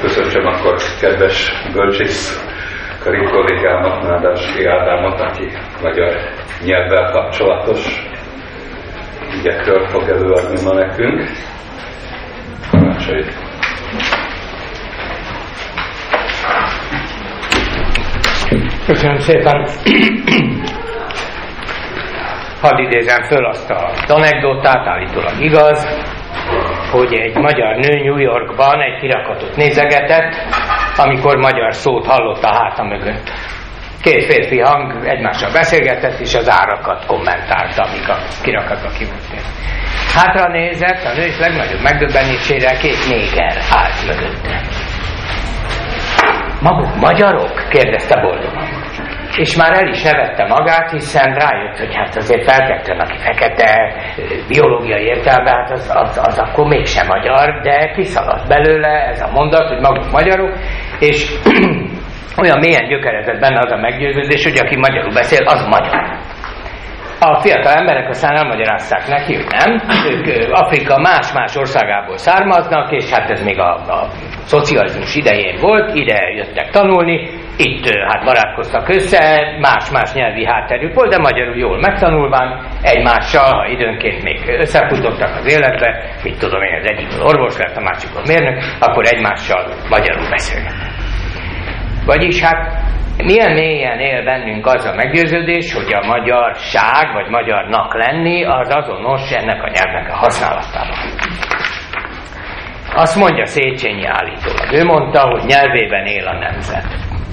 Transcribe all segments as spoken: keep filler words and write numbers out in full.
köszöntsem akkor kedves bölcsész kari kollégámat, Nádási Ádámot, aki magyar nyelvvel kapcsolatos ügyekről fog előadni ma nekünk. Parancsoljuk! Köszönöm szépen! Hadd idézem föl azt az anekdotát, állítólag igaz, hogy egy magyar nő New Yorkban egy kirakatot nézegetett, amikor magyar szót hallott a háta mögött. Két férfi hang egymással beszélgetett, és az árakat kommentálta, amíg a kirakatba kivonták. Hátra nézett, a nő és legnagyobb megdöbbenésére két néger állt mögötte. Maguk magyarok? Kérdezte boldogan. És már el is nevette magát, hiszen rájött, hogy hát azért feltetlen, aki fekete, biológiai értelme, hát az, az, az akkor mégsem magyar, de kiszaladt belőle ez a mondat, hogy maguk magyarok, és olyan mélyen gyökerezett benne az a meggyőződés, hogy aki magyarul beszél, az magyar. A fiatal emberek aztán elmagyarázták neki, hogy nem. Ők Afrika más-más országából származnak, és hát ez még a, a szocializmus idején volt, ide jöttek tanulni, itt hát barátkoztak össze, más-más nyelvi hátterük volt, de magyarul jól megtanulván, egymással, ha időnként még összefutottak az életbe, mit tudom én, az egyikből orvos lett, a másikból mérnök, akkor egymással magyarul beszélgetnek. Vagyis hát milyen mélyen él bennünk az a meggyőződés, hogy a magyarság, vagy magyarnak lenni, az azonos ennek a nyelvnek a használatában. Azt mondja Széchenyi állítólag. Ő mondta, hogy nyelvében él a nemzet.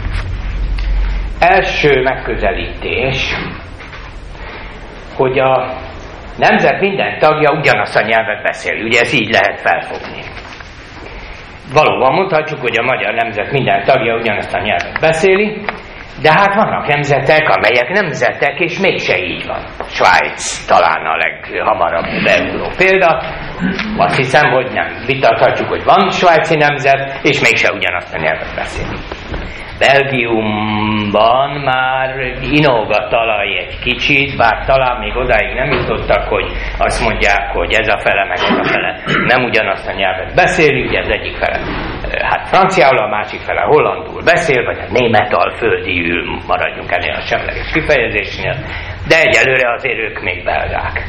Első megközelítés, hogy a nemzet minden tagja ugyanazt a nyelvet beszéli. Ugye ez így lehet felfogni. Valóban mondhatjuk, hogy a magyar nemzet minden tagja ugyanazt a nyelvet beszéli, de hát vannak nemzetek, amelyek nemzetek, és mégse így van. Svájc talán a leghamarabb beugó példa. Azt hiszem, hogy nem vitathatjuk, hogy van svájci nemzet, és mégse ugyanazt a nyelvet beszéli. Belgiumban már inog a talaj egy kicsit, bár talán még odáig nem jutottak, hogy azt mondják, hogy ez a fele, meg ez a fele nem ugyanazt a nyelvet beszéli, ugye az egyik fele hát franciául, a másik fele hollandul beszél, vagy hát németalföldiül, maradjunk ennél a semleges kifejezésnél, de egyelőre azért ők még belgák.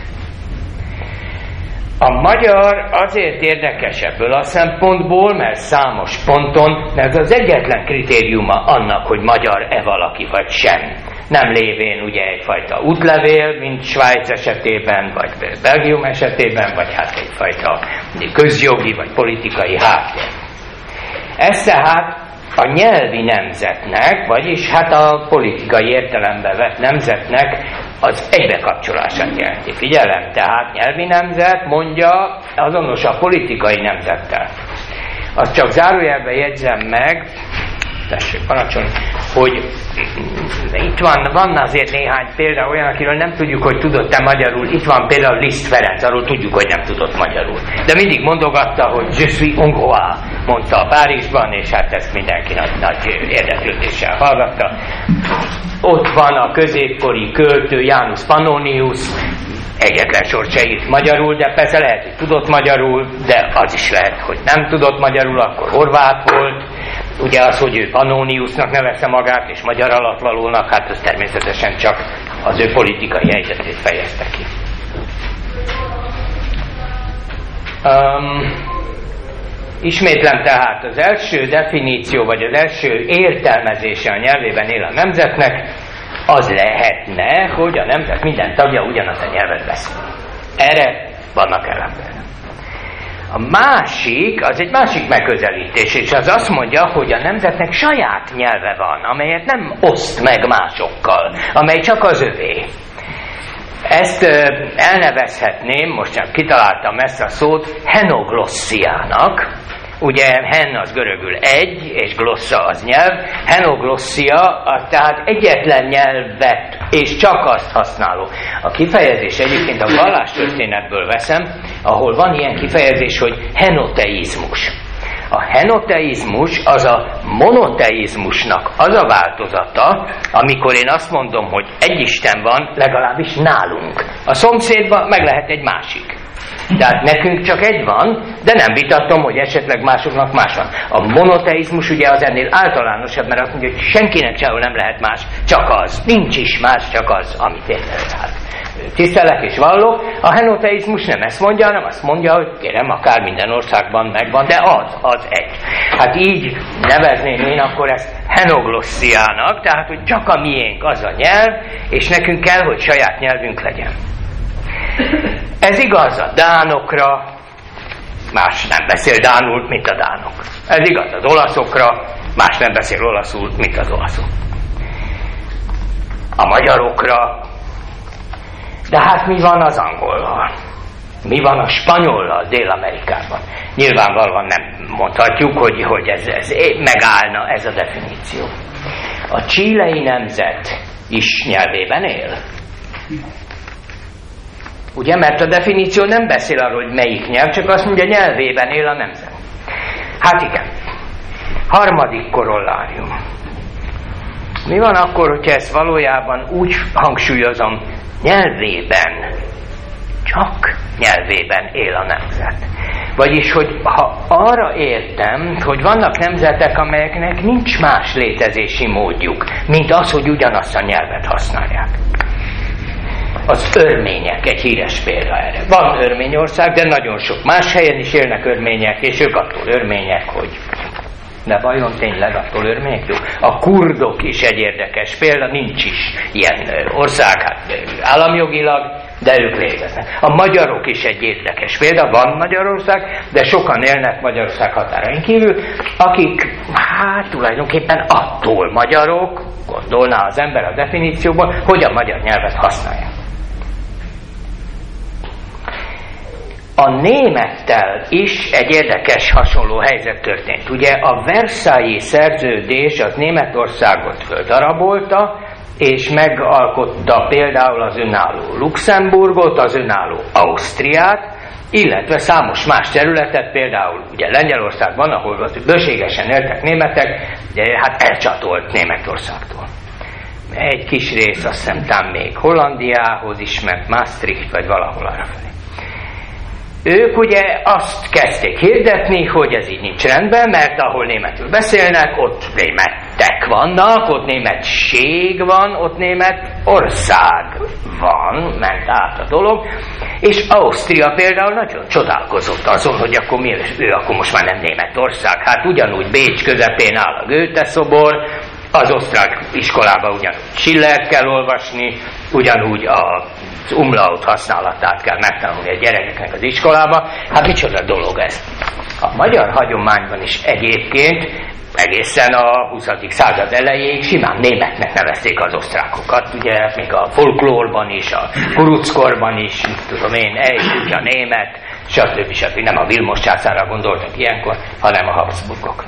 A magyar azért érdekes ebből a szempontból, mert számos ponton, mert az egyetlen kritériuma annak, hogy magyar-e valaki vagy sem. Nem lévén ugye egyfajta útlevél, mint Svájc esetében, vagy Belgium esetében, vagy hát egyfajta közjogi, vagy politikai háttér. Ez tehát a nyelvi nemzetnek, vagyis hát a politikai értelembe vett nemzetnek az egybekapcsolását jelenti. Figyelem, tehát nyelvi nemzet mondja azonos a politikai nemzettel. Azt csak zárójelbe jegyzem meg, tessék parancsolni, hogy itt van, van azért néhány példa olyan, akiről nem tudjuk, hogy tudott-e magyarul. Itt van például Liszt Ferenc, arról tudjuk, hogy nem tudott magyarul. De mindig mondogatta, hogy je suis hongrois, mondta a Párizsban, és hát ezt mindenki nagy, nagy érdeklődéssel hallgatta. Ott van a középkori költő Janus Pannonius, egyetlen sort se írt magyarul, de persze lehet, hogy tudott magyarul, de az is lehet, hogy nem tudott magyarul, akkor horvát volt. Ugye az, hogy ő Pannoniusnak nevezte magát, és magyar alattvalónak, hát az természetesen csak az ő politikai helyzetét fejezte ki. Um, ismétlem tehát, az első definíció, vagy az első értelmezése a nyelvében él a nemzetnek, az lehetne, hogy a nemzet minden tagja ugyanaz a nyelvet beszél. Erre vannak ellenben. A másik, az egy másik megközelítés, és az azt mondja, hogy a nemzetnek saját nyelve van, amelyet nem oszt meg másokkal, amely csak az övé. Ezt elnevezhetném, most csak kitaláltam ezt a szót, henoglossziának. Ugye hen az görögül egy, és glossa az nyelv. Henoglosszia, tehát egyetlen nyelvet, és csak azt használó. A kifejezés egyébként a vallástörténetből veszem, ahol van ilyen kifejezés, hogy henoteizmus. A henoteizmus az a monoteizmusnak az a változata, amikor én azt mondom, hogy egy Isten van, legalábbis nálunk. A szomszédban meg lehet egy másik. Tehát nekünk csak egy van, de nem vitatom, hogy esetleg másoknak más van. A monoteizmus ugye az ennél általánosabb, mert azt mondja, hogy senkinek sehol nem lehet más, csak az. Nincs is más, csak az, amit én hát tisztelek és vallok. A henoteizmus nem ezt mondja, hanem azt mondja, hogy kérem, akár minden országban megvan, de az, az egy. Hát így nevezném én akkor ezt henoglossziának, tehát hogy csak a miénk az a nyelv, és nekünk kell, hogy saját nyelvünk legyen. Ez igaz a dánokra, más nem beszél dánul, mint a dánok. Ez igaz az olaszokra, más nem beszél olaszul, mint az olaszok. A magyarokra, de hát mi van az angollal? Mi van a spanyollal Dél-Amerikában? Nyilvánvalóan nem mondhatjuk, hogy, hogy ez, ez megállna ez a definíció. A chilei nemzet is nyelvében él. Ugye, mert a definíció nem beszél arról, hogy melyik nyelv, csak azt mondja, nyelvében él a nemzet. Hát igen. Harmadik korollárium. Mi van akkor, hogyha ezt valójában úgy hangsúlyozom, nyelvében, csak nyelvében él a nemzet. Vagyis, hogy ha arra értem, hogy vannak nemzetek, amelyeknek nincs más létezési módjuk, mint az, hogy ugyanazt a nyelvet használják. Az örmények egy híres példa erre. Van Örményország, de nagyon sok más helyen is élnek örmények, és ők attól örmények, hogy de vajon tényleg attól örmények? Jó. A kurdok is egy érdekes példa, nincs is ilyen ország, hát államjogilag, de ők léteznek. A magyarok is egy érdekes példa, van Magyarország, de sokan élnek Magyarország határain kívül, akik hát tulajdonképpen attól magyarok, gondolná az ember a definícióban, hogy a magyar nyelvet használják. A némettel is egy érdekes hasonló helyzet történt. Ugye a Versailles szerződés az Németországot földarabolta, és megalkotta például az önálló Luxemburgot, az önálló Ausztriát, illetve számos más területet, például ugye Lengyelországban, ahol bőségesen éltek németek, hát elcsatolt Németországtól. Egy kis rész, azt hiszem, tám még Hollandiához is, mert Maastricht, vagy valahol arrafelé. Ők ugye azt kezdték hirdetni, hogy ez így nincs rendben, mert ahol németül beszélnek, ott németek vannak, ott németség van, ott német ország van, ment át a dolog, és Ausztria például nagyon csodálkozott azon, hogy akkor mi, ő akkor most már nem Németország. Hát ugyanúgy Bécs közepén áll a Goethe szobor, az osztrák iskolában ugyanúgy Schillert kell olvasni, ugyanúgy a az umlaut használatát kell megtanulni a gyerekeknek az iskolába. Hát micsoda dolog ez. A magyar hagyományban is egyébként egészen a huszadik század elejéig simán németnek nevezték az osztrákokat. Ugye még a folklórban is, a kuruckorban is, tudom én, egy kutya német, stb. stb. Nem a Vilmos császárra gondoltak ilyenkor, hanem a Habsburgokra.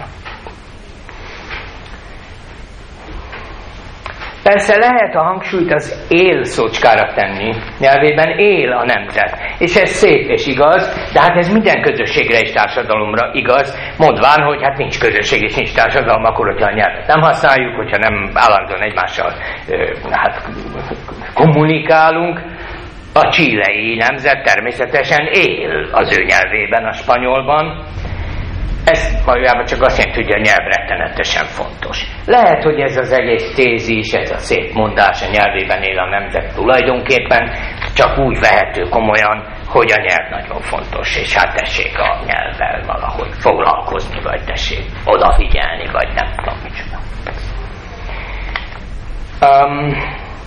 Persze lehet a hangsúlyt az él szócskára tenni, nyelvében él a nemzet. És ez szép és igaz, de hát ez minden közösségre és társadalomra igaz, mondván, hogy hát nincs közösség és nincs társadalom, akkor, hogyha a nyelvet nem használjuk, hogyha nem állandóan egymással hát, kommunikálunk. A chilei nemzet természetesen él az ő nyelvében, a spanyolban. Ez valójában csak azt jelenti, hogy a nyelv rettenetesen fontos. Lehet, hogy ez az egész tézis, ez a szép mondás, a nyelvében él a nemzet tulajdonképpen csak úgy vehető komolyan, hogy a nyelv nagyon fontos, és hát tessék a nyelvvel valahogy foglalkozni, vagy tessék odafigyelni, vagy nem tudom micsoda. Um,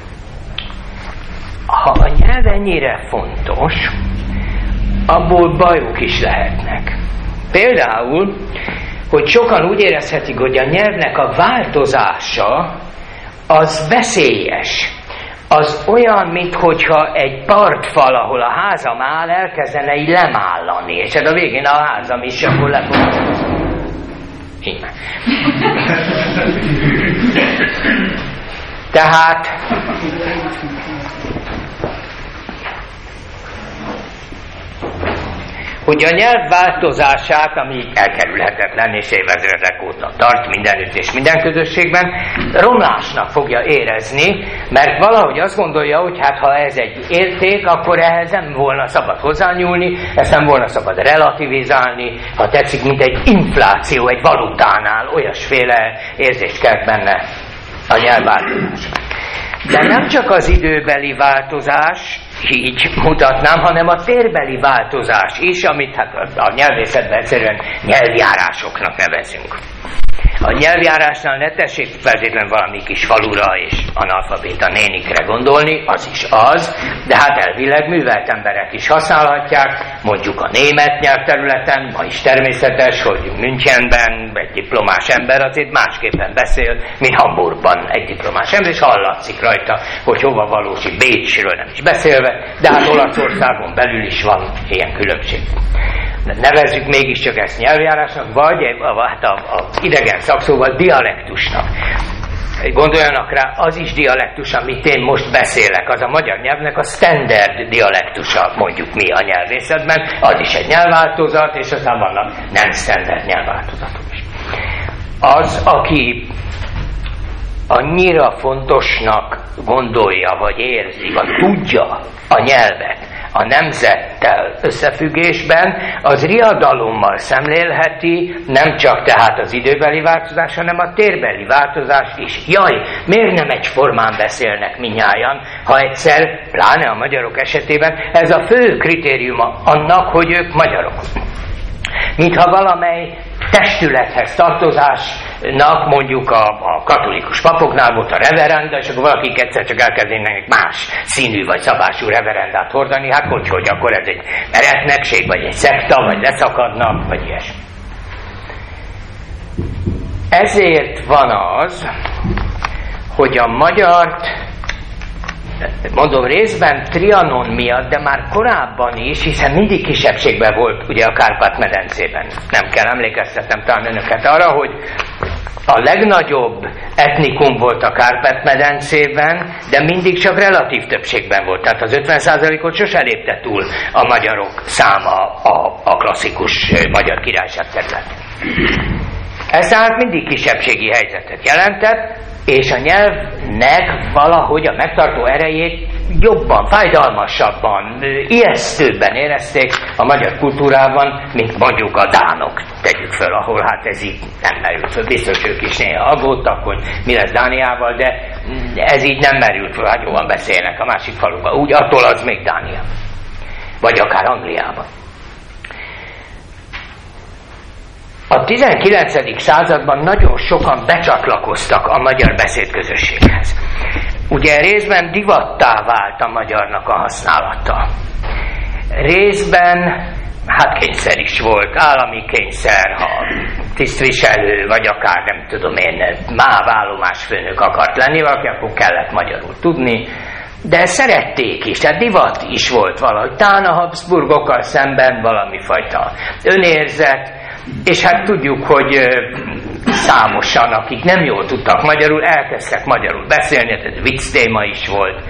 ha a nyelv ennyire fontos, abból bajok is lehetnek. Például, hogy sokan úgy érezhetik, hogy a nyelvnek a változása az veszélyes. Az olyan, minthogyha egy partfal, ahol a házam áll, elkezdene így lemállani, és hát a végén a házam is akkor lefog. Íme. Tehát hogy a nyelv változását, ami elkerülhetetlen és évezredek óta tart mindenütt és minden közösségben, romlásnak fogja érezni, mert valahogy azt gondolja, hogy hát ha ez egy érték, akkor ehhez nem volna szabad hozzányúlni, ezt nem volna szabad relativizálni, ha tetszik, mint egy infláció egy valutánál, olyasféle érzést kelt benne a nyelvváltozás. De nem csak az időbeli változás, így mutatnám, hanem a térbeli változás is, amit hát a nyelvészetben egyszerűen nyelvjárásoknak nevezünk. A nyelvjárásnál ne tessék feltétlenül valami kis falura és analfabéta nénikre gondolni, az is az, de hát elvileg művelt emberek is használhatják, mondjuk a német nyelvterületen, ma is természetes, hogy Münchenben egy diplomás ember azért másképpen beszél, mint Hamburgban egy diplomás ember, és hallatszik rajta, hogy hova valósi, Bécsről nem is beszélve, de hát Olaszországon belül is van ilyen különbség. Nevezzük mégiscsak ezt nyelvjárásnak, vagy hát a, a idegen szakszóval dialektusnak. Gondoljanak rá, az is dialektus, amit én most beszélek, az a magyar nyelvnek a standard dialektusa, mondjuk mi a nyelvészetben, az is egy nyelvváltozat, és aztán vannak nem standard nyelvváltozatok is. Az, aki annyira fontosnak gondolja, vagy érzi, vagy tudja a nyelvet a nemzettel összefüggésben, az riadalommal szemlélheti nem csak tehát az időbeli változás, hanem a térbeli változás is. Jaj, miért nem egyformán beszélnek mindnyájan, ha egyszer, pláne a magyarok esetében, ez a fő kritériuma annak, hogy ők magyarok. Mintha valamely testülethez tartozásnak, mondjuk a, a katolikus papoknál volt a reverenda, és akkor valakik egyszer csak elkezdenek más színű vagy szabású reverendát hordani, hát hogy, hogy akkor ez egy eretnekség, vagy egy szekta, vagy leszakadnak, vagy ilyesmi. Ezért van az, hogy a magyart, mondom részben Trianon miatt, de már korábban is, hiszen mindig kisebbségben volt ugye a Kárpát-medencében. Nem kell emlékeztetnem talán önöket arra, hogy a legnagyobb etnikum volt a Kárpát-medencében, de mindig csak relatív többségben volt. Tehát az ötven százalékot sose lépte túl a magyarok száma a, a klasszikus magyar királyság területén. Ez tehát mindig kisebbségi helyzetet jelentett, és a nyelvnek valahogy a megtartó erejét jobban, fájdalmasabban, ijesztőbben érezték a magyar kultúrában, mint mondjuk a dánok. Tegyük föl, ahol hát ez így nem merült föl. Biztos ők is néha aggódtak, hogy mi lesz Dániával, de ez így nem merült föl, hát jóan beszélnek a másik faluban. Úgy attól az még Dánia. Vagy akár Angliában. A tizenkilencedik században nagyon sokan becsatlakoztak a magyar beszédközösséghez. Ugye részben divattá vált a magyarnak a használata. Részben, hát kényszer is volt, állami kényszer, ha tisztviselő, vagy akár nem tudom én, máv állomásfőnök akart lenni valaki, akkor kellett magyarul tudni. De szerették is, tehát divat is volt valahogy. Tán a Habsburgokkal szemben valami fajta önérzet, és hát tudjuk, hogy számosan, akik nem jól tudtak magyarul, elkezdtek magyarul beszélni, tehát vicc téma is volt.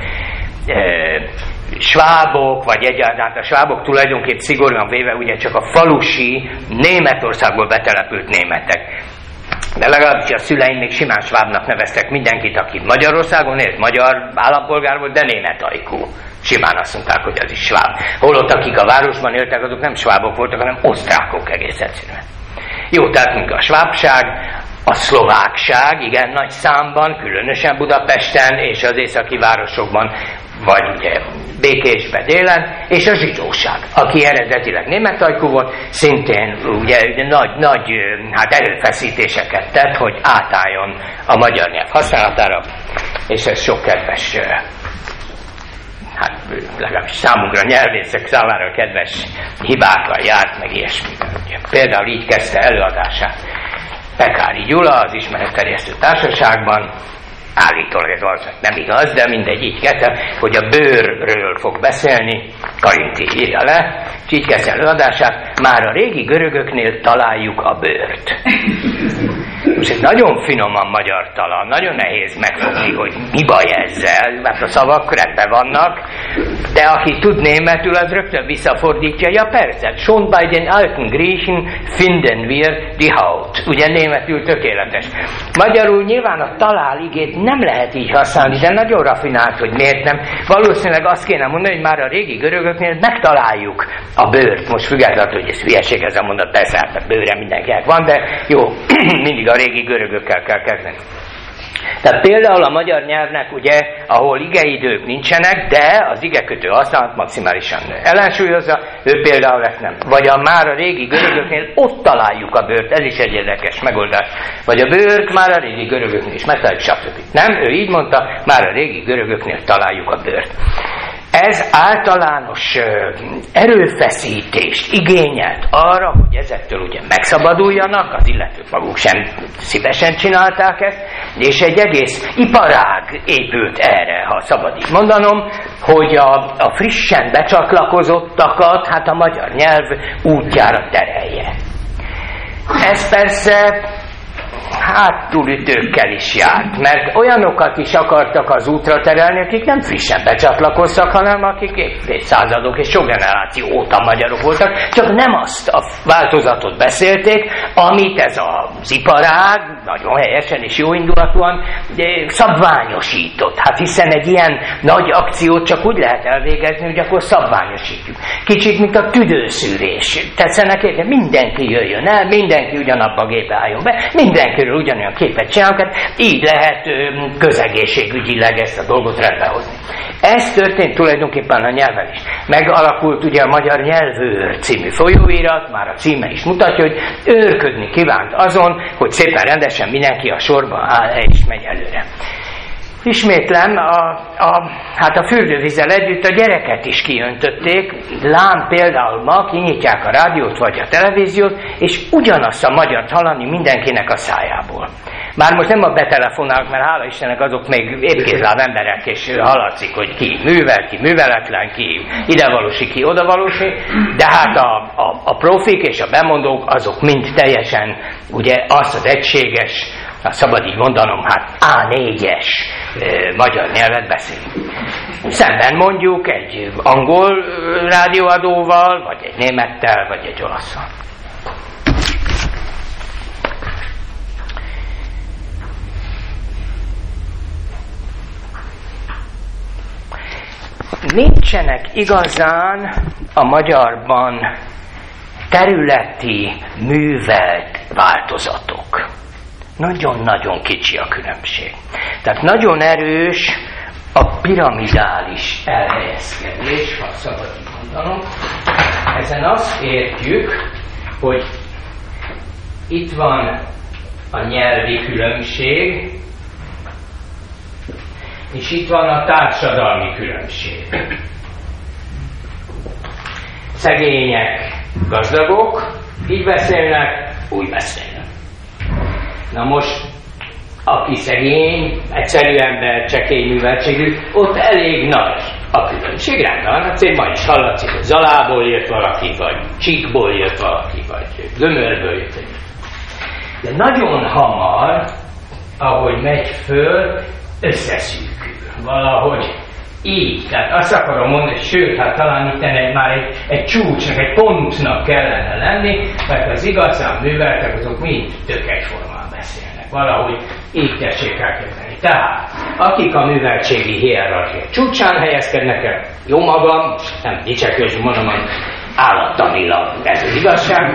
Svábok, vagy egyáltalán a svábok tulajdonképp szigorúan véve ugye csak a falusi, Németországból betelepült németek. De legalábbis a szüleim még simán svábnak neveztek mindenkit, aki Magyarországon élt, magyar állampolgár volt, de német ajkú. Simán azt mondták, hogy az is sváb. Holott akik a városban éltek, azok nem svábok voltak, hanem osztrákok egész egyszerűen. Jó, tehát mint a svábság, a szlovákság, igen nagy számban, különösen Budapesten és az északi városokban, vagy ugye Békésbe délen, és a zsidóság, aki eredetileg németajkú volt, szintén ugye, ugye nagy, nagy hát erőfeszítéseket tett, hogy átálljon a magyar nyelv használatára, és ez sok kedves, hát legalábbis számunkra nyelvészek számára kedves hibákkal járt, meg ilyesmivel. Például így kezdte előadását Pekári Gyula az Ismeretterjesztő Társaságban, állítólag ez valószínűleg nem igaz, de mindegy, így kezdte, hogy a bőrről fog beszélni, Karinti írja le, és így kezdte előadását, már a régi görögöknél találjuk a bőrt. Most nagyon finoman magyar talan, nagyon nehéz megfogni, hogy mi baj ezzel, mert a szavak rendben vannak, de aki tud németül, az rögtön visszafordítja, ja persze, schon bei den alten Griechen finden wir die Haut. Ugye németül tökéletes. Magyarul nyilván a talál igét nem lehet így használni, de nagyon rafinált, hogy miért nem. Valószínűleg azt kéne mondani, hogy már a régi görögöknél megtaláljuk a bőrt. Most függetlenül, hogy ez hülyeség ez a mondat, persze, hát a bőre mindenkinek van, de jó, mindig a régi görögökkel kell kezdeni. Tehát például a magyar nyelvnek, ugye, ahol igeidők nincsenek, de az igekötő használat maximálisan ellensúlyozza, ő például ezt nem. Vagy a már a régi görögöknél ott találjuk a bőrt, ez is egy érdekes megoldás. Vagy a bőrt már a régi görögöknél is megtaláljuk, stb. Nem, ő így mondta, már a régi görögöknél találjuk a bőrt. Ez általános erőfeszítést igényelt arra, hogy ezektől ugye megszabaduljanak, az illetők maguk sem szívesen csinálták ezt, és egy egész iparág épült erre, ha szabad így mondanom, hogy a, a frissen becsatlakozottakat hát a magyar nyelv útjára terelje. Ez persze háttúlütőkkel is járt, mert olyanokat is akartak az útra terelni, akik nem frissen becsatlakoztak, hanem akik évszázadok és sok generáció óta magyarok voltak, csak nem azt a változatot beszélték, amit ez az iparág nagyon helyesen és jóindulatúan szabványosított. Hát hiszen egy ilyen nagy akciót csak úgy lehet elvégezni, hogy akkor szabványosítjuk. Kicsit, mint a tüdőszűrés. Tetszenek érte, mindenki jöjjön el, mindenki ugyanabba a gépbe álljon be, mindenkiről ugyanolyan képet csinálunk, így lehet közegészségügyileg ezt a dolgot rendbe hozni. Ez történt tulajdonképpen a nyelven is. Megalakult ugye a Magyar Nyelvőr című folyóirat, már a címe is mutatja, hogy őrködni kívánt azon, hogy szépen rendesen mindenki a sorban áll és megy előre. Ismétlem, a, a, hát a fürdővízzel együtt a gyereket is kiöntötték, lám például ma kinyitják a rádiót vagy a televíziót, és ugyanazt a magyart hallani mindenkinek a szájából. Már most nem a betelefonálok, mert hála Istennek azok még épkézláb emberek, és hallatszik, hogy ki művel, ki műveletlen, ki idevalósi, ki odavalósi, de hát a, a, a profik és a bemondók azok mind teljesen ugye azt az egységes, ha szabad így mondanom, hát á négyes e, magyar nyelvet beszélünk. Szemben mondjuk egy angol rádióadóval, vagy egy némettel, vagy egy olaszsal. Nincsenek igazán a magyarban területi művelt változatok. Nagyon-nagyon kicsi a különbség. Tehát nagyon erős a piramidális elhelyezkedés, ha szabad így mondanom. Ezen azt értjük, hogy itt van a nyelvi különbség, és itt van a társadalmi különbség. Szegények, gazdagok, így beszélnek, úgy beszélnek. Na most, aki szegény, egyszerű ember, csekély műveltségű, ott elég nagy a különbség. Rendben, hát én ma is hallatszik, hogy Zalából jött valaki, vagy Csíkból jött valaki, vagy Gömörből jött. De nagyon hamar, ahogy megy föl, összeszűkül. Valahogy így. Tehát azt akarom mondani, sőt, hát talán itt egy, már egy, egy csúcsnak, egy pontnak kellene lenni, mert az igazán műveltek, azok mind tök egyformán beszélnek. Valahogy így tessék elkezdeni. Tehát, akik a műveltségi hierarchia csúcsán helyezkednek el, jó magam, nem dicsekős, mondom, hogy állattanilag ez az igazság,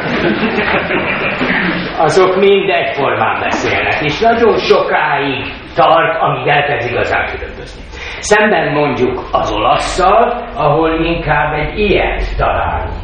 azok mind egyformán beszélnek, és nagyon sokáig tart, amíg elkezd igazán különbözni. Szemben mondjuk az olasszal, ahol inkább egy ilyet találunk.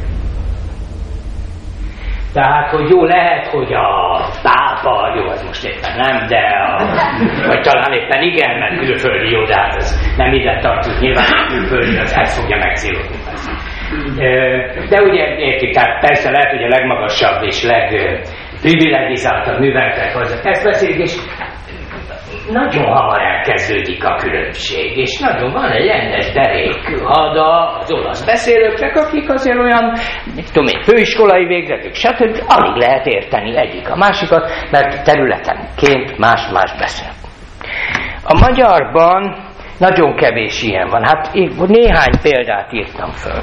Tehát, hogy jó lehet, hogy a pápa, jó, ez most éppen nem, de a, vagy talán éppen igen, mert külföldi, jó, de hát ez nem ide tartozik, nyilván a külföldi, az ezt fogja megszírodni. De ugye értik, tehát persze lehet, hogy a legmagasabb és legprivilegizáltabb műveltek hozzá ezt beszélik, és nagyon hamar elkezdődik a különbség, és nagyon van egy rendes derék hada az olasz beszélőknek, akik azért olyan, tudom én, főiskolai végzetük, stb. Alig lehet érteni egyik a másikat, mert területenként más-más beszél. A magyarban nagyon kevés ilyen van. Hát én néhány példát írtam föl.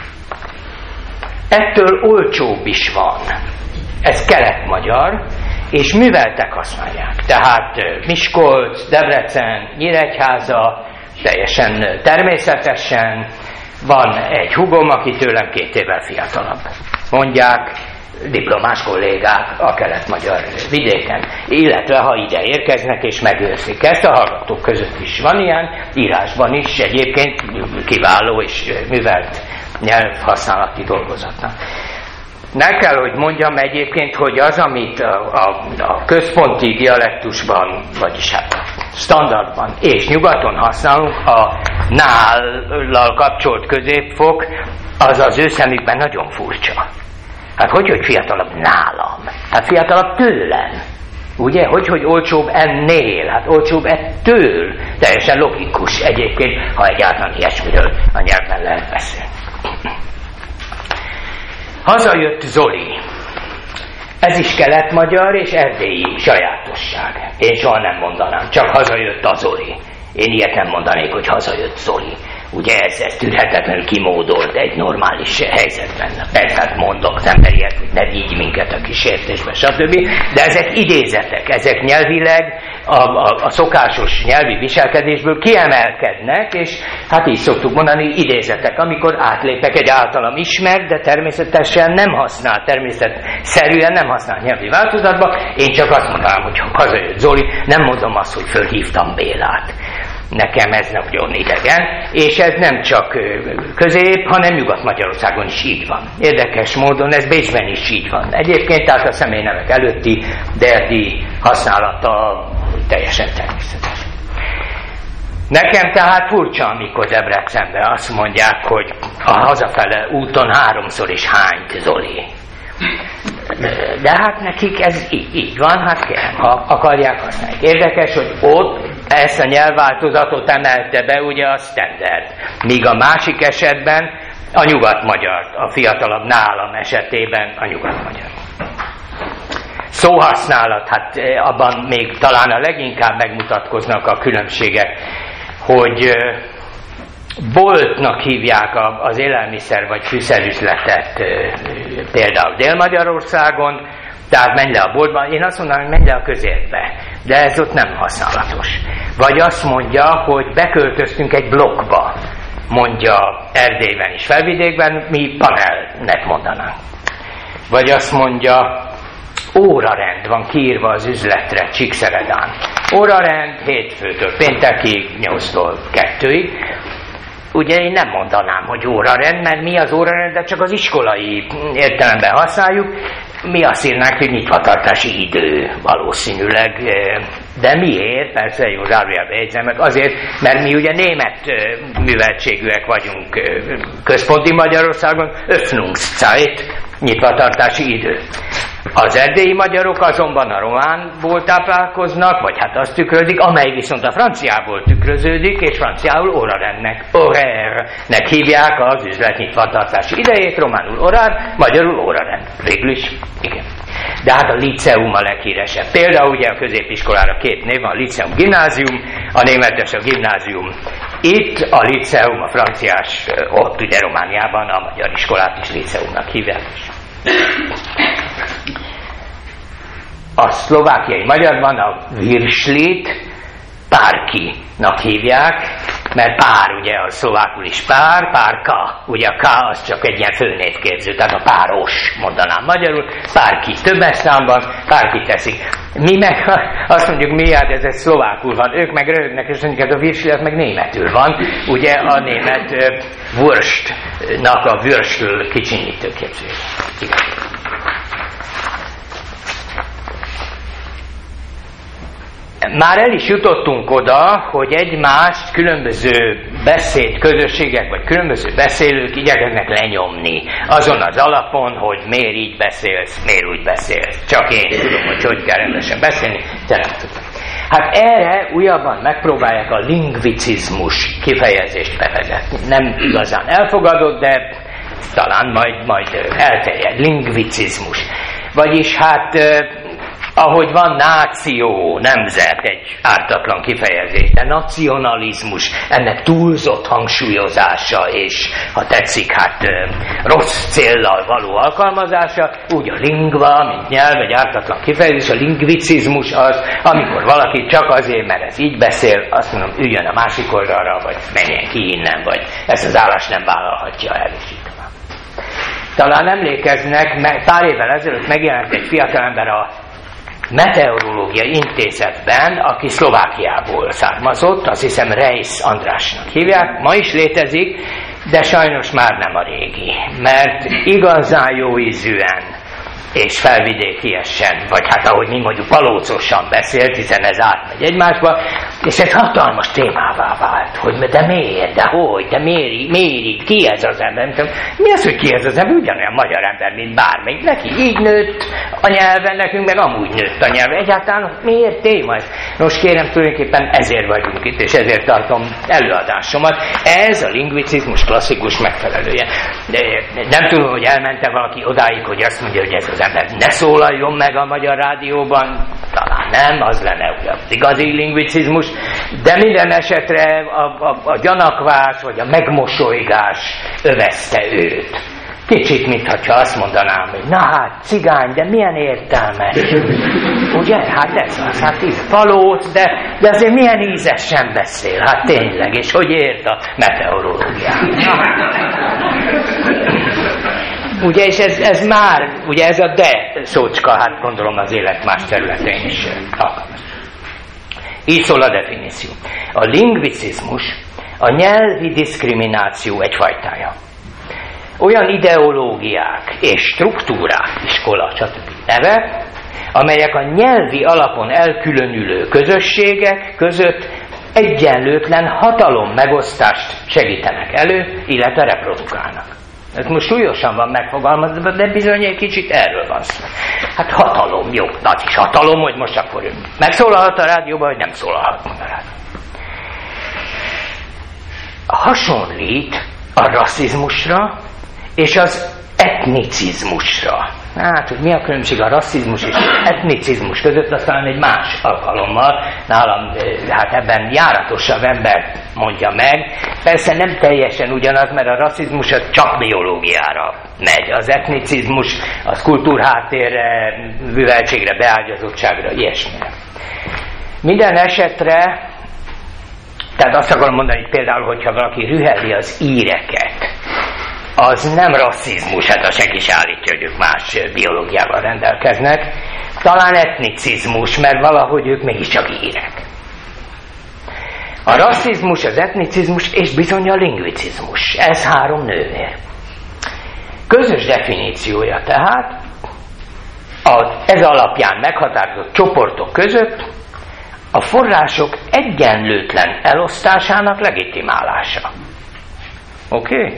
Ettől olcsóbb is van. Ez kelet-magyar, és műveltek használják. Tehát Miskolc, Debrecen, Nyíregyháza, teljesen természetesen. Van egy húgom, aki tőlem két évvel fiatalabb. Mondják diplomás kollégák a kelet-magyar vidéken, illetve ha ide érkeznek és megőrzik ezt, a hallgatók között is van ilyen, írásban is egyébként kiváló és művelt nyelvhasználati dolgozatnak. Ne kell, hogy mondjam egyébként, hogy az, amit a, a, a központi dialektusban, vagyis hát standardban és nyugaton használunk, a nállal kapcsolt középfok, az az ő szemükben nagyon furcsa. Hát hogy, hogy fiatalabb nálam? Hát fiatalabb tőlem. Ugye? Hogy, hogy olcsóbb ennél? Hát olcsóbb ettől. Teljesen logikus egyébként, ha egyáltalán ilyesmiről a nyelven lehet beszélni. Hazajött Zoli. Ez is kelet-magyar és erdélyi sajátosság. Én soha nem mondanám, csak hazajött a Zoli. Én ilyet nem mondanék, hogy hazajött Zoli. Ugye ez, ez tűrhetetlenül kimódolt egy normális helyzetben. Persze hát mondok az emberiek, hogy ne vigy minket a kísértésbe, stb. De ezek idézetek, ezek nyelvileg a, a, a szokásos nyelvi viselkedésből kiemelkednek, és hát így szoktuk mondani, idézetek, amikor átlépek egy általam ismert, de természetesen nem használ, természetszerűen nem használ nyelvi változatba. Én csak azt mondanám, hogy hazajött Zoli, nem mondom azt, hogy fölhívtam Bélát. Nekem ez nagyon idegen, és ez nem csak közép, hanem Nyugat-Magyarországon is így van. Érdekes módon ez Bécsben is így van. Egyébként tehát a személynevek előtti derdi használata teljesen természetes. Nekem tehát furcsa, amikor Debrecenben azt mondják, hogy a hazafele úton háromszor is hányt Zoli. De hát nekik ez így, így van, hát kérem, ha akarják használni. Érdekes, hogy ott ezt a nyelvváltozatot emelte be ugye a standard, míg a másik esetben a nyugat-magyart, a fiatalabb nálam esetében a nyugat-magyar. Szóhasználat, hát abban még talán a leginkább megmutatkoznak a különbségek, hogy boltnak hívják az élelmiszer vagy fűszerüzletet például Dél-Magyarországon, tehát menj le a boltba, én azt mondanám, hogy menj le a közértbe, de ez ott nem használatos. Vagy azt mondja, hogy beköltöztünk egy blokkba, mondja Erdélyben és Felvidékben, mi panelnek mondanánk. Vagy azt mondja, órarend van kiírva az üzletre Csíkszeredán. Órarend hétfőtől péntekig, nyolctól kettőig. Ugye én nem mondanám, hogy órarend, mert mi az órarendet csak az iskolai értelemben használjuk. Mi azt írnánk, hogy nyitvatartási idő valószínűleg. De miért? Persze jó zárójelbe jegyzem meg. Azért, mert mi ugye német műveltségűek vagyunk központi Magyarországon, Öffnungszeit, nyitvatartási idő. Az erdélyi magyarok azonban a románból táplálkoznak, vagy hát azt tükrözik, amely viszont a franciából tükröződik, és franciául órarendnek, horaire-nek hívják az üzlet nyitvatartási idejét, románul orár, magyarul órarend. Végül is, igen. De hát a liceum a leghíresebb. Például ugye a középiskolára két név van, a liceum, gimnázium, a németes a gimnázium. Itt a liceum, a franciás, ott ugye Romániában a magyar iskolát is liceumnak hívják. A szlovákiai magyarban a virslit párkinak hívják, mert pár ugye a szlovákul is pár, párka, ugye a K az csak egy ilyen főnévképző, tehát a páros mondanám magyarul, párki többes számban, párki teszik. Mi meg azt mondjuk, miért ez egy szlovákul van, ők meg röhögnek, és mondjuk a virslit meg németül van, ugye a német uh, wurstnak a würstl kicsinyítő képző. Igen. Már el is jutottunk oda, hogy egymást különböző beszédközösségek, vagy különböző beszélők igyekeznek lenyomni. Azon az alapon, hogy miért így beszélsz, miért úgy beszélsz. Csak én tudom, hogy hogy kell rendesen beszélni, te nem tudom. Hát erre újabban megpróbálják a lingvicizmus kifejezést bevezetni. Nem igazán elfogadott, de talán majd, majd elterjed. Lingvicizmus. Vagyis hát ahogy van náció, nemzet, egy ártatlan kifejezés, de nacionalizmus, ennek túlzott hangsúlyozása, és ha tetszik, hát rossz céllal való alkalmazása, úgy a lingva, mint nyelv, egy ártatlan kifejezés, a lingvicizmus az, amikor valaki csak azért, mert ez így beszél, azt mondom, üljön a másik oldalra, vagy menjen ki innen, vagy ezt az állást nem vállalhatja el, és így tovább. Talán emlékeznek, mert pár évvel ezelőtt megjelent egy fiatalember a Meteorológiai Intézetben, aki Szlovákiából származott, azt hiszem Reisz Andrásnak hívják, ma is létezik, de sajnos már nem a régi, mert igazán jó ízűen és felvidékiesen, vagy hát ahogy mi mondjuk palócosan beszélt, hiszen ez átmegy egymásba, és ez hatalmas témává vált, hogy de miért, de hogy, de miért, miért, ki ez az ember? Mi az, hogy ki ez az ember? Ugyanolyan magyar ember, mint bármelyik. Neki így nőtt a nyelven, nekünk meg amúgy nőtt a nyelven. Egyáltalán miért téma ez? Nos kérem, tulajdonképpen ezért vagyunk itt, és ezért tartom előadásomat. Ez a lingvicizmus klasszikus megfelelője. De nem tudom, hogy elmente valaki odáig, hogy azt mondja, hogy ez az ember ne szólaljon meg a Magyar Rádióban, talán nem, az lenne ugye az igazi lingvicizmus, de minden esetre a, a, a gyanakvás vagy a megmosolygás övezte őt. Kicsit, mintha azt mondanám, hogy na hát, cigány, de milyen értelmes. Ugye? Hát ez az, hát íz, palóc, de, de azért milyen ízesen beszél, hát tényleg, és hogy ért a meteorológiát. Ugye, és ez, ez már, ugye ez a de szócska, hát gondolom az élet más területén is alkalmas. Így szól a definíció. A lingvicizmus a nyelvi diszkrimináció egy fajtája. Olyan ideológiák és struktúrák, iskola, stb. Neve, amelyek a nyelvi alapon elkülönülő közösségek között egyenlőtlen hatalom megosztást segítenek elő, illetve reprodukálnak. Ez most súlyosan van megfogalmazva, de bizony egy kicsit erről van szó. Hát hatalom, jó, nagy is hatalom, hogy most akkor megszólalhat a rádióban, vagy nem szólalhat meg a rádióban. Hasonlít a rasszizmusra és az etnicizmusra. Hát, hogy mi a különbség a rasszizmus és etnicizmus között, aztán egy más alkalommal nálam, hát ebben járatosabb ember mondja meg. Persze nem teljesen ugyanaz, mert a rasszizmus az csak biológiára megy. Az etnicizmus az kultúrháttérre, műveltségre, beágyazottságra, ilyesmire. Minden esetre, tehát azt akarom mondani, hogy például, hogyha valaki rüheli az íreket, az nem rasszizmus, hát a senki se állítja, hogy ők más biológiával rendelkeznek, talán etnicizmus, mert valahogy ők mégiscsak írek. A rasszizmus, az etnicizmus és bizony a lingvicizmus, ez három nővér. Közös definíciója tehát a, ez alapján meghatározott csoportok között a források egyenlőtlen elosztásának legitimálása. Oké? Okay?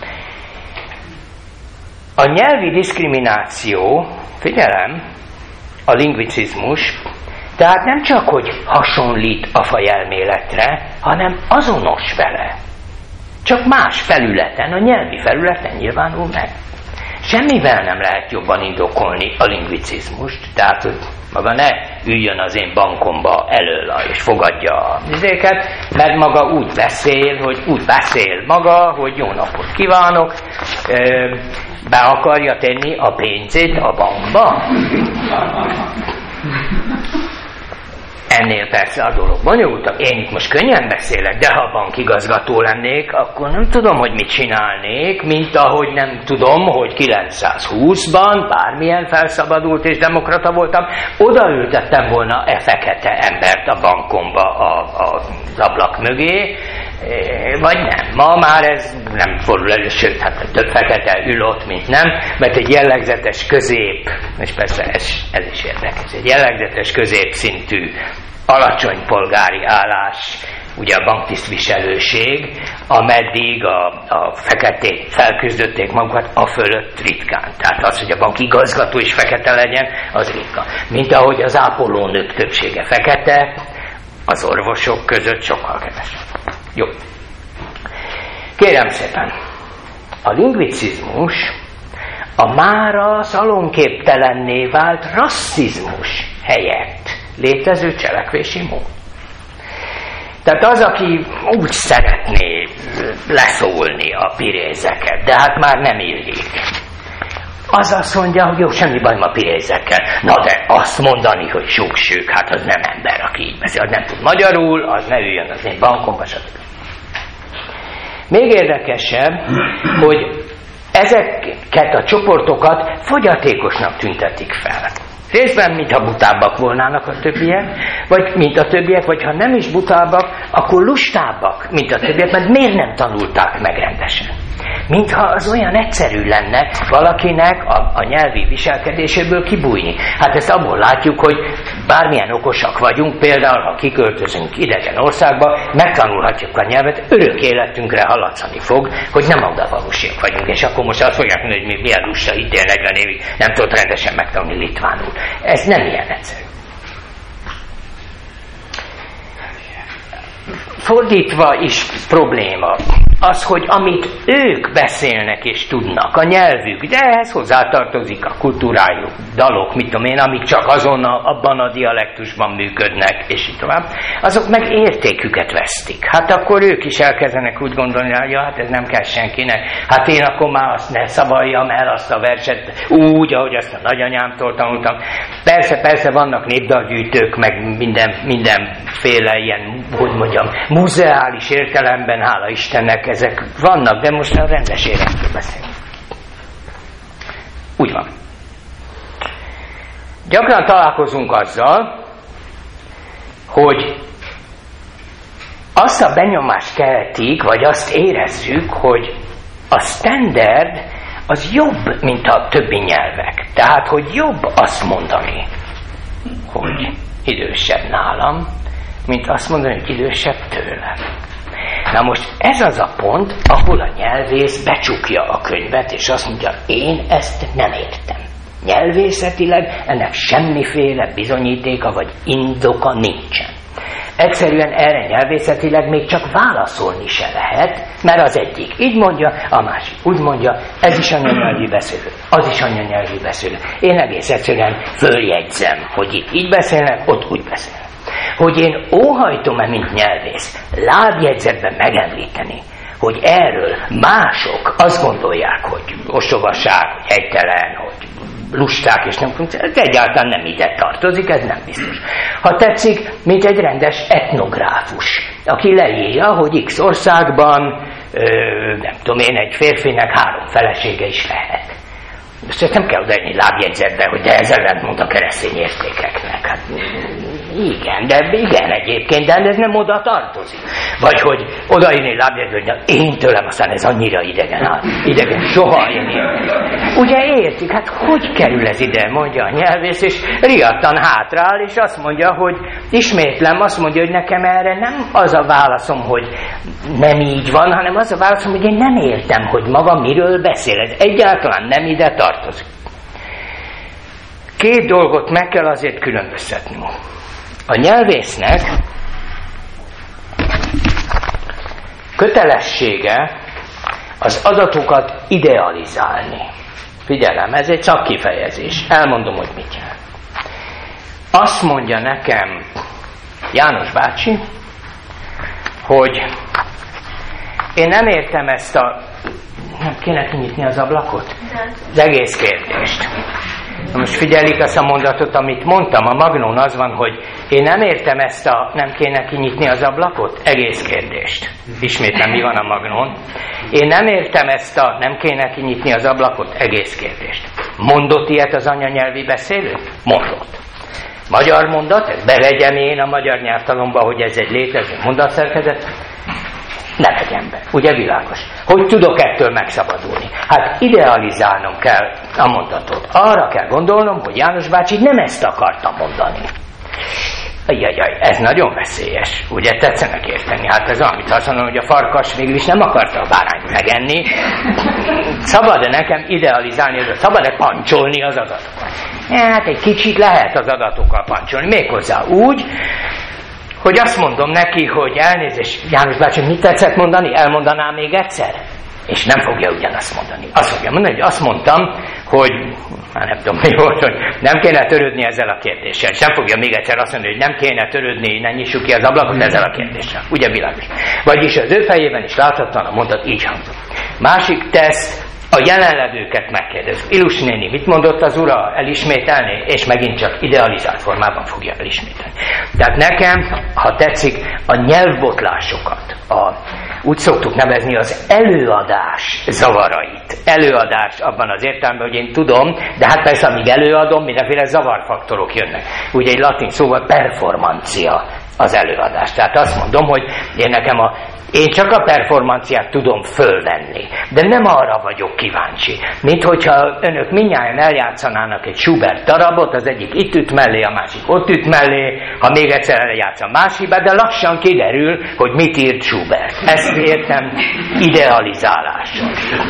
A nyelvi diszkrimináció, figyelem, a lingvicizmus, tehát nem csak, hogy hasonlít a fajelméletre, hanem azonos vele. Csak más felületen, a nyelvi felületen nyilvánul meg. Semmivel nem lehet jobban indokolni a lingvicizmust, tehát, hogy maga ne üljön az én bankomba elől és fogadja a vizéket, mert maga úgy beszél, hogy úgy beszél maga, hogy jó napot kívánok, be akarja tenni a pénzét a bankba. Ennél persze a dolog bonyolultabb. Én itt most könnyen beszélek, de ha bankigazgató lennék, akkor nem tudom, hogy mit csinálnék, mint ahogy nem tudom, hogy kilencszázhúszban bármilyen felszabadult és demokrata voltam, odaültettem volna e fekete embert a bankomba a, a, az ablak mögé, vagy nem. Ma már ez nem fordul elő, sőt, hát több fekete ül ott, mint nem, mert egy jellegzetes közép, és persze ez, ez is érdekes, egy jellegzetes középszintű alacsony polgári állás, ugye a banktisztviselőség, ameddig a, a feketék felküzdötték magukat, a fölött ritkán. Tehát az, hogy a bankigazgató is fekete legyen, az ritka. Mint ahogy az ápolónők többsége fekete, az orvosok között sokkal kevesebb. Jó. Kérem szépen, a lingvicizmus a mára szalonképtelenné vált rasszizmus helyett létező cselekvési mód. Tehát az, aki úgy szeretné leszólni a pirézeket, de hát már nem illik, az azt mondja, hogy jó, semmi bajom a pirézekkel. Na de azt mondani, hogy súgsük, hát az nem ember, aki így beszél, az nem tud magyarul, az ne üljön az én bankomba, stb. Még érdekesebb, hogy ezeket a csoportokat fogyatékosnak tüntetik fel. Részben, mintha butábbak volnának a többiek, vagy mint a többiek, vagy ha nem is butábbak, akkor lustábbak, mint a többiek, mert miért nem tanulták meg rendesen? Mintha az olyan egyszerű lenne valakinek a, a nyelvi viselkedéséből kibújni. Hát ezt abból látjuk, hogy bármilyen okosak vagyunk, például ha kiköltözünk idegen országba, megtanulhatjuk a nyelvet, örök életünkre halacani fog, hogy nem odavalósiak vagyunk, és akkor most azt fogják mondani, hogy mi milyen lusta itt él negyven évig, nem tudott rendesen megtanulni litvánul. Ez nem ilyen egyszerű. Fordítva is probléma az, hogy amit ők beszélnek és tudnak, a nyelvük, de ehhez hozzátartozik a kultúrájuk, dalok, mit tudom én, amik csak azon a, abban a dialektusban működnek, és így tovább, azok meg értéküket vesztik. Hát akkor ők is elkezdenek úgy gondolni, hogy ja, hát ez nem kell senkinek, hát én akkor már azt ne szavaljam el azt a verset úgy, ahogy azt a nagyanyámtól tanultam. Persze, persze vannak népdalgyűjtők, meg minden, mindenféle ilyen, hogy mondjam, muzeális értelemben, hála Istennek, ezek vannak, de most a rendes életről beszélünk. Úgy van. Gyakran találkozunk azzal, hogy azt a benyomást keltik, vagy azt érezzük, hogy a standard az jobb, mint a többi nyelvek. Tehát, hogy jobb azt mondani, hogy idősebb nálam, mint azt mondani, hogy idősebb tőlem. Na most ez az a pont, ahol a nyelvész becsukja a könyvet, és azt mondja, én ezt nem értem. Nyelvészetileg ennek semmiféle bizonyítéka vagy indoka nincsen. Egyszerűen erre nyelvészetileg még csak válaszolni se lehet, mert az egyik így mondja, a másik úgy mondja, ez is anyanyelvi beszélő, az is anyanyelvi beszélő. Én egész egyszerűen följegyzem, hogy itt így beszélnek, ott úgy beszélnek. Hogy én óhajtom-e, mint nyelvész, lábjegyzetben megemlíteni, hogy erről mások azt gondolják, hogy ostobaság, hogy helytelen, hogy lusták, és nem ez egyáltalán nem ide tartozik, ez nem biztos. Ha tetszik, mint egy rendes etnográfus, aki leírja, hogy X országban, ö, nem tudom én, egy férfinek három felesége is lehet. Ezt nem kell odaírni lábjegyzetben, hogy de ez ellentmond a keresztény értékeknek. Hát, igen, de igen egyébként, de ez nem oda tartozik. Vagy hogy odaírni lábjegyzetben, hogy én tőlem aztán ez annyira idegen áll. Idegen, soha én ilyen. Ugye értik, hát hogy kerül ez ide, mondja a nyelvész, és riadtan hátrál, és azt mondja, hogy ismétlem, azt mondja, hogy nekem erre nem az a válaszom, hogy nem így van, hanem az a válaszom, hogy én nem értem, hogy maga miről beszél. Ez egyáltalán nem ide tartozik. Két dolgot meg kell azért különböztetni. A nyelvésznek kötelessége az adatokat idealizálni. Figyelem, ez egy szakkifejezés. Elmondom, hogy mit jelent. Azt mondja nekem János bácsi, hogy én nem értem ezt a... Nem kéne kinyitni az ablakot? Az egész kérdést. Na most figyelik azt a mondatot, amit mondtam, a magnón az van, hogy én nem értem ezt a nem kéne kinyitni az ablakot? Egész kérdést. Ismétlem, mi van a magnón? Én nem értem ezt a nem kéne kinyitni az ablakot? Egész kérdést. Mondott ilyet az anyanyelvi beszélő? Mondott. Magyar mondat? Ezt bevegyem én a magyar nyelvtanomba, hogy ez egy létező mondatszerkezet? Ne vegyem be. Ugye világos? Hogy tudok ettől megszabadulni? Hát idealizálnom kell a mondatot. Arra kell gondolnom, hogy János bácsi nem ezt akarta mondani. Ajajaj, ez nagyon veszélyes. Ugye tetszenek érteni? Hát ez amit azt mondom, hogy a farkas végül is nem akarta a bárányt megenni. Szabad-e nekem idealizálni, szabad-e pancsolni az adatokat? Hát egy kicsit lehet az adatokkal pancsolni. Méghozzá úgy, hogy azt mondom neki, hogy elnézést, János bácsi, mit tetszett mondani? Elmondaná még egyszer? És nem fogja ugyanazt mondani. Azt fogja mondani, hogy azt mondtam, hogy már nem tudom mi volt, hogy nem kéne törődni ezzel a kérdéssel. És nem fogja még egyszer azt mondani, hogy nem kéne törődni, ne nyissuk ki az ablakot ezzel a kérdéssel. Ugye világos? Vagyis az ő fejében is láthatóan a mondat így hangzott. Másik teszt, a jelenlevőket megkérdezzük. Ilus néni, mit mondott az ura? Elismételni? És megint csak idealizált formában fogja elismételni. Tehát nekem, ha tetszik, a nyelvbotlásokat, a, úgy szoktuk nevezni az előadás zavarait. Előadás abban az értelemben, hogy én tudom, de hát persze, amíg előadom, mindenféle zavarfaktorok jönnek. Ugye egy latin szóval performancia az előadás. Tehát azt mondom, hogy én nekem a Én csak a performanciát tudom fölvenni, de nem arra vagyok kíváncsi, mint hogyha önök mindnyájan eljátszanának egy Schubert darabot, az egyik itt üt mellé, a másik ott üt mellé, ha még egyszer eljátsz a másikba, de lassan kiderül, hogy mit írt Schubert. Ezt értem idealizálással.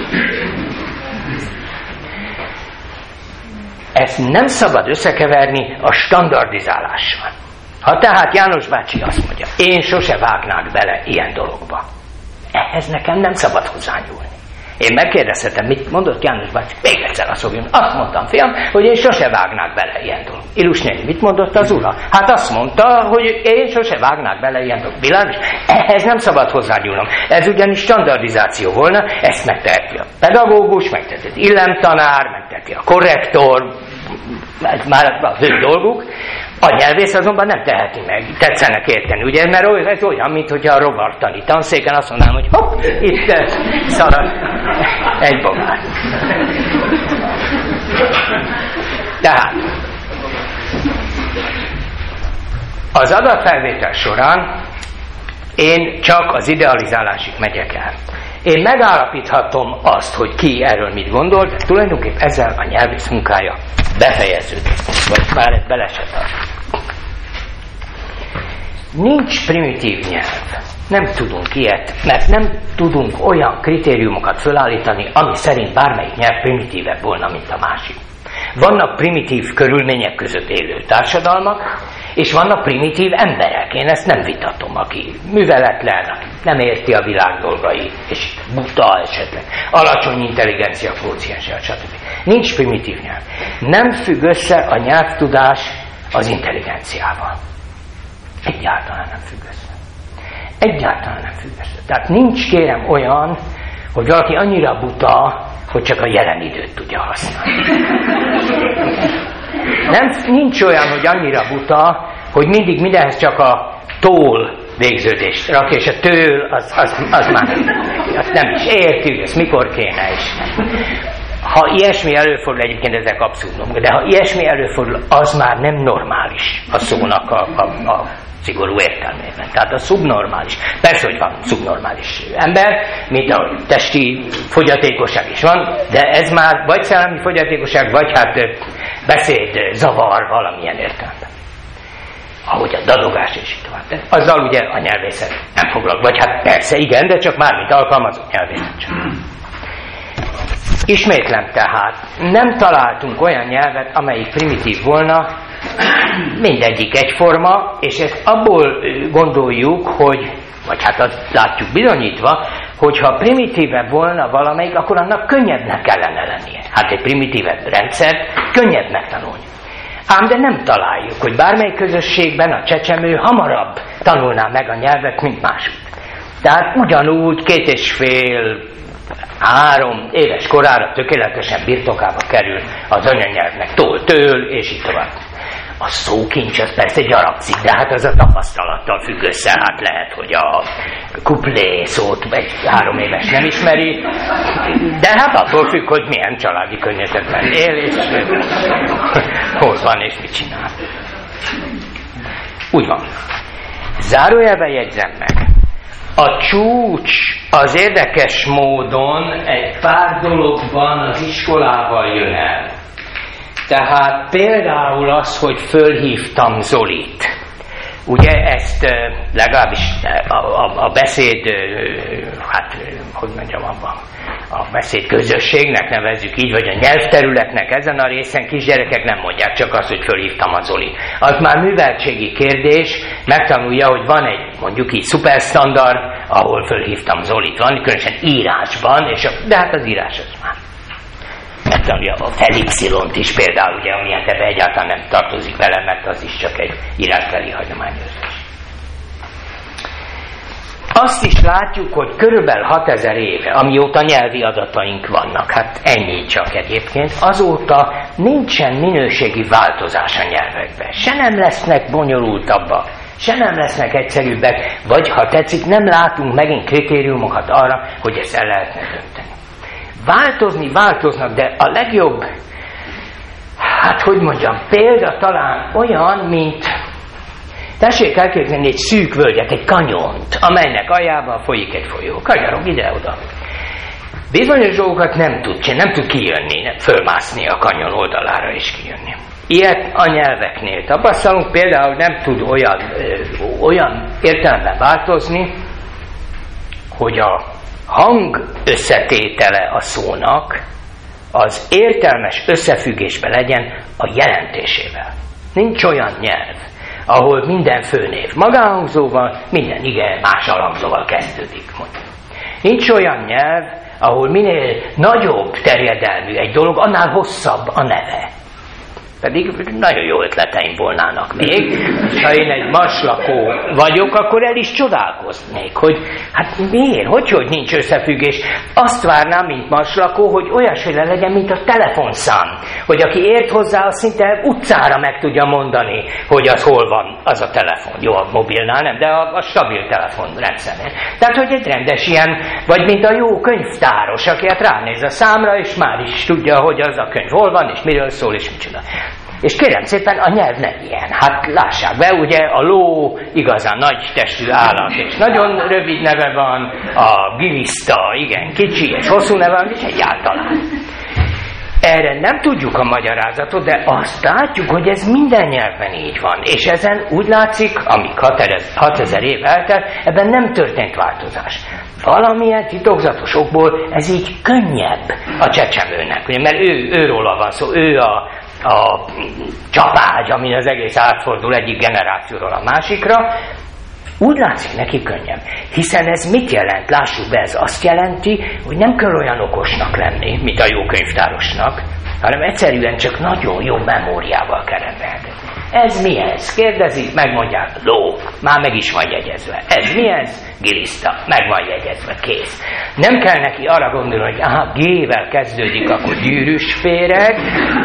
Ezt nem szabad összekeverni a standardizálással. Ha tehát János bácsi azt mondja, én sose vágnák bele ilyen dologba, ehhez nekem nem szabad hozzányúlni. Én megkérdezhetem, mit mondott János bácsi? Még egyszer azt fogjuk. Azt mondtam, fiam, hogy én sose vágnák bele ilyen dolog. Ilus néni, mit mondott az ura? Hát azt mondta, hogy én sose vágnák bele ilyen dolog. Világos? Ehhez nem szabad hozzányúlnom. Ez ugyanis standardizáció volna, ezt megteheti a pedagógus, megteheti az illemtanár, megteheti a korrektor, már az ő dolguk. A nyelvész azonban nem teheti meg, tetszenek érteni, ugye? Mert ez olyan, mint hogyha a rovartani tanszéken azt mondanám, hogy hopp, itt szalad egy bogár. Tehát az adatfelvétel során én csak az idealizálásig megyek el. Én megállapíthatom azt, hogy ki erről mit gondol, de tulajdonképpen ezzel a nyelvész munkája befejeződik, vagy már bele se tart. Nincs primitív nyelv. Nem tudunk ilyet, mert nem tudunk olyan kritériumokat felállítani, ami szerint bármelyik nyelv primitívebb volna, mint a másik. Vannak primitív körülmények között élő társadalmak, és vannak primitív emberek. Én ezt nem vitatom, aki műveletlen, aki nem érti a világ dolgait, és buta esetleg, alacsony intelligencia kvócienssel, stb. Nincs primitív nyelv. Nem függ össze a nyelvtudás az intelligenciával. Egyáltalán nem függ össze. Egyáltalán nem függ össze. Tehát nincs, kérem, olyan, hogy valaki annyira buta, hogy csak a jelen időt tudja használni. Nem, nincs olyan, hogy annyira buta, hogy mindig mindenhez csak a tól végződést rak, és a től az, az, az már azt nem is érti, hogy ezt mikor kéne is. Ha ilyesmi előfordul, egyébként ezek abszurdum, de ha ilyesmi előfordul, az már nem normális a szónak a, a, a szigorú értelmében. Tehát a szubnormális. Persze, hogy van szubnormális ember, mint a testi fogyatékosság is van, de ez már vagy szellemi fogyatékosság, vagy hát beszéd, zavar valamilyen értelemben. Ahogy a dadogás és így tovább. Azzal ugye a nyelvészet nem foglalkozik. Vagy hát persze igen, de csak már mint alkalmazott nyelvészet csak. Ismétlem tehát, nem találtunk olyan nyelvet, amelyik primitív volna, mindegyik egyforma, és ezt abból gondoljuk, hogy, vagy hát azt látjuk bizonyítva, hogyha primitívebb volna valamelyik, akkor annak könnyebbnek kellene lennie. Hát egy primitívebb rendszert könnyebb megtanulni. Ám de nem találjuk, hogy bármely közösségben a csecsemő hamarabb tanulná meg a nyelvet, mint másút. Tehát ugyanúgy két és fél, három éves korára tökéletesen birtokába kerül az anyanyelvnek tól-től, és így tovább. A szókincs az persze gyarapszik, de hát az a tapasztalattal függ össze, hát lehet, hogy a kuplé szót egy három éves nem ismeri, de hát attól függ, hogy milyen családi környezetben él, és hol van, és mit csinál. Úgy van. Zárójelben jegyzem meg. A csúcs az érdekes módon egy pár dologban az iskolával jön el. Tehát például az, hogy fölhívtam Zolit. Ugye ezt legalábbis a, a, a beszéd, hát hogy mondjam abban, a beszéd közösségnek nevezzük így, vagy a nyelvterületnek ezen a részen kisgyerekek nem mondják csak azt, hogy fölhívtam a Zolit. Az már műveltségi kérdés, megtanulja, hogy van egy mondjuk így szuperstandard, ahol fölhívtam Zolit, van különösen írásban, és a, de hát az írás az már megtanulja a felipszilont is például, ugye, amilyen ebbe egyáltalán nem tartozik vele, mert az is csak egy írásbeli hagyományozás. Azt is látjuk, hogy körülbelül hatezer éve, amióta nyelvi adataink vannak, hát ennyi csak egyébként, azóta nincsen minőségi változás a nyelvekben. Se nem lesznek bonyolultabbak, se nem lesznek egyszerűbbek, vagy ha tetszik, nem látunk megint kritériumokat arra, hogy ezt el lehetne dönteni. Változni változnak, de a legjobb, hát hogy mondjam, példa talán olyan, mint tessék elképzelni egy szűk völgyet, egy kanyont, amelynek aljában folyik egy folyó. Kanyarog ide-oda. Bizonyos dolgokat nem tud csinálni, nem tud kijönni, nem fölmászni a kanyon oldalára és kijönni. Ilyet a nyelveknél tapasztalunk, például nem tud olyan, ö, olyan értelemben változni, hogy a hang összetétele a szónak az értelmes összefüggésben legyen a jelentésével. Nincs olyan nyelv, ahol minden főnév magánhangzóval, minden ige más alhangzóval kezdődik. Mondjuk. Nincs olyan nyelv, ahol minél nagyobb terjedelmű egy dolog, annál hosszabb a neve. Pedig nagyon jó ötleteim volnának még. Ha én egy maslakó vagyok, akkor el is csodálkoznék, hogy hát miért, hogy, hogy nincs összefüggés. Azt várnám, mint maslakó, hogy olyasféle legyen, mint a telefonszám. Hogy aki ért hozzá, az szinte utcára meg tudja mondani, hogy az hol van az a telefon. Jó, a mobilnál nem, de a, a stabil telefonrendszeren. Tehát, hogy egy rendes ilyen, vagy mint a jó könyvtáros, aki hát ránéz a számra, és már is tudja, hogy az a könyv hol van, és miről szól, és micsoda. És kérem szépen, a nyelv nem ilyen. Hát lássák be, ugye a ló igazán nagy testű állat, és nagyon rövid neve van, a giliszta igen kicsi, és hosszú neve van, és egyáltalán. Erre nem tudjuk a magyarázatot, de azt látjuk, hogy ez minden nyelvben így van. És ezen úgy látszik, amíg hatezer év eltelt, ebben nem történt változás. Valamilyen titokzatos okból ez így könnyebb a csecsemőnek, mert ő, őróla van szó, ő a, a csapágy, amin az egész átfordul egyik generációról a másikra, úgy látszik neki könnyebb. Hiszen ez mit jelent? Lássuk be, ez azt jelenti, hogy nem kell olyan okosnak lenni, mint a jó könyvtárosnak, hanem egyszerűen csak nagyon jó memóriával kell rendelkezni. Ez mi ez? Kérdezik, megmondják, ló, már meg is van jegyezve. Ez mi ez? Giliszta, meg van jegyezve, kész. Nem kell neki arra gondolni, hogy aha, G-vel kezdődik, akkor gyűrűs féreg.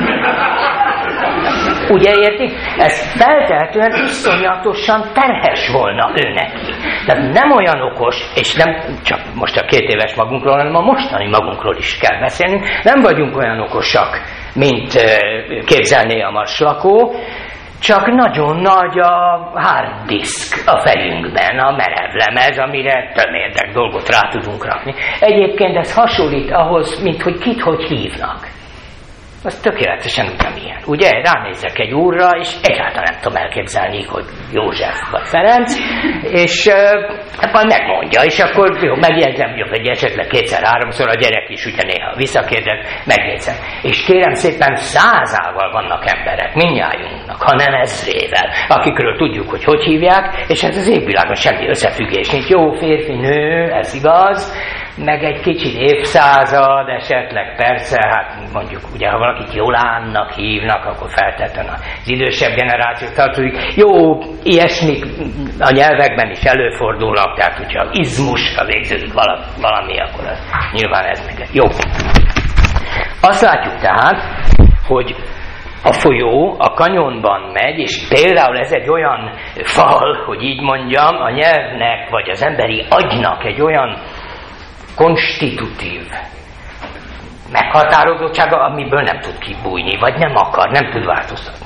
Ugye értik? Ez feltehetően iszonyatosan terhes volna ő neki. Tehát nem olyan okos, és nem csak most a két éves magunkról, hanem a mostani magunkról is kell beszélni. Nem vagyunk olyan okosak, mint képzelné a maslakó, csak nagyon nagy a hard disk a fejünkben, a merev lemez, amire tömérdek dolgot rá tudunk rakni. Egyébként ez hasonlít ahhoz, mint hogy kit hogy hívnak. Az tökéletesen ugyanilyen. Ugye, ránézek egy úrra, és egyáltalán nem tudom elképzelni, hogy József vagy Ferenc, és uh, majd megmondja, és akkor jó, megjegyzem, jó, hogy esetleg kétszer-háromszor a gyerek is ugye néha visszakérdez, megjegyzem. És kérem szépen, százával vannak emberek, mindnyájunknak, ha nem ezrével, akikről tudjuk, hogy hogy hívják, és ez az égvilágon semmi összefüggés nincs. Jó, férfi, nő, ez igaz, meg egy kicsit évszázad, esetleg persze, hát mondjuk, ugye, ha valakit Jolánnak hívnak, akkor feltétlenül az idősebb generáció tartozik. Jó, ilyesmik a nyelvekben is előfordulnak, tehát hogyha izmusra végződik valami, akkor az, nyilván ez meg. Jó. Azt látjuk tehát, hogy a folyó a kanyonban megy, és például ez egy olyan fal, hogy így mondjam, a nyelvnek, vagy az emberi agynak egy olyan konstitutív meghatározottsága, amiből nem tud kibújni, vagy nem akar, nem tud változtatni.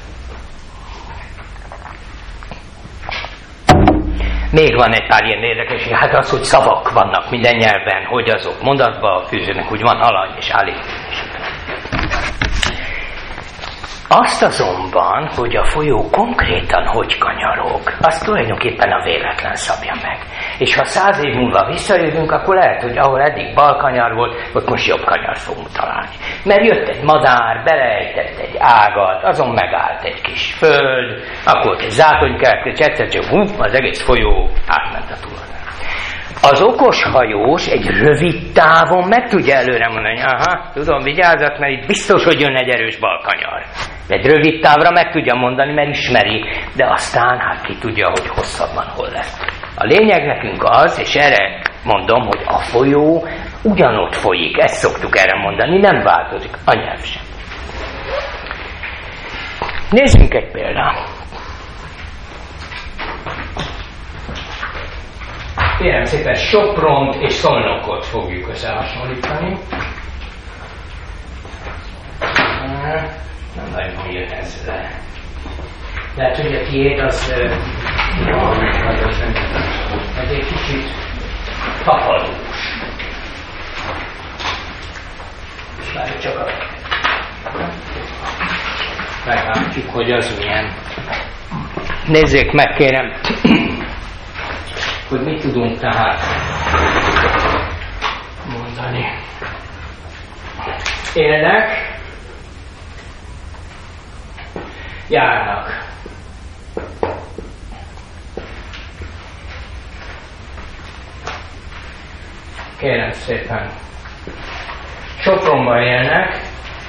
Még van egy pár ilyen érdekes, hát az, hogy szavak vannak minden nyelven, hogy azok mondatba fűződnek, hogy van alany és állítás. Azt azonban, hogy a folyó konkrétan hogy kanyarog, azt tulajdonképpen a véletlen szabja meg. És ha száz év múlva visszajövünk, akkor lehet, hogy ahol eddig bal kanyar volt, ott most jobb kanyar fogunk találni. Mert jött egy madár, beleejtett egy ágat, azon megállt egy kis föld, akkor egy zátonykert, és egyszer csak hú, az egész folyó átment a túlon. Az okos hajós egy rövid távon meg tudja előre mondani, hogy aha, tudom, vigyázzat, mert itt biztos, hogy jön egy erős balkanyar. Egy rövid távra meg tudja mondani, mert ismeri, de aztán hát ki tudja, hogy hosszabban hol lesz. A lényeg nekünk az, és erre mondom, hogy a folyó ugyanott folyik, ezt szoktuk erre mondani, nem változik, a nyelv sem. Nézzünk egy példát. Kérem szépen, Sopront és Szolnokot fogjuk összehasonlítani. Nem nagyon jön ez le. Lehet, hogy a tiéd az... Ez egy kicsit tapadós. Várj csak a... Meglátjuk, hogy az milyen. Nézzék meg, kérem, hogy mit tudunk tehát mondani. Élnek, járnak. Kérem szépen. Sopronba élnek,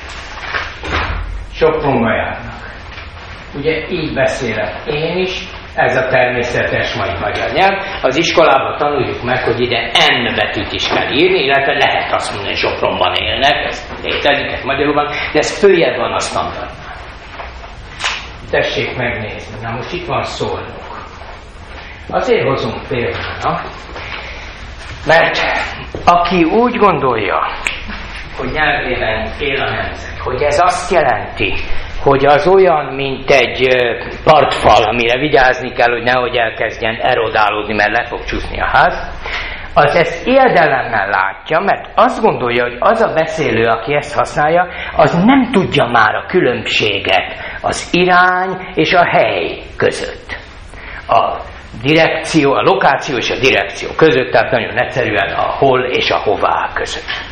Sopronba járnak. Ugye így beszélek én is, ez a természetes mai magyar nyelv. Az iskolában tanuljuk meg, hogy ide N betűt is kell írni, illetve lehet azt mondani, hogy Sopronban élnek, ez létezik, ez magyarul van, de ez följebb van a standardnál. Tessék megnézni, na most itt van Szolnok. Azért hozunk példának, mert aki úgy gondolja, hogy nyelvében él a nemzet, hogy ez azt jelenti, hogy az olyan, mint egy partfal, amire vigyázni kell, hogy nehogy elkezdjen erodálódni, mert le fog csúszni a ház, az ezt érdelemmel látja, mert azt gondolja, hogy az a beszélő, aki ezt használja, az nem tudja már a különbséget az irány és a hely között. A direkció, a lokáció és a direkció között, tehát nagyon egyszerűen a hol és a hová között.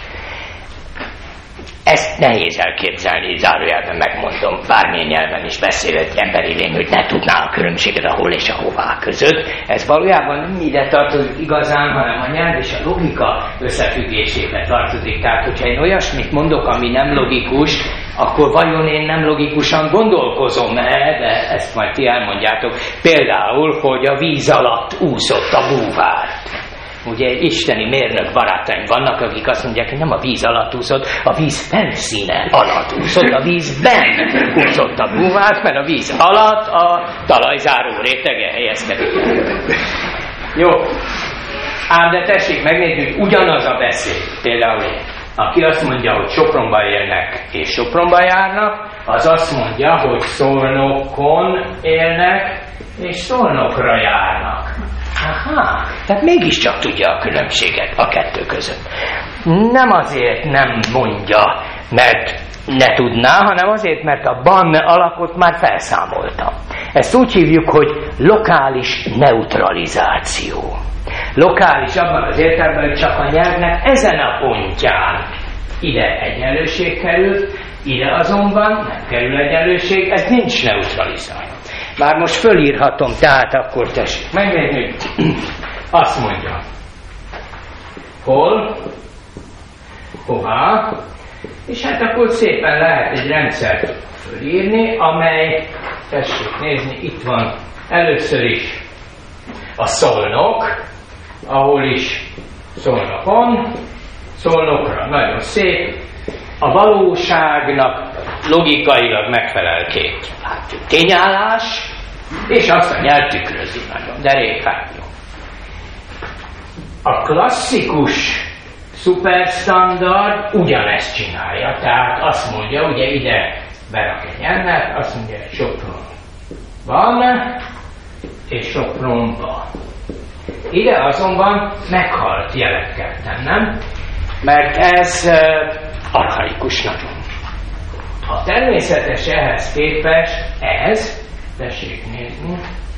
Ezt nehéz elképzelni, zárójelben megmondom, bármilyen nyelven is beszél egy emberi lény, hogy ne tudná a különbséget a hol és a hová között. Ez valójában nem ide tartozik igazán, hanem a nyelv és a logika összefüggésébe tartozik. Tehát, hogyha én olyasmit mondok, ami nem logikus, akkor vajon én nem logikusan gondolkozom-e, de ezt majd ti elmondjátok. Például, hogy a víz alatt úszott a búvár. Ugye isteni mérnök barátaim vannak, akik azt mondják, hogy nem a víz alatt úszott, a víz felszíne alatt úszott, a vízben úszott a búvár, mert a víz alatt a talajzáró rétege helyezkedik. Jó. Ám de tessék megnézni, hogy ugyanaz a beszéd. Például én. Aki azt mondja, hogy Sopronba élnek és Sopronba járnak, az azt mondja, hogy Szolnokon élnek és Szolnokra járnak. Aha, tehát mégiscsak tudja a különbséget a kettő között. Nem azért nem mondja, mert ne tudná, hanem azért, mert a ban alakot már felszámolta. Ezt úgy hívjuk, hogy lokális neutralizáció. Lokális abban az értelemben, hogy csak a nyelvnek ezen a pontján ide egyenlőség került, ide azonban nem kerül egyenlőség, ez nincs neutralizálva. Már most fölírhatom, tehát akkor tessék megnézni, hogy azt mondja, hol, hová, és hát akkor szépen lehet egy rendszert fölírni, amely, tessék nézni, itt van először is a Szolnok, ahol is Szolnokon, Szolnokra, nagyon szép, a valóságnak logikailag megfelel két látjuk, tényállás, és azt a nyelv tükrözi nagyon, de régen jó. A klasszikus szuperstandard ugyanezt csinálja, tehát azt mondja, ugye ide berak egy nyelvet, azt mondja, hogy Sopron van, és Sopronban. Ide azonban meghalt jelet kell tennem, mert ez uh, archaikus nagyon. A természetes ehhez képest ez, tessék nézni,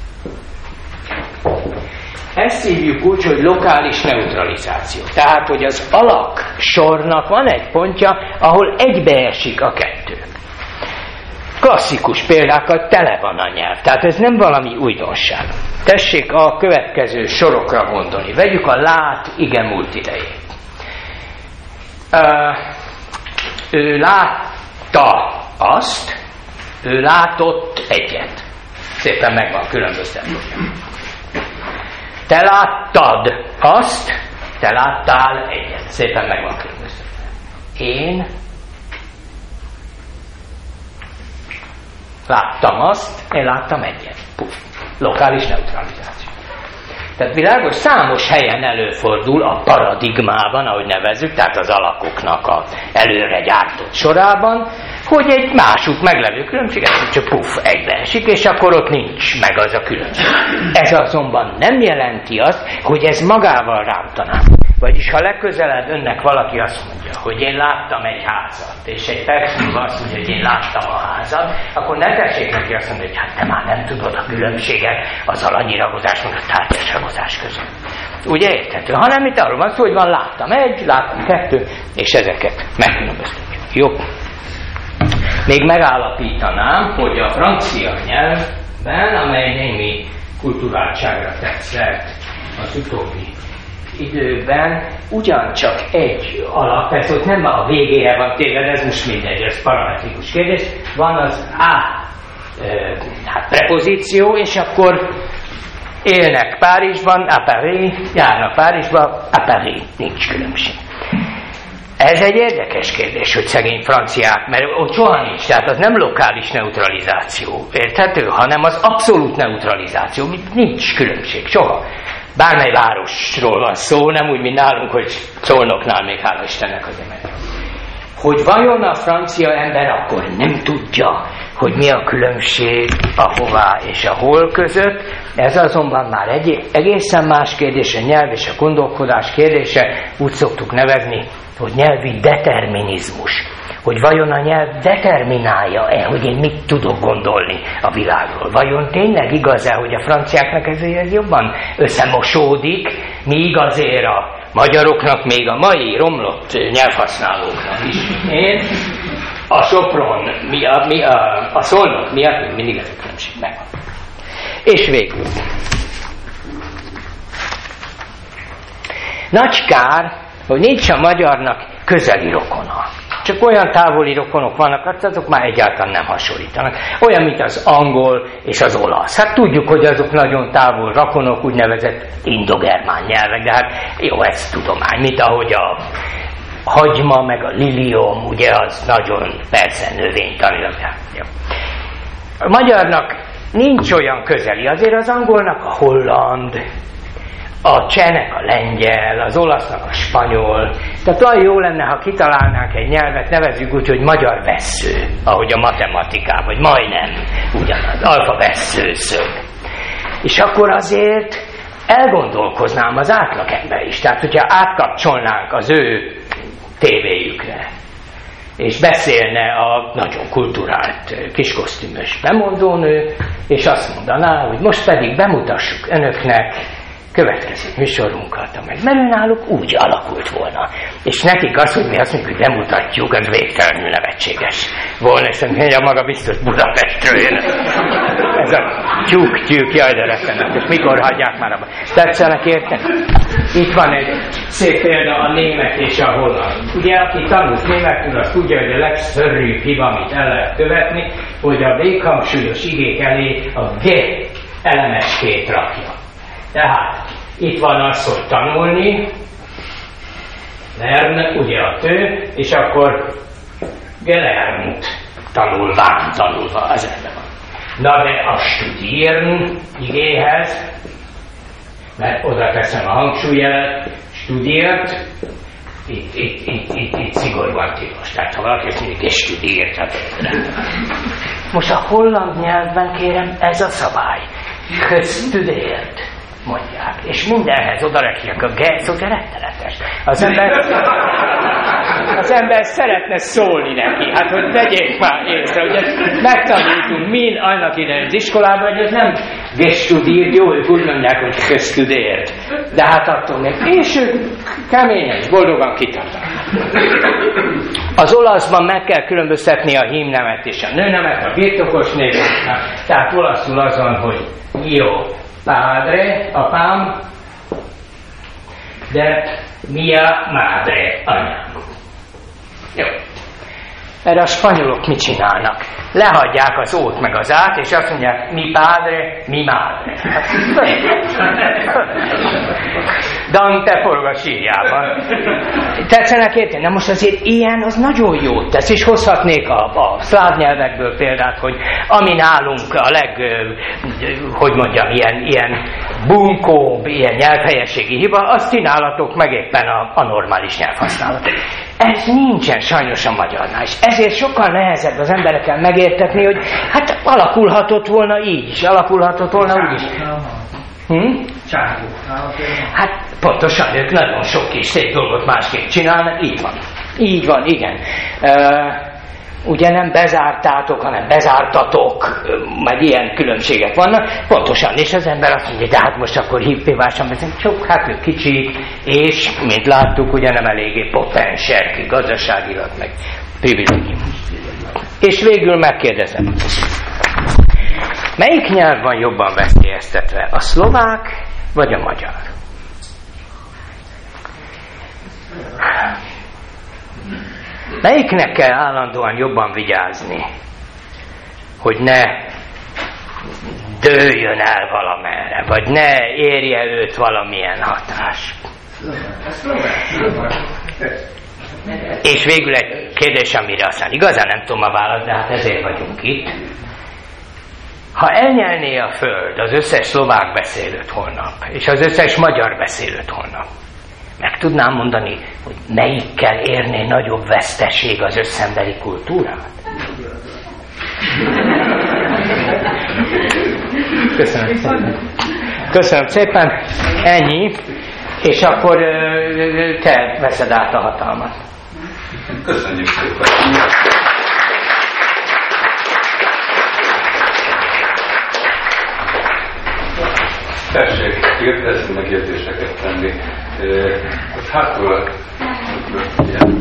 ezt hívjuk úgy, hogy lokális neutralizáció. Tehát, hogy az alak sornak van egy pontja, ahol egybeesik a kettő. Klasszikus példákat tele van a nyelv, tehát ez nem valami újdonság. Tessék a következő sorokra gondolni. Vegyük a lát igen múlt idejét. Uh, ő látta azt, ő látott egyet. Szépen megvan különböztetve. Te láttad azt, te láttál egyet. Szépen megvan különböztetve. Én láttam azt, én láttam egyet. Puff. Lokális neutralizáció. Tehát világos, számos helyen előfordul a paradigmában, ahogy nevezzük, tehát az alakoknak a előre gyártott sorában, hogy egy másuk meglevő különbséget csak puff, egybeesik, és akkor ott nincs meg az a különbség. Ez azonban nem jelenti azt, hogy ez magával rántaná. Vagyis ha legközelebb önnek valaki azt mondja, hogy én láttam egy házat, és egy perc múlva azt mondja, hogy én láttam a házat, akkor ne tessék neki azt mondani, hogy hát te már nem tudod a különbséget az alanyi ragozás, meg a tárgyas ragozás között. Ugye érthető? Hanem itt arról van szó, hogy van láttam egy, láttam kettő, és ezeket megkülönböztetjük. Jó? Még megállapítanám, hogy a francia nyelvben, amely némi kulturáltságra tett szert az utóbbi időben, ugyancsak egy alap, persze ott nem a végére van téved, ez most mindegy, ez parametrikus kérdés, van az A e, hát prepozíció, és akkor élnek Párizsban, à Paris, járnak Párizsba, à Paris, nincs különbség. Ez egy érdekes kérdés, hogy szegény franciák, mert ott soha nincs, tehát az nem lokális neutralizáció, érthető, hanem az abszolút neutralizáció, nincs különbség, soha. Bármely városról van szó, nem úgy, mint nálunk, hogy Szolnoknál még hála Istennek azért meg. Hogy vajon a francia ember akkor nem tudja, hogy mi a különbség a hová és a hol között, ez azonban már egy egészen más kérdés, a nyelv és a gondolkodás kérdése, úgy szoktuk nevezni, hogy nyelvi determinizmus. Hogy vajon a nyelv determinálja-e, hogy én mit tudok gondolni a világról. Vajon tényleg igaz-e, hogy a franciáknak ez jobban összemosódik, míg azért a magyaroknak, még a mai romlott nyelvhasználóknak is. Én a Sopron, mi a, mi a, a Szolnok miatt mindig ez a különbség megvan. És végül. Nagy kár, hogy nincs a magyarnak közeli rokona. Csak olyan távoli rokonok vannak, azok már egyáltalán nem hasonlítanak. Olyan, mint az angol és az olasz. Hát tudjuk, hogy azok nagyon távol rokonok, úgynevezett indogermán nyelvek, de hát jó, ez tudomány, mint ahogy a hagyma, meg a lilium, ugye az nagyon persze növénytanilag. A magyarnak nincs olyan közeli, azért az angolnak a holland, a csehnek a lengyel, az olasznak a spanyol. Tehát olyan jó lenne, ha kitalálnánk egy nyelvet, nevezzük úgy, hogy magyar vessző, ahogy a matematikában, vagy majdnem ugyanaz, alfa vessző szög. És akkor azért elgondolkoznám az átlagember is. Tehát, hogyha átkapcsolnánk az ő tévéjükre, és beszélne a nagyon kulturált kiskosztümös bemondónő, és azt mondaná, hogy most pedig bemutassuk önöknek következő műsorunkat, amely náluk úgy alakult volna. És nekik az, hogy mi azt mondjuk, hogy bemutatjuk, az végtelenül nevetséges volna, és mondja, maga biztos Budapestről jön. Ez a tyúk-tyúk, jaj, de rettenetes, mikor hagyják már abba. Tetszenek érteni? Itt van egy szép példa, a német és a holland. Ugye, aki tanult németül, az tudja, hogy a legszörnyűbb hiba, amit el lehet követni, hogy a véghangsúlyos igék elé a G elemeskét rakja. Tehát itt van az, hogy tanulni, lern, ugye a tő, és akkor gelernt, tanulván, tanulva, az ebben van. Na de a studieren igéhez, mert oda teszem a hangsúlyjelet, studiert, itt, itt, itt, itt, itt szigorúan tilos. Tehát ha valaki azt mondja, hogy studiert, hát most a holland nyelvben kérem, ez a szabály. Studiert mondják, és mindenhez odarakják a G, szóval rettenetes. Az ember az ember szeretne szólni neki, hát hogy vegyék már észre, hogy megtanultunk mi annak idején az iskolában, hogy ez nem gestudírt, jó, ők úgy mondják, hogy köztudért, de hát attól még, és ők keményen, boldogan kitartanak. Az olaszban meg kell különböztetni a hímnemet és a nőnemet, a birtokos névnek, tehát olaszul az van, hogy io padre, apám, de mia madre, anyám. Jó. Erre a spanyolok mit csinálnak? Lehagyják az ót meg az át, és azt mondják, mi padre, mi madre. Dante forog a sírjában. Tetszenek érteni? Na most azért ilyen az nagyon jót tesz, és hozhatnék a, a szláv nyelvekből példát, hogy ami nálunk a leg, hogy mondjam, ilyen, ilyen bunkóbb, ilyen nyelvhelyességi hiba, azt csinálatok meg éppen a, a normális nyelvhasználat. Ez nincsen sajnos a magyarnál, és ezért sokkal nehezebb az emberekkel megértetni, hogy hát alakulhatott volna így is, alakulhatott volna úgy is. Hm? Hát pontosan, ők nagyon sok kis szép dolgot másképp csinálnak, így van. Így van, igen. Uh, ugye nem bezártátok, hanem bezártatok, majd ilyen különbségek vannak, pontosan, és az ember azt mondja, de hát most akkor hippévásan beszélünk, csak hát ők kicsik, és mint láttuk, ugye nem eléggé potensek, gazdaságilag, meg privilégium. És végül megkérdezem, melyik nyelv van jobban veszélyeztetve, a szlovák vagy a magyar? Melyiknek kell állandóan jobban vigyázni, hogy ne dőljön el valamerre, vagy ne érje őt valamilyen hatás? És végül egy kérdés, amire aztán igazán nem tudom a választ, de hát ezért vagyunk itt. Ha elnyelné a Föld az összes szlovák beszélőt holnap, és az összes magyar beszélőt holnap, meg tudnám mondani, hogy melyikkel érné nagyobb veszteség az összembeli kultúrát? Köszönöm szépen. Köszönöm szépen. Ennyi. És akkor te veszed át a hatalmat. Köszönjük szépen. Tessék, kérdezni, megjegyzéseket tenni. Az hátul ilyen...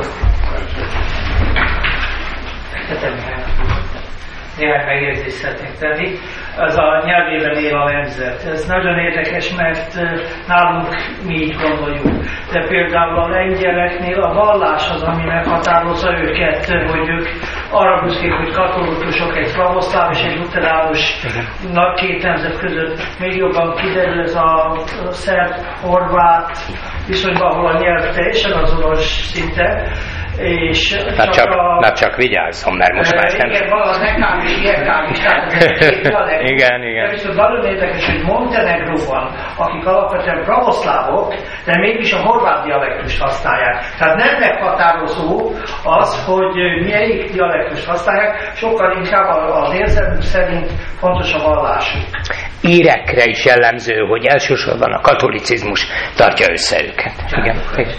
Néhány megjegyzést szeretnék tenni. Az a nyelvében él a nemzet. Ez nagyon érdekes, mert nálunk mi így gondoljuk. De például a lengyeleknél a vallás az, ami meghatározza őket, hogy ők arra büszkék, hogy katolikusok, egy pravoszláv és egy luteránus két nemzet között még jobban kiderül ez a szerb-horvát viszonyban, ahol a nyelv teljesen azonos szinte. És na csak, csak, a... na csak vigyázzon, mert most már nem... Igen, van az nekám is, ilyenkám is, tehát igen, igen. De viszont nagyon érdekes, hogy Montenegróban, akik alapvetően pravoszlávok, de mégis a horvát dialektust használják. Tehát nem meghatározó az, hogy melyik dialektust használják, sokkal inkább az érzelmük szerint fontos a vallásuk. Írekre is jellemző, hogy elsősorban a katolicizmus tartja össze őket. Igen.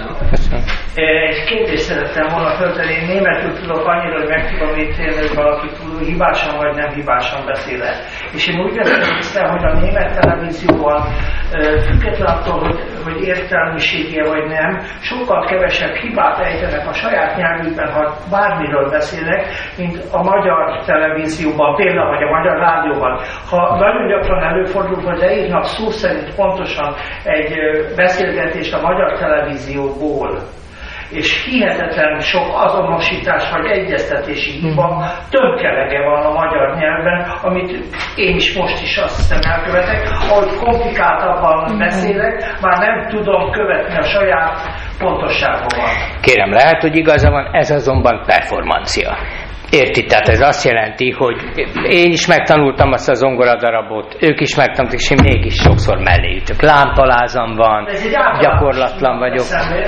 Egy kérdést szerettem volna föltenni. Én németül tudok annyira, hogy meg tudom ítélni, hogy valaki túl hibásan vagy nem hibásan beszél. És én úgy veszem észre, hogy a német televízióban független attól, hogy, hogy értelmisége vagy nem, sokkal kevesebb hibát ejtenek a saját nyelvükben, ha bármiről beszélnek, mint a magyar televízióban, például vagy a magyar rádióban. Ha nagyon gyakran előfordul, hogy leírnak szó szerint pontosan egy beszélgetést a magyar televízióból, és hihetetlen sok azonosítás vagy egyeztetési hiba, tömkelege van a magyar nyelven, amit én is most is azt hiszem elkövetek. Ahogy komplikáltabban beszélek, már nem tudom követni a saját pontosságomat. Kérem, lehet, hogy igaza van, ez azonban performancia. Érti, tehát ez azt jelenti, hogy én is megtanultam azt a zongoradarabot, ők is megtanultak, és én mégis sokszor mellé ütök. Lámpalázam van, gyakorlatlan vagyok.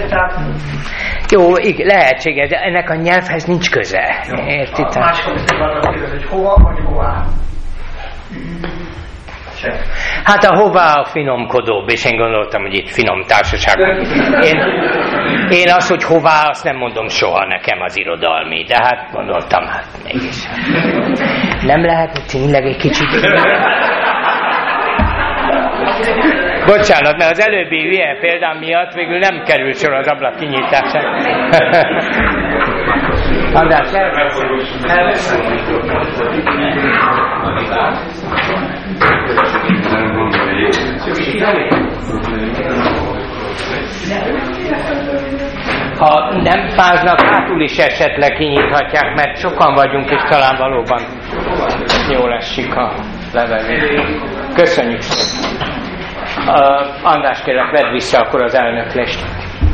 Jó, igen, lehetséges, de ennek a nyelvhez nincs köze. Érti? Máskor is arra kérdez, hogy hova vagy hová. És Hát a hová a finomkodóbb, és én gondoltam, hogy itt finom társaság. Én, én az, hogy hová, azt nem mondom soha nekem az irodalmi, de hát gondoltam, hát mégis. Nem lehet, hogy tényleg egy kicsit... Bocsánat, mert az előbbi hülye példám miatt végül nem kerül sor az ablak kinyitására. András, elveszem. Ha nem fáznak, hátul is esetleg kinyithatják, mert sokan vagyunk, és talán valóban jól esik a levegő. Köszönjük szépen. Uh, András, kérlek, vedd vissza akkor az elnöklést.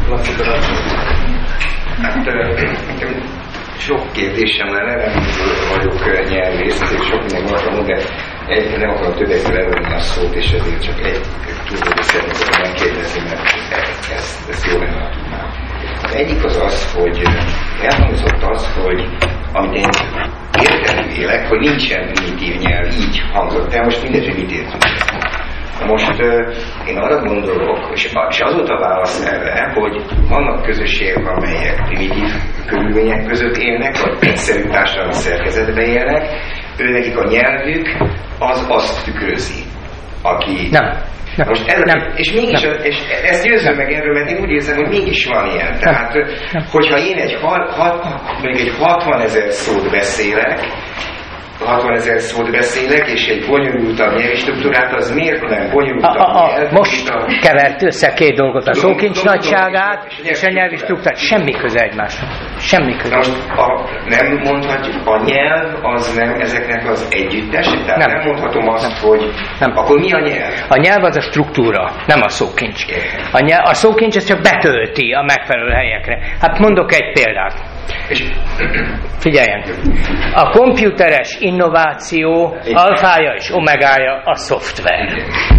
Hát, sok kérdésem lenne, nem vagyok nyelvész, ezért sok minden gondolom, de egy, nem akarom többekről előni a szót, és ezért csak egy tudod, szeretnék megkérdezni, mert ezt, ezt jól lenne, ha tudnám. Az egyik az az, hogy elhangzott az, hogy amit én érteni vélek, hogy nincsen primitív nyelv, így hangzott el, most mindegy, hogy mit értünk. Most uh, én arra gondolok, és, és azóta válasz erre, hogy vannak közösségek, amelyek primitív körülmények között élnek, vagy egyszerű társadalmi szerkezetben élnek, őnekik a nyelvük az azt tükrözi, aki... Nem. Nem, Most ez, nem, és mégis, nem. és ezt győzöm meg erről, mert én úgy érzem, hogy mégis van ilyen. Tehát, nem. hogyha én egy, hat, hat, mondjuk egy hatvanezer szót beszélek, hatvanezer szót beszélek, és egy bonyolultabb nyelvi struktúrát, az miért nem bonyolultabb a, a, nyelv? Most a... kevert össze két dolgot, a tudom, szókincs tudom, nagyságát tudom, és a nyelvi struktúrát. Semmi köze egymásra. Semmi köze. Most a, nem mondhatjuk, a nyelv az nem ezeknek az együttes? Tehát nem, nem mondhatom azt, nem. hogy nem. Akkor mi a nyelv? A nyelv az a struktúra, nem a szókincs. A, nyelv, a szókincs ez csak betölti a megfelelő helyekre. Hát mondok egy példát. És figyeljen, a komputeres innováció alfája és omegája a szoftver.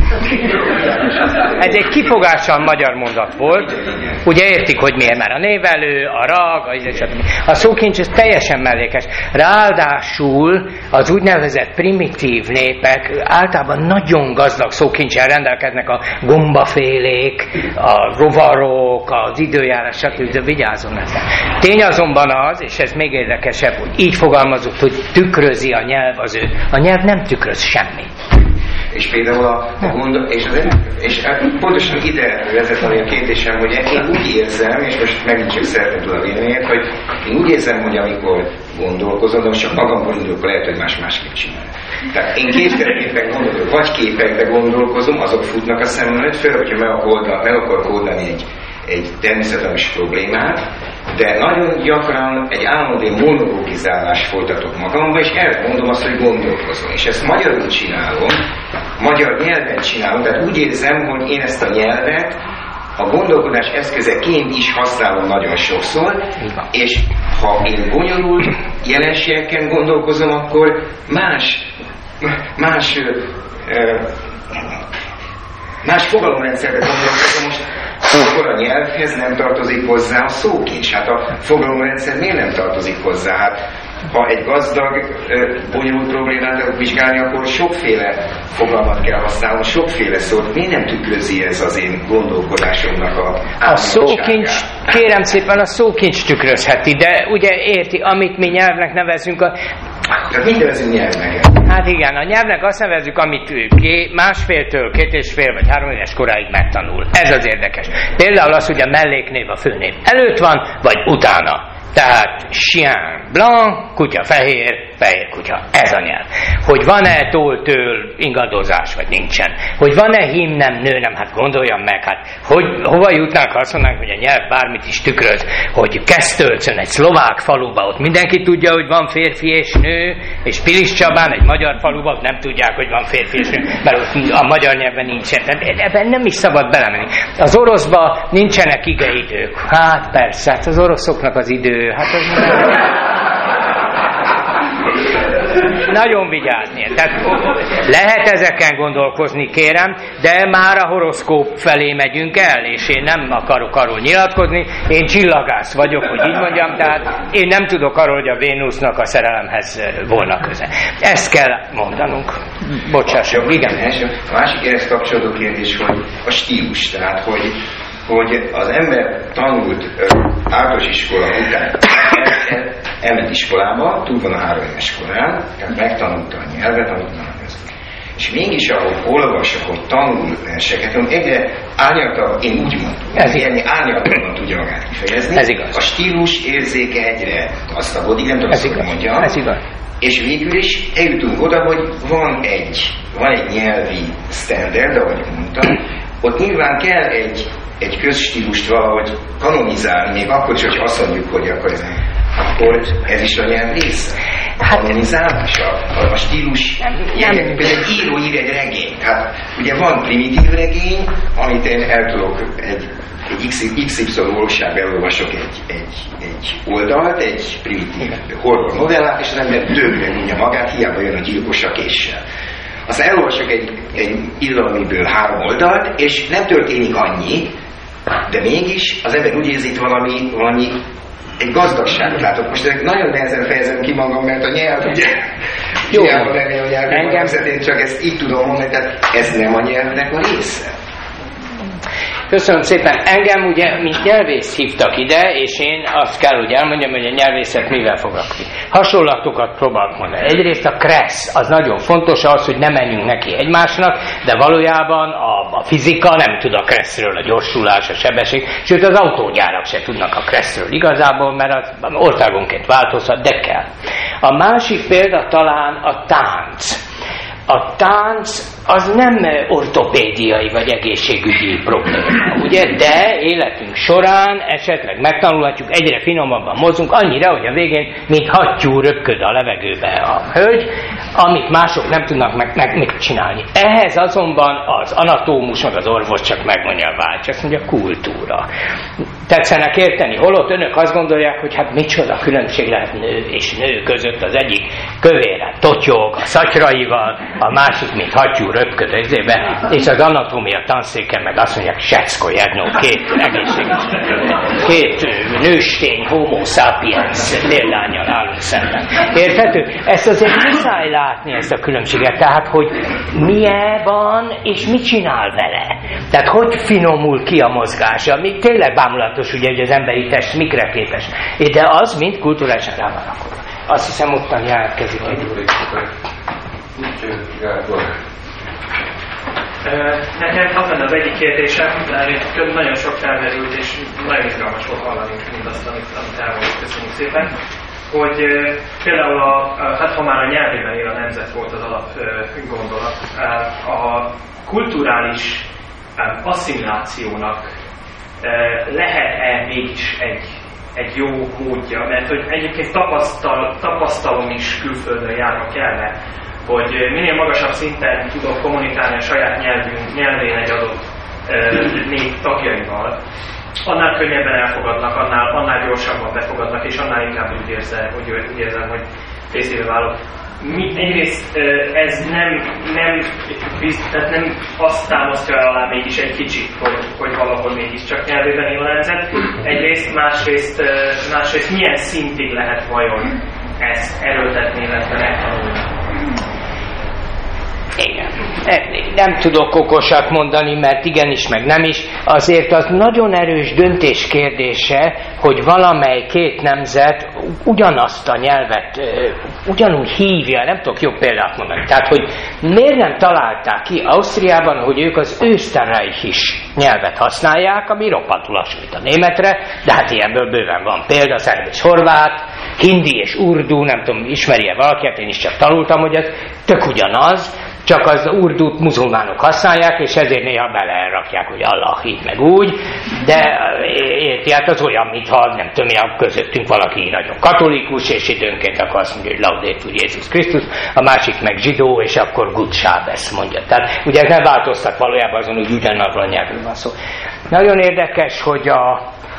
Ez egy kifogással magyar mondat volt, ugye értik, hogy miért, mert a névelő, a rag, a, a szókincs ez teljesen mellékes. Ráadásul az úgynevezett primitív népek általában nagyon gazdag szókincsel rendelkeznek, a gombafélék, a rovarok, az időjárás, stb. Vigyázzon ezzel. Tény azonban az, és ez még érdekesebb, hogy így fogalmazott, hogy tükrözi a nyelv az ő. A nyelv nem tükröz semmit. És például a, a gond, és, az, és pontosan ide vezet a kérdésem, hogy én úgy érzem, és most megint csak szeretném tudni a véleményet, hogy én úgy érzem, hogy amikor gondolkozom, de most csak magamból indulok, lehet, hogy más-másképp csinálom. Tehát én kétféleképpen gondolok, vagy képekbe gondolkozom, azok futnak a szemem előtt, főleg, hogyha meg, oldal, meg akarok oldani egy, egy természetes problémát, de nagyon gyakran egy állandó monologizálást folytatok magamba, és erre mondom azt, hogy gondolkozom. És ezt magyarul csinálom, magyar nyelven csinálom, tehát úgy érzem, hogy én ezt a nyelvet a gondolkodás eszközeként is használom nagyon sokszor, és ha én bonyolult jelenségeken gondolkozom, akkor más, más, más fogalomrendszerben gondolkozom. Most akkor a nyelvhez nem tartozik hozzá a szókincs. Hát a fogalomrendszer miért nem tartozik hozzá? Hát ha egy gazdag, bonyolult problémát vizsgálni, akkor sokféle fogalmat kell használni, sokféle szót. Miért nem tükrözi ez az én gondolkodásomnak a A szókincs, kérem szépen, a szókincs tükrözheti, de ugye érti, amit mi nyelvnek nevezünk a... Tehát mit nevezünk nyelvnek? Hát igen, a nyelvnek azt nevezzük, amit ő másféltől, két és fél vagy három éves koráig megtanul. Ez az érdekes. Például az, hogy a melléknév a főnév előtt van, vagy utána. Tehát chien blanc, kutya fehér, fehér kutya. Ez a nyelv. Hogy van-e tól-től ingadozás, vagy nincsen. Hogy van-e hím, nem, nő, nem, hát gondoljam meg, hát hogy, hova jutnánk, ha azt mondanánk, hogy a nyelv bármit is tükröz, hogy Kesztölcön, egy szlovák faluba, ott mindenki tudja, hogy van férfi és nő, és Pilis Csabán, egy magyar faluban nem tudják, hogy van férfi és nő, mert ott a magyar nyelven nincsen. Tehát ebben nem is szabad belemenni. Az oroszban nincsenek igeidők. Hát persze, hát az oroszoknak az idő, hát az nem... nagyon vigyázni. Tehát lehet ezeken gondolkozni, kérem, de már a horoszkóp felé megyünk el, és én nem akarok arról nyilatkozni, én csillagász vagyok, hogy így mondjam, tehát én nem tudok arról, hogy a Vénusznak a szerelemhez volna köze. Ezt kell mondanunk. Bocsássak, igen. A másik ehhez kapcsolódó kérdés, hogy a stílus, tehát hogy, hogy az ember tanult általános iskola után, el, elment iskolába, túl van a három éves korán, tehát megtanulta a nyelvet, amit tanult. És mégis, ahogy olvas, ahogy tanul verseket, egyre árnyaltabb, én úgy mondom, hogy árnyaltabban tudja magát kifejezni. Ez igaz. A stílus érzéke egyre gazdagodik, nem tudom, hogy mondjam. Ez igaz. És végül is eljutunk oda, hogy van egy, van egy nyelvi standard, ahogy mondtam, ott nyilván kell egy, egy közstílust valahogy kanonizálni, még akkor is, hogy azt mondjuk, hogy akkor ez, akkor ez is a nyelv része. A kanonizálás, a, a, a stílus, például egy író ír egy regényt, hát ugye van primitív regény, amit én el tudok egy egy iksz ipszilon valóság elolvasok egy, egy, egy oldalt, egy primitív horror novellát, és az ember többre mondja magát, hiába jön a gyilkos a késsel. Aztán elolvasok egy, egy irodalomiből három oldalt, és nem történik annyi, de mégis az ember úgy érzi, itt valami, valami egy gazdagságot látok. Most ezek nagyon nehezen fejezem ki magam, mert a nyelv, ugye, jó, hiába lenni a nyelv, engem én csak ezt így tudom mondani, tehát ez nem a nyelvnek a része. Köszönöm szépen. Engem ugye, mint nyelvész hívtak ide, és én azt kell, hogy elmondjam, hogy a nyelvészek mivel foglalkozik. Hasonlatokat próbálok mondani. Egyrészt a kressz, az nagyon fontos, az, hogy ne menjünk neki egymásnak, de valójában a, a fizika nem tud a kresszről, a gyorsulás, a sebesség, sőt az autógyárak se tudnak a kresszről igazából, mert az országonként változhat, de kell. A másik példa talán a tánc. A tánc az nem ortopédiai vagy egészségügyi probléma, ugye? De életünk során esetleg megtanulhatjuk, egyre finomabban mozunk, annyira, hogy a végén, mint hattyú röpköd a levegőbe a hölgy, amit mások nem tudnak meg, meg, megcsinálni. Ehhez azonban az anatómus, meg az orvos csak megmondja a vágy, azt mondja, kultúra. Tetszenek érteni, holott önök azt gondolják, hogy hát micsoda különbség lehet nő és nő között, az egyik kövére totyog a szatyraival, a másik, mint hattyú röpköd ezébe, és az anatómia tanszéken meg azt mondják, Secko Jernó, két egészséges, két nőstény, homo sapiens példánnyal állunk szemben. Érthető? Ezt azért muszáj látni, ezt a különbséget, tehát, hogy milyen van, és mit csinál vele. Tehát, hogy finomul ki a mozgása, még tényleg bámulatos, ugye, hogy az emberi test mikre képes. De az mind kulturálisan rá van akkor. Azt hiszem, ottan jelentkezik egy úr. Nekem az lenne az egyik kérdésem, mert nagyon sok felmerült, és nagyon izgalmas volt hallani mindazt, amit, amit elmondott, köszönjük szépen, hogy például, a, hát ha már a nyelvében él a nemzet volt az alap gondolat, a kulturális asszimilációnak lehet-e mégis egy, egy jó módja, mert hogy egyébként tapasztal, tapasztalom is külföldön járva kellene, hogy minél magasabb szinten tudok kommunikálni a saját nyelvünk, nyelvén egy adott nép tagjaival, annál könnyebben elfogadnak, annál, annál gyorsabban befogadnak, és annál inkább úgy, érzel, hogy, úgy érzem, hogy részévé válok. Mi, egyrészt ez nem, nem, tehát nem azt támasztja alá mégis egy kicsit, hogy, hogy valahol mégiscsak nyelvében él a nemzet. Egyrészt, másrészt, másrészt milyen szintig lehet vajon ezt erőltetni, illetve megtanulni? Igen. Nem tudok okosat mondani, mert igenis, meg nem is. Azért az nagyon erős döntés kérdése, hogy valamely két nemzet ugyanazt a nyelvet ugyanúgy hívja, nem tudok jobb példát mondani. Tehát, hogy miért nem találták ki Ausztriában, hogy ők az österreichisch nyelvet használják, ami roppantul hasonlít a németre, de hát ilyenből bőven van példa, szerb és horvát, hindi és urdu, nem tudom, ismeri-e valaki, hát én is csak tanultam, hogy ez tök ugyanaz, csak az urdut muzulmánok használják, és ezért néha belerakják, hogy Allah így meg úgy, de érti, hát az olyan, mintha nem tudom, a közöttünk valaki nagyon katolikus, és időnként akkor azt mondja, hogy Laudetur Jézus Krisztus, a másik meg zsidó, és akkor Good Shabbos mondja. Tehát ugye ez nem változtat valójában azon, hogy ugyanazon a nyelvről van szó. Nagyon érdekes, hogy a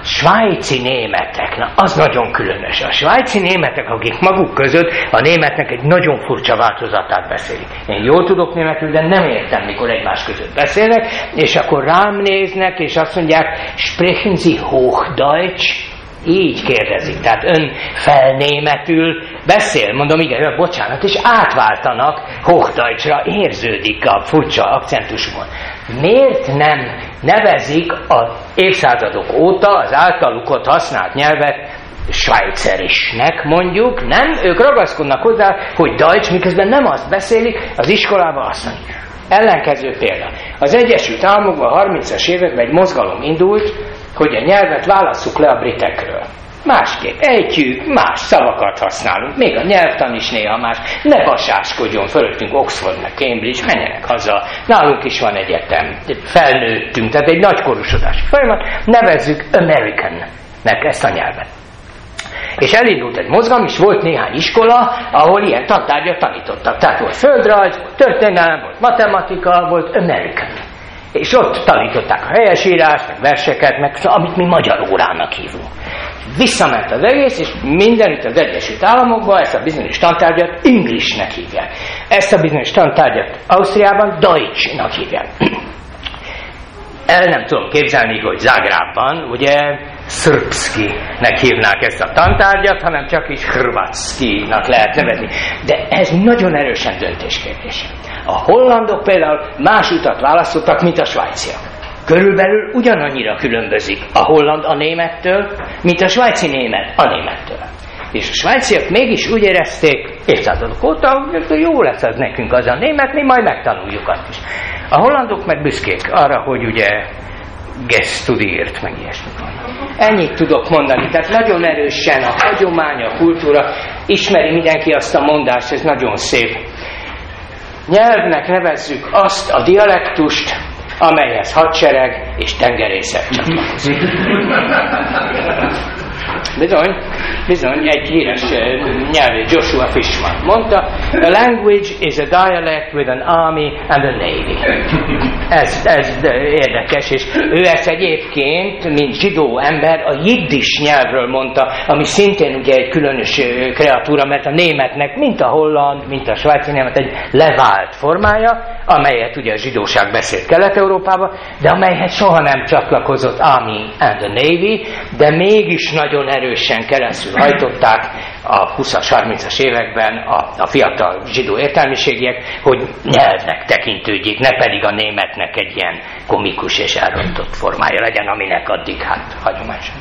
svájci németek, na az nagyon különös. A svájci németek, akik maguk között a németnek egy nagyon furcsa változatát beszélik. Én jól tudok németül, de nem értem, mikor egymás között beszélnek, és akkor rám néznek, és azt mondják, sprechen Sie Hochdeutsch? Így kérdezik, tehát ön felnémetül beszél, mondom, igen, bocsánat, és átváltanak Hochdeutschra, érződik a furcsa akcentusmon. Miért nem nevezik az évszázadok óta az általuk ott használt nyelvet Schweizerisnek, mondjuk, nem? Ők ragaszkodnak hozzá, hogy Deutsch, miközben nem azt beszélik, az iskolában azt mondják. Ellenkező példa. Az Egyesült Államokban a harmincas években egy mozgalom indult, hogy a nyelvet válasszuk le a britekről. Másképp ejtjük, más szavakat használunk, még a nyelvtan is néha más. Ne basáskodjon fölöttünk Oxford meg Cambridge, menjenek haza. Nálunk is van egyetem, felnőttünk, tehát egy nagy korusodási folyamat, nevezzük American-nek ezt a nyelvet. És elindult egy mozgalom, és volt néhány iskola, ahol ilyen tantárgyat tanítottak. Tehát volt földrajz, volt történelem, volt matematika, volt American. És ott tanították a helyesírást, meg verseket, meg amit mi magyar órának hívunk. Visszament az egész, és mindenütt az Egyesült Államokban ezt a bizonyos tantárgyat Englishnek hívják. Ezt a bizonyos tantárgyat Ausztriában Deutschnak hívják. El nem tudom képzelni, hogy Zágrábban, ugye, Szrbszkinek hívnák ezt a tantárgyat, hanem csak is Hrvatszkinak lehet nevezni. De ez nagyon erősen döntéskérdés. A hollandok például más utat választottak, mint a svájciak. Körülbelül ugyanannyira különbözik a holland a némettől, mint a svájci német a némettől. És a svájciak mégis úgy érezték évszázadok óta, hogy jó lesz az nekünk az a német, mi majd megtanuljuk azt is. A hollandok meg büszkék arra, hogy ugye gesztudiért, meg ilyesmik vannak. Ennyit tudok mondani, tehát nagyon erősen a hagyomány, a kultúra, ismeri mindenki azt a mondást, ez nagyon szép. Nyelvnek nevezzük azt a dialektust, amelyhez hadsereg és tengerészet csatlakozik. Bizony, bizony, egy híres nyelvész, Joshua Fishman mondta, a language is a dialect with an army and a navy. Ez, ez érdekes, és ő ezt egyébként, mint zsidó ember, a jiddis nyelvről mondta, ami szintén ugye egy különös kreatúra, mert a németnek, mint a holland, mint a svájci német, egy levált formája, amelyet ugye a zsidóság beszélt Kelet-Európában, de amelyhez soha nem csatlakozott Army and the Navy, de mégis nagyon erősen keresztül hajtották a húszas, harmincas években a, a fiatal zsidó értelmiségiek, hogy nyelvnek tekintődjék, ne pedig a németnek egy ilyen komikus és elrontott formája legyen, aminek addig hát hagyományosan.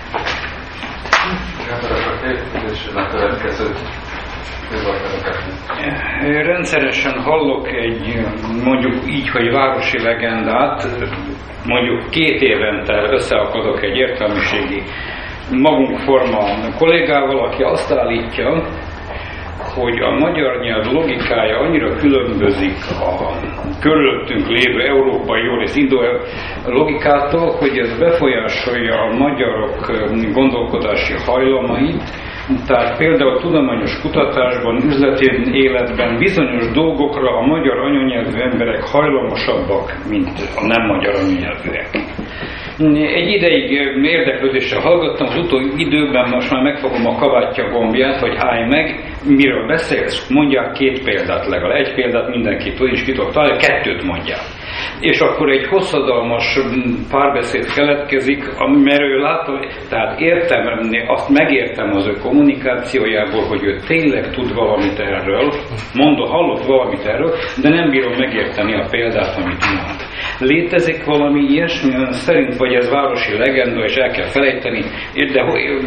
Rendszeresen hallok egy, mondjuk így, hogy városi legendát, mondjuk két évente összeakadok egy értelmiségi magunkforma kollégával, aki azt állítja, hogy a magyar nyelv logikája annyira különbözik a körülöttünk lévő európai, jó rész indó logikától, hogy ez befolyásolja a magyarok gondolkodási hajlamait. Tehát például tudományos kutatásban, üzleti életben bizonyos dolgokra a magyar anyanyelvű emberek hajlamosabbak, mint a nem magyar anyanyelvűek. Egy ideig érdeklődéssel hallgattam, az utóbbi időben most már megfogom a kabátja gombját, hogy állj meg, miről beszélsz, mondják két példát legalább. Egy példát mindenki tud, és ki tudok találni, kettőt mondják. És akkor egy hosszadalmas párbeszéd keletkezik, mert ő látom, tehát értem, azt megértem az ő kommunikációjából, hogy ő tényleg tud valamit erről, mondom, hallott valamit erről, de nem bírom megérteni a példát, amit mond. Létezik valami ilyesmi, ön szerint, vagy ez városi legenda, és el kell felejteni, de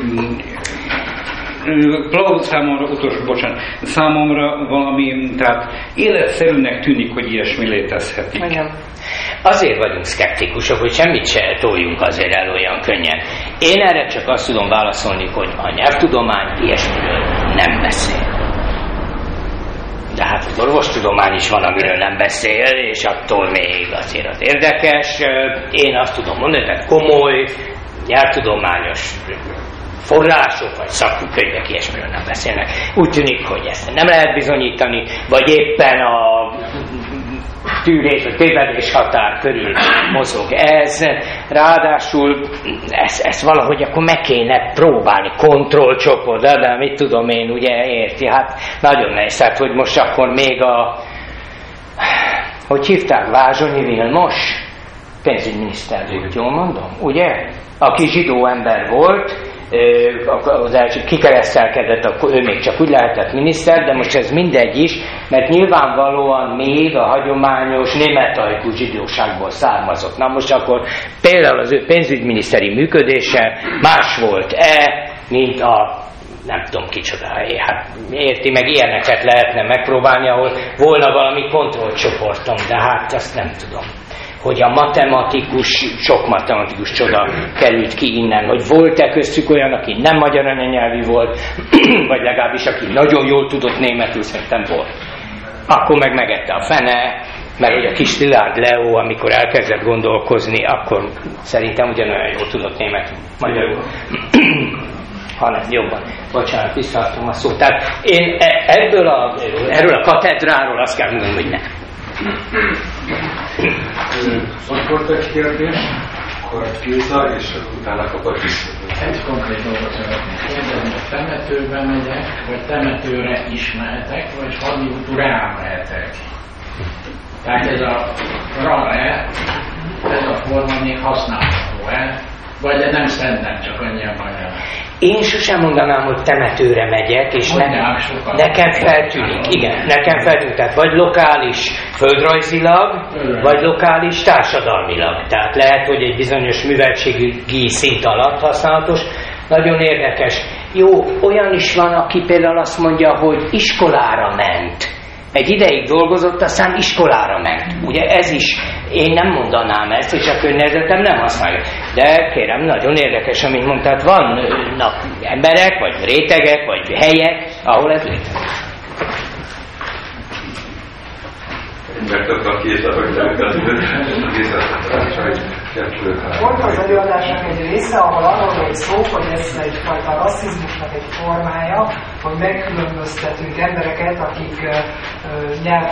Klaus számomra, utolsó, bocsánat, számomra valami, tehát életszerűnek tűnik, hogy ilyesmi létezhetik. Igen. Azért vagyunk szkeptikusok, hogy semmit se toljunk azért el olyan könnyen. Én erre csak azt tudom válaszolni, hogy a nyelvtudomány ilyesmiről nem beszél. De hát az orvostudomány is van, amiről nem beszél, és attól még azért az érdekes. Én azt tudom mondani, tehát komoly, nyelvtudományos források vagy szakkönyvek ilyesmiről nem beszélnek. Úgy tűnik, hogy ezt nem lehet bizonyítani, vagy éppen a tűrés, a tévedés határ körül mozog ez. Ráadásul ezt, ezt valahogy akkor meg kéne próbálni, kontrollcsoport, de, de mit tudom én, ugye érti, hát nagyon nehéz, hát hogy most akkor még a, hogy hívták, Vázsonyi Vilmos pénzügyminiszter volt, jól mondom, ugye? Aki zsidó ember volt, az első kikeresztelkedett, akkor ő még csak úgy lehetett miniszter, de most ez mindegy is, mert nyilvánvalóan még a hagyományos németajkú zsidóságból származott. Na most akkor például az ő pénzügyminiszteri működése más volt-e, mint a nem tudom kicsoda, hát érti, meg ilyeneket lehetne megpróbálni, ahol volna valami kontrollcsoportom, de hát azt nem tudom. Hogy a matematikus, sok matematikus csoda került ki innen, hogy volt-e köztük olyan, aki nem magyar anyanyelvű volt, vagy legalábbis aki nagyon jól tudott németül, szerintem volt. Akkor meg megette a fene, mert hogy a kis Szilárd Leó, amikor elkezdett gondolkozni, akkor szerintem ugyanolyan jól tudott németül, magyarul. hanem jobban. Bocsánat, visszaadtam a szót. Tehát én ebből a, erről a katedráról azt kell mondani, hogy nem. Most volt egy kérdés, akkor Géza, és utána kapott vissza. Egy konkrét dolgot szeretnék kérdezni, hogy temetőbe megyek, vagy temetőre is mehetek, vagy hadútúrá mehetek. Tehát ez a rare, ez a forma még használható-e, vagy de nem szerintem csak annyian magyar. Én sosem mondanám, hogy temetőre megyek, és ne, nekem feltűnik, igen, nekem feltűnik, tehát vagy lokális földrajzilag, vagy lokális társadalmilag. Tehát lehet, hogy egy bizonyos műveltségi szint alatt használatos. Nagyon érdekes. Jó, olyan is van, aki például azt mondja, hogy iskolára ment. Egy ideig dolgozott, aztán iskolára ment. Ugye ez is, én nem mondanám ezt, és a környezetem nem használja. De kérem, nagyon érdekes, amit mondtad, vannak emberek, vagy rétegek, vagy helyek, ahol ez létezik. Mert több a kézzel, hogy volt az előadásnak egy része, ahol arról volt szó, hogy ez egyfajta rasszizmusnak egy formája, hogy megkülönböztetünk embereket, akik nyelv,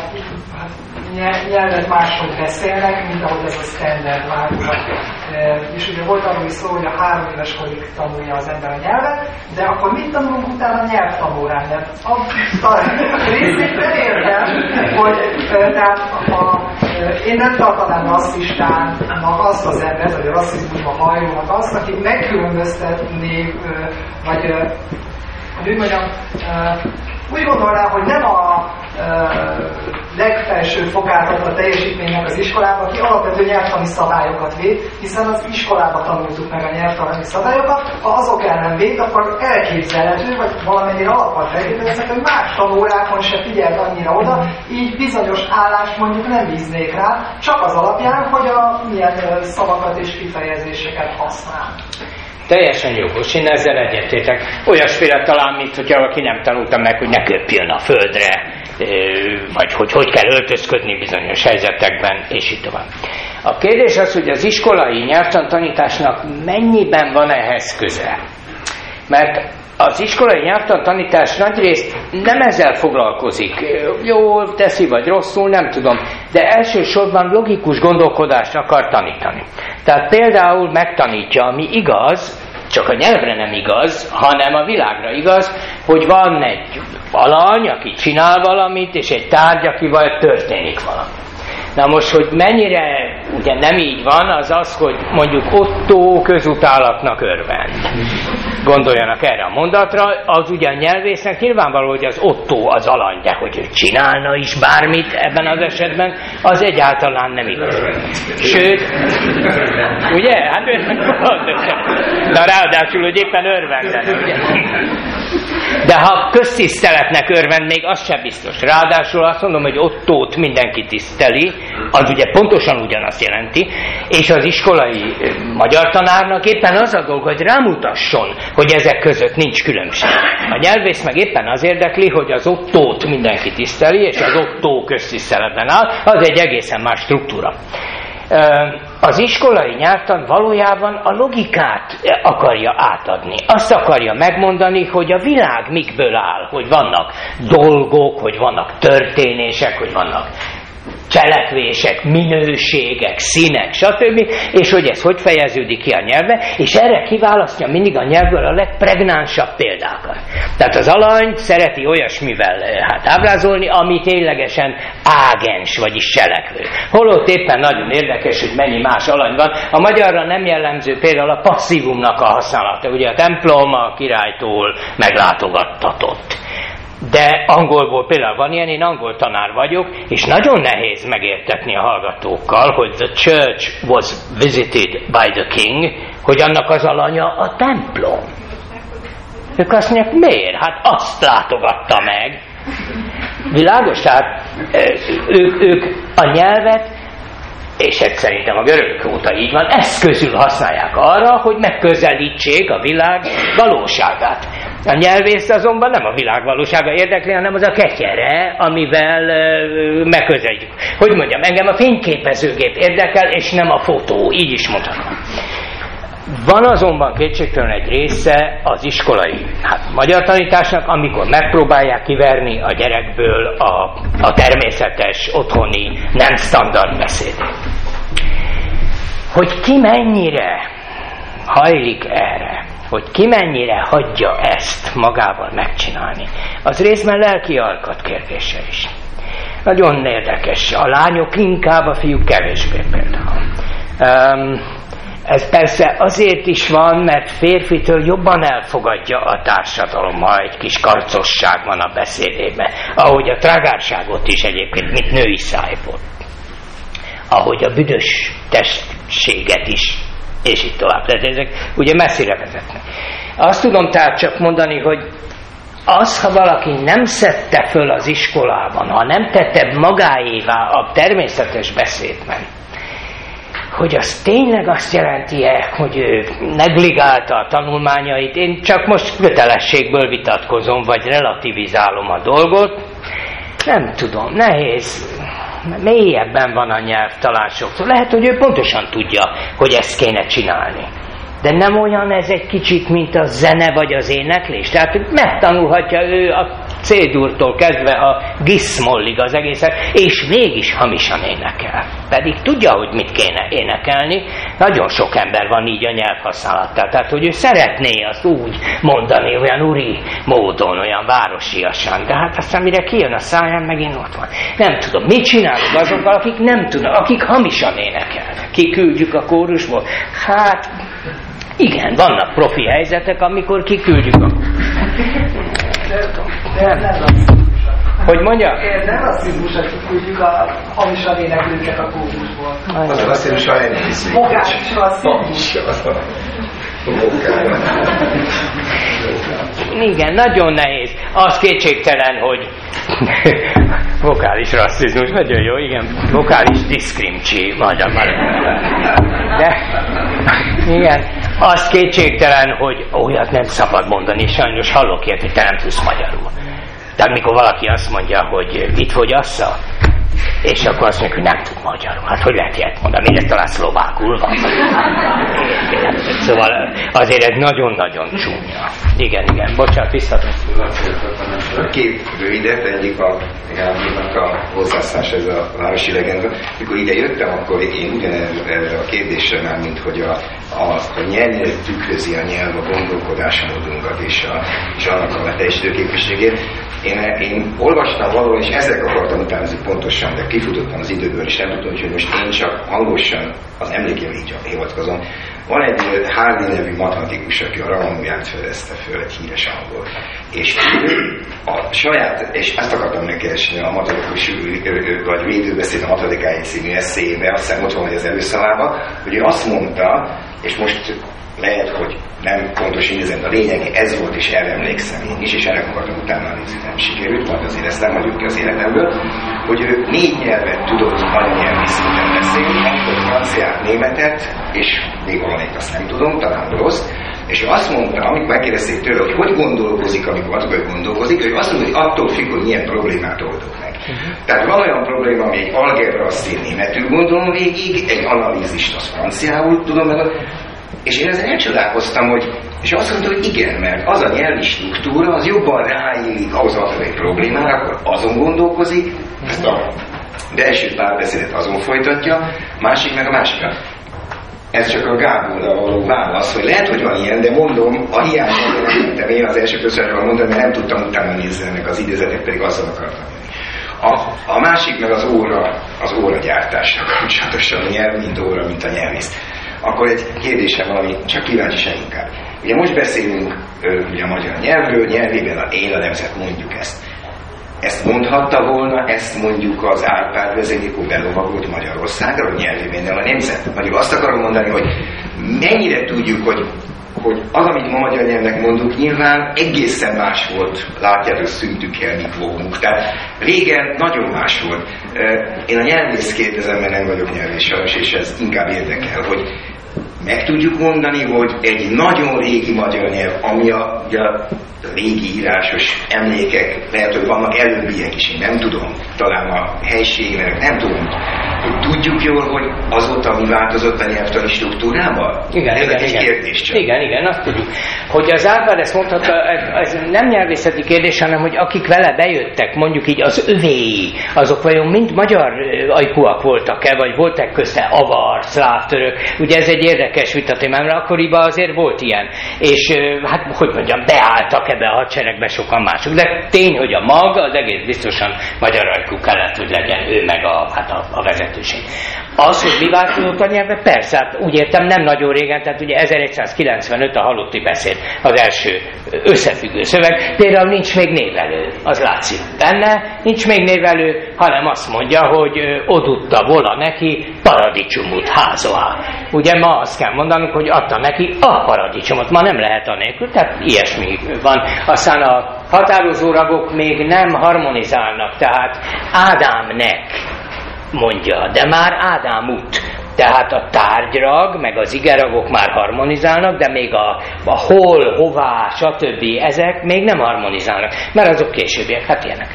nyelvet máshogy beszélnek, mint ahogy ez a standard változat. És ugye volt arról is szó, hogy a három éves korig tanulja az ember a nyelvet, de akkor mit tanulunk utána a nyelvtanórán? Mert a részét nem értem, hogy tehát a, én nem tartanám rasszistának azt az embert, vagy a rasszizmusban hajlónak azt, aki megkülönböztetné, vagy hogy úgy mondjam, úgy gondolná, hogy nem a legfelső fokát ad a teljesítménynek az iskolában, aki alapvető nyelvtani szabályokat véd, hiszen az iskolában tanultuk meg a nyelvtani szabályokat, ha azok ellen véd, akkor elképzelhető, vagy valamennyire alappal feltételeznek, hogy más tanórákon se figyelt annyira oda, így bizonyos állást mondjuk nem bíznék rá, csak az alapján, hogy a milyen szavakat és kifejezéseket használ. Teljesen jogos, én ezzel egyetértek. Olyasféle talán, mint hogy valaki nem tanulta meg, hogy ne köpjön a földre, vagy hogy hogy kell öltözködni bizonyos helyzetekben, és így tovább. A kérdés az, hogy az iskolai nyelvtantanításnak mennyiben van ehhez köze. Mert az iskolai nyelvtantanítás nagyrészt nem ezzel foglalkozik. Jól teszi, vagy rosszul, nem tudom. De elsősorban logikus gondolkodást akar tanítani. Tehát például megtanítja, ami igaz, csak a nyelvre nem igaz, hanem a világra igaz, hogy van egy alany, aki csinál valamit, és egy tárgy, akivel történik valami. Na most, hogy mennyire ugye nem így van, az az, hogy mondjuk Otto közutálatnak örvend. Gondoljanak erre a mondatra, az ugye a nyelvésznek nyilvánvaló, hogy az Otto az alany, de hogy ő csinálna is bármit ebben az esetben, az egyáltalán nem igaz. Sőt, ugye? Hát ő de ráadásul, hogy éppen örvendene, ugye? De ha köztiszteletnek örvend, még az sem biztos. Ráadásul azt mondom, hogy Ottót mindenki tiszteli, az ugye pontosan ugyanazt jelenti, és az iskolai magyar tanárnak éppen az a dolga, hogy rámutasson, hogy ezek között nincs különbség. A nyelvész meg éppen az érdekli, hogy az Ottót mindenki tiszteli, és az Ottó köztiszteletben áll, az egy egészen más struktúra. Az iskolai nyelvtan valójában a logikát akarja átadni. Azt akarja megmondani, hogy a világ mikből áll, hogy vannak dolgok, hogy vannak történések, hogy vannak cselekvések, minőségek, színek, stb. És hogy ez hogy fejeződik ki a nyelvbe, és erre kiválasztja mindig a nyelvből a legpregnánsabb példákat. Tehát az alany szereti olyasmivel hát ábrázolni, ami ténylegesen ágens, vagyis cselekvő. Holott éppen nagyon érdekes, hogy mennyi más alany van. A magyarra nem jellemző például a passzívumnak a használata. Ugye a templom a királytól meglátogattatott. De angolból például van ilyen, én angol tanár vagyok, és nagyon nehéz megértetni a hallgatókkal, hogy the church was visited by the king, hogy annak az alanya a templom. Ők azt mondják, miért? Hát azt látogatta meg. Világos? Tehát ők, ők a nyelvet, és ez szerintem a görögök óta így van, eszközül használják arra, hogy megközelítsék a világ valóságát. A nyelvész azonban nem a világ valósága érdekli, hanem az a ketyere, amivel uh, megközelítjük. Hogy mondjam, engem a fényképezőgép érdekel, és nem a fotó, így is mondhatom. Van azonban kétségtelen egy része az iskolai hát, magyar tanításnak, amikor megpróbálják kiverni a gyerekből a, a természetes, otthoni, nem standard beszédét. Hogy ki mennyire hajlik erre, hogy ki mennyire hagyja ezt magával megcsinálni, az részben lelki alkat kérdése is. Nagyon érdekes. A lányok inkább, a fiúk kevésbé például. Um, Ez persze azért is van, mert férfitől jobban elfogadja a társadalom, ha egy kis karcosság van a beszédében. Ahogy a trágárságot is egyébként, mint női szájból. Ahogy a büdös testséget is, és így tovább. Tehát ezek ugye messzire vezetnek. Azt tudom tehát csak mondani, hogy az, ha valaki nem szedte föl az iskolában, ha nem tette magáévá a természetes beszédben, hogy az tényleg azt jelenti-e, hogy ő negligálta a tanulmányait. Én csak most kötelességből vitatkozom, vagy relativizálom a dolgot. Nem tudom, nehéz. Mélyebben van a nyelv talán sokszor. Lehet, hogy ő pontosan tudja, hogy ezt kéne csinálni. De nem olyan ez egy kicsit, mint a zene vagy az éneklés. Tehát megtanulhatja ő a C-durtól kezdve a giszmollig az egészet, és mégis hamisan énekel. Pedig tudja, hogy mit kéne énekelni. Nagyon sok ember van így a nyelvhasználattal. Tehát, hogy ő szeretné azt úgy mondani, olyan uri módon, olyan városiasan. De hát aztán mire kijön a száján, megint ott van. Nem tudom, mit csinálunk azokkal, akik nem tudnak, akik hamisan énekelnek. Kiküldjük a kórusból. Hát... igen, vannak profi helyzetek, amikor kiküldjük a... Nem, nem rasszizmusak. Hogy mondja? Nem rasszizmus, hogy kiküldjük a hamisan éneklőket a kórusból. Az a rasszizmus, ha elnézik. Mogális rasszizmus. Igen, nagyon nehéz. Az kétségtelen, hogy vokális rasszizmus, nagyon jó, igen, vokális diszkrimcsi, magyar már. De, igen, az kétségtelen, hogy olyat nem szabad mondani, sajnos hallok ilyet, hogy te nem tudsz magyarul. Tehát mikor valaki azt mondja, hogy itt fogyassza, és akkor azt mondja, hogy nem tud magyarul. Hát hogy lehet ilyet mondani? Mire talán szlovákul van? Szóval azért ez nagyon-nagyon csúnya. Igen, igen. Bocsánat, visszatom. Két rövidet, egyik a Gábornak a hozzászás, ez a városi legenda. Mikor ide jöttem, akkor én ugyanerre a kérdésre már, mint hogy a, a, a nyelv tükrözi a nyelv a gondolkodásmódunkat és, a, és annak a teljesítő képességét. Én, én olvastam valahol, és ezek akartam utánozni pontosan, de kifutottam az időből, és nem tudom, hogy most én csak hangosan az emlékeim így hivatkozom. Van egy Hardy nevű matematikus, aki a Ramamuját fedezte föl, egy híres angol. És ő a saját, és ezt akartam megkeresni a matematikus, vagy védőbeszéd a matematikai című eszébe, azt hiszem ott van, hogy az előszavában, hogy ő azt mondta, és most lehet, hogy nem pontos idézem, a lényeg ez volt, és erre emlékszem én is, és ennek akartam utána nézni, nem sikerült, majd azért ezt nem hagyjuk ki az életemből, hogy ő négy nyelvet tudott anyanyelvi szinten beszélni, amikor franciát, németet, és még valamelyik azt nem tudom, talán rossz, és ő azt mondta, amikor megkérdezték tőle, hogy hogy gondolkozik, amikor matematikai gondolkozik, hogy azt mondta, hogy attól függ, hogy milyen problémát oldok meg. Uh-huh. Tehát van olyan probléma, ami egy algebra, azt én németül gondolom végig, egy analízist azt franciául tudom meg, és én ezzel elcsodálkoztam, hogy, és azt mondta, hogy igen, mert az a nyelvi struktúra, az jobban ráillik ahhoz a problémára, akkor azon gondolkozik, ezt a De első párbeszédet azon folytatja, másik meg a másikra. Ez csak a Gáborra való válasz, hogy lehet, hogy van ilyen, de mondom, a hiányban nem én az első közösségről mondani, mert nem tudtam utána nézni ennek az idézetek, pedig azzal akartam. A, a másik meg az óra, az óra gyártásra kapcsolatosan, a nyelv, mint óra, mint a nyelvész. Akkor egy kérdésem valami, csak kíváncsiság inkább. Ugye most beszélünk ugye a magyar nyelvről, nyelvében a él a nemzet, mondjuk ezt. Ezt mondhatta volna, ezt mondjuk az Árpád vezényikor belovagolt Magyarországra, hogy nyelvében a nemzet. Mondjuk azt akarom mondani, hogy mennyire tudjuk, hogy, hogy az, amit ma magyar nyelvnek mondunk, nyilván egészen más volt, látjátok, szüntükkel, mit fogunk. Tehát régen nagyon más volt. Én a nyelvész kérdezem, mert nem vagyok nyelvész sajnos, és ez inkább érdekel, hogy meg tudjuk mondani, hogy egy nagyon régi magyar nyelv, ami a, a régi írásos emlékek, lehet, hogy vannak előbbiek is, én nem tudom, talán a helységnek, nem tudom, hogy tudjuk jól, hogy azóta mi változott a nyelvtani struktúrában? Igen, ez igen, egy igen. kérdés csak. Igen, igen, azt tudjuk. Hogy az Árpád ezt mondhatta, ez nem nyelvészeti kérdés, hanem hogy akik vele bejöttek, mondjuk így az övéi, azok vajon mind magyar ajkúak voltak-e, vagy voltak közte avar, szláv, török. Ugye ez egy érdekes vitatémámra, akkoriban azért volt ilyen. És hát, hogy mondjam, beálltak ebbe a hadseregbe sokan mások. De tény, hogy a mag, az egész biztosan magyar ajkú kellett, hogy legyen ő meg a, hát a, a vezetőség. Az, hogy mi változott a nyelve, persze, hát úgy értem, nem nagyon régen, tehát ugye ezeregyszázkilencvenöt a halotti beszéd az első összefüggő szöveg, például nincs még névelő, az látszik benne, nincs még névelő, hanem azt mondja, hogy odutta volna neki paradicsomot házoá. Ugye ma azt kell mondanunk, hogy adta neki a paradicsomot, ma nem lehet anélkül, tehát ilyesmi van. Aztán a határozó ragok még nem harmonizálnak, tehát Ádámnek mondja, de már Ádám út. Tehát a tárgyrag, meg az igeragok már harmonizálnak, de még a, a hol, hová, stb. Ezek még nem harmonizálnak, mert azok későbbiek, hát ilyenek.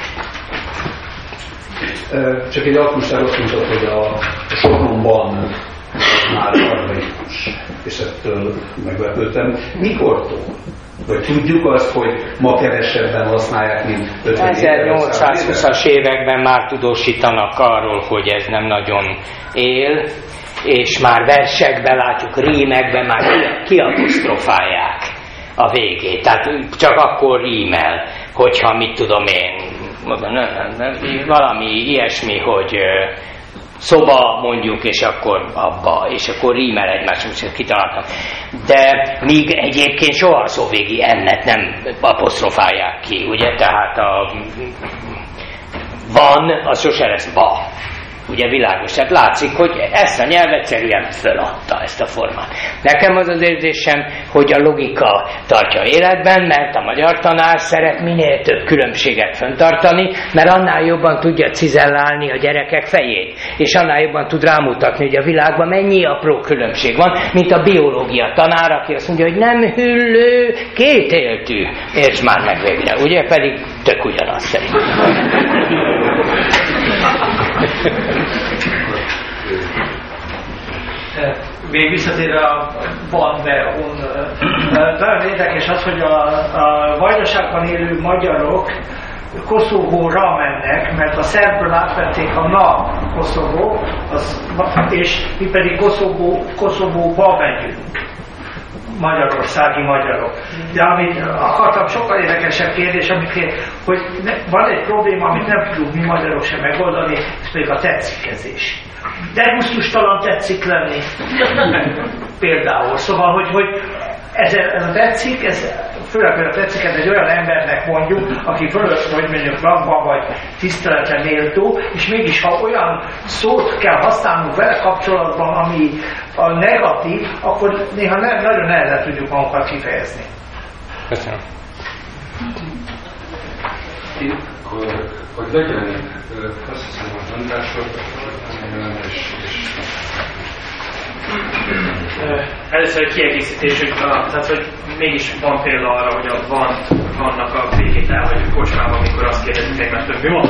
Csak egy alapúságot mutat, hogy a Sopronban már harmonikus, és ettől meglepődtem. Mikortól? Vagy tudjuk azt, hogy ma kevesebben használják, mint ezernyolcszázhúszas években már tudósítanak arról, hogy ez nem nagyon él, és már versekben látjuk, rímekben már kiapostrofálják a végét. Tehát csak akkor rímel, hogyha mit tudom én, valami ilyesmi, hogy szoba mondjuk, és akkor abba, és akkor rímel egymás, amit kitaláltam. De míg egyébként soha szóvégi ennet nem apostrofálják ki, ugye, tehát a van, az sose lesz ba. Ugye világos, tehát látszik, hogy ezt a nyelv egyszerűen föladta, ezt a formát. Nekem az az érzésem, hogy a logika tartja életben, mert a magyar tanár szeret minél több különbséget fenntartani, mert annál jobban tudja cizellálni a gyerekek fejét, és annál jobban tud rámutatni, hogy a világban mennyi apró különbség van, mint a biológia tanár, aki azt mondja, hogy nem hüllő, kétéltű. Értsd már meg végre, ugye? Pedig tök ugyanaz szerintem. Még visszatérve a van, de on, nagyon érdekes az, hogy a, a Vajdaságban élő magyarok Koszovóra mennek, mert a szerbből átvették a na Koszovó, az, és mi pedig Koszovó, Koszovóba megyünk. Magyarországi magyarok. De amit akartam, sokkal érdekesebb kérdés, amit kér, hogy ne, van egy probléma, amit nem tudunk mi magyarok sem megoldani, ez pedig a tetszikezés. De gusztustalan tetszik lenni. Például. Szóval, hogy, hogy ez, ez a tetszik, ez, főleg a tetszik, ez egy olyan embernek mondjuk, aki fölött, hogy mondjuk rangban vagy tiszteletre méltó, és mégis ha olyan szót kell használnunk vele kapcsolatban, ami a negatív, akkor néha ne, nagyon nehezen tudjuk magunkat kifejezni. Köszönöm. Én, hogy, hogy legyen, azt hiszem, hogy Andrásról, és, és először egy kiegészítés, hogy, a, tehát, hogy mégis van példa arra, hogy a van, vannak a végét elhagyjuk kocsmában, amikor azt kérdezik egymást, hogy mi van?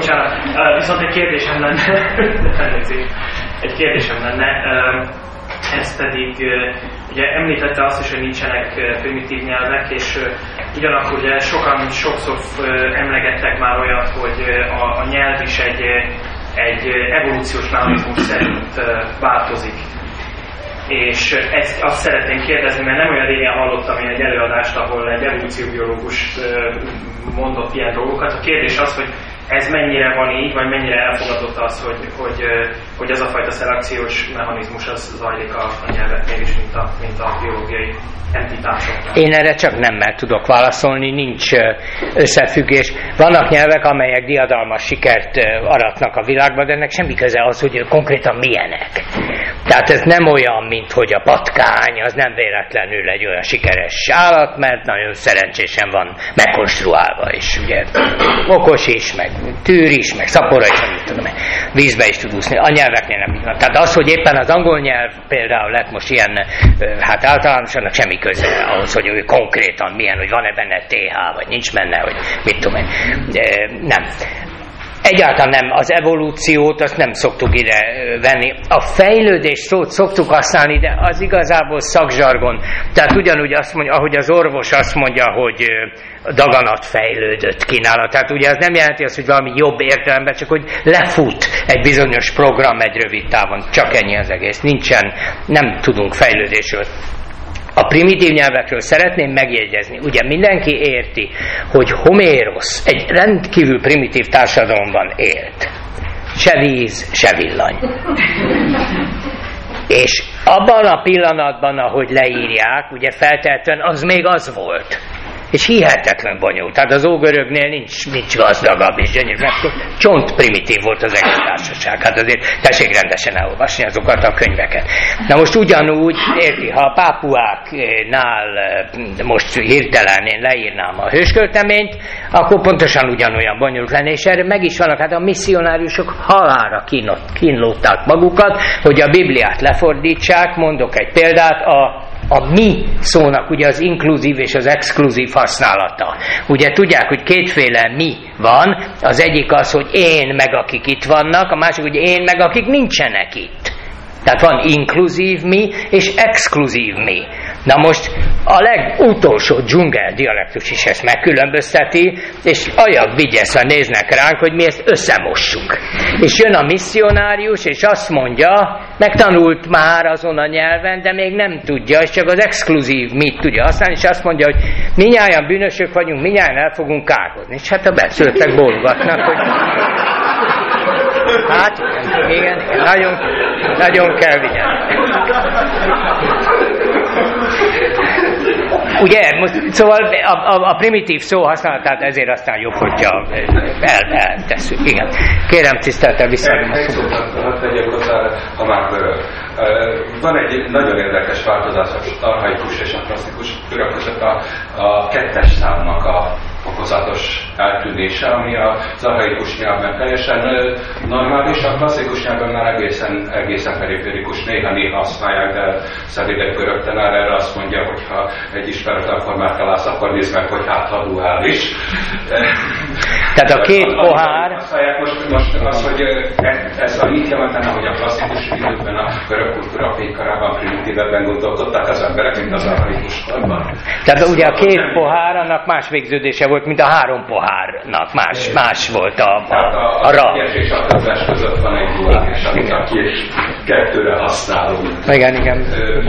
Bocsánat, viszont egy kérdésem lenne, egy kérdésem lenne, ez pedig, ugye említette azt is, hogy nincsenek primitív nyelvek, és ugyanakkor ugye sokan sokszor emlegettek már olyat, hogy a, a nyelv is egy, egy evolúciós mechanizmus szerint változik. És ezt azt szeretném kérdezni, mert nem olyan régen hallottam én egy előadást, ahol egy evolúcióbiológus mondott ilyen dolgokat. A kérdés az, hogy ez mennyire van így, vagy mennyire elfogadott az, hogy, hogy, hogy ez a fajta szelekciós mechanizmus az zajlik a, a nyelveknél is, mint a, mint a biológiai entitásoknál. Én erre csak nemmel tudok válaszolni, nincs összefüggés. Vannak nyelvek, amelyek diadalmas sikert aratnak a világban, de ennek semmi köze az, hogy konkrétan milyenek. Tehát ez nem olyan, mint hogy a patkány, az nem véletlenül egy olyan sikeres állat, mert nagyon szerencsésen van megkonstruálva is, ugye. Okos is, meg tűr is, meg szapora is, amit tudom, vízbe is tud úszni. A nyelveknél nem így van. Tehát az, hogy éppen az angol nyelv például lett most ilyen, hát általánosan semmi köze ahhoz, hogy ő konkrétan milyen, hogy van-e benne té há, vagy nincs benne, hogy mit tudom én. Nem. Egyáltalán nem, az evolúciót azt nem szoktuk ide venni. A fejlődés szót szoktuk használni, de az igazából szakzsargon. Tehát ugyanúgy azt mondja, ahogy az orvos azt mondja, hogy daganat fejlődött kínálat. Tehát ugye az nem jelenti azt, hogy valami jobb értelemben, csak hogy lefut egy bizonyos program egy rövid távon. Csak ennyi az egész. Nincsen, nem tudunk fejlődésről. A primitív nyelvekről szeretném megjegyezni, ugye mindenki érti, hogy Homérosz egy rendkívül primitív társadalomban élt. Se víz, se villany. És abban a pillanatban, ahogy leírják, ugye feltehetően az még az volt. És hihetetlen bonyolult. Tehát az ógörögnél nincs, nincs gazdagabb és gyönyörű. Csont primitív volt az egész társaság. Hát azért tessék rendesen elolvasni azokat a könyveket. Na most ugyanúgy, érti, ha a pápuáknál most hirtelen én leírnám a hőskölteményt, akkor pontosan ugyanolyan bonyolult lenne, és erre meg is vannak, hát a misszionáriusok halálra kínlódták magukat, hogy a Bibliát lefordítsák. Mondok egy példát, a A mi szónak ugye az inkluzív és az exkluzív használata. Ugye tudják, hogy kétféle mi van, az egyik az, hogy én meg akik itt vannak, a másik, hogy én meg akik nincsenek itt. Tehát van inkluzív mi és exkluzív mi. Na most a legutolsó dzsungel dialektus is ezt megkülönbözteti, és ajak vigyeszve néznek ránk, hogy mi ezt összemossuk. És jön a misszionárius, és azt mondja, megtanult már azon a nyelven, de még nem tudja, és csak az exkluzív mit tudja használni, és azt mondja, hogy minnyáján bűnösök vagyunk, minnyáján el fogunk kárhozni. És hát a benszülöttek bólogatnak, hogy hát igen, igen, nagyon, nagyon kell vigyázni. Ugye, most, szóval a, a, a primitív szó használatát ezért aztán jobb, hogyha el, eltesszük. Igen. Kérem, tiszteltel visszaadom a szót. Hát tegyek hozzá, ha már van egy nagyon érdekes változás az archaikus és a klasszikus török között a, a kettes számnak a fokozatos eltűnése, ami az archaikus nyelvben teljesen normális, a klasszikus nyelvben már egészen, egészen periférikus, néha-néha használják, de szerintem török tanár erre azt mondja, hogy ha egy ismeretlen formát találsz, akkor nézd meg, hogy hát ha duális. Tehát a két pohár... Most, most az, hogy ez a mit jelentene, hogy a klasszikus időkben a görög kultúra fénykorában primitívebben gondolkodtak az emberek, mint az archaikus korban. Tehát ugye a két pohár, annak más végződése volt, mint a három pohárnak. Más, más volt a, a, a, a ra. A egyes és a többes között van egy duális, amit a két kettőre használunk. Igen, igen.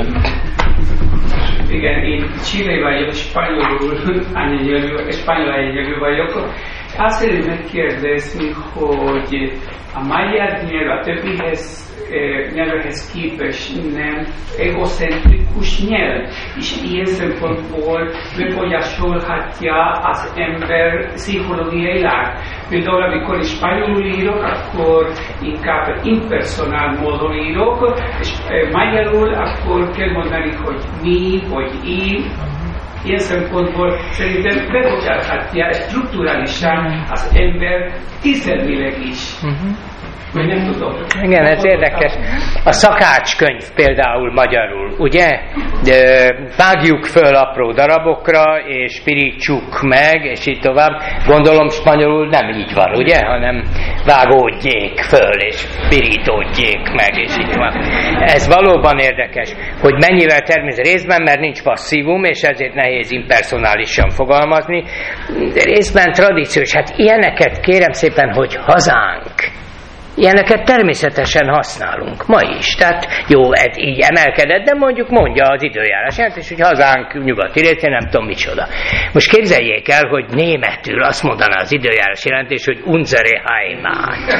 Igen, én Chile vagyok, spanyolul, anyanyelvű, spanyol anyanyelvű vagyok. Azt szeretném megkérdezni, hogy a magyar nyelv a többihez nyelvekhez képest nem egocentrikus nyelv, és ilyen szempontból befolyásolhatja az ember pszichológiailag. Például amikor spanyolul írok, akkor inkább impersonál módon írok, és magyarul akkor kell mondani, hogy mi, vagy én. Ilyen szempontból szerintem befolyásolhatja strukturálisan az ember tisztelmileg is. Uh-huh. Vagy nem tudom. Igen, ez érdekes. A szakácskönyv például magyarul, ugye? De vágjuk föl apró darabokra, és pirítsuk meg, és így tovább. Gondolom spanyolul nem így van, ugye? Hanem vágódjék föl, és pirítódjék meg, és így van. Ez valóban érdekes, hogy mennyivel természetesen részben, mert nincs passzívum, és ezért nehéz impersonálisan fogalmazni. De részben tradíciós. Hát ilyeneket kérem szépen, hogy hazánk. Ilyeneket természetesen használunk, ma is. Tehát jó, ez így emelkedett, de mondjuk mondja az időjárás jelentés, hogy hazánk nyugati részén nem tudom micsoda. Most képzeljék el, hogy németül azt mondaná az időjárás jelentés, hogy unsere Heimat.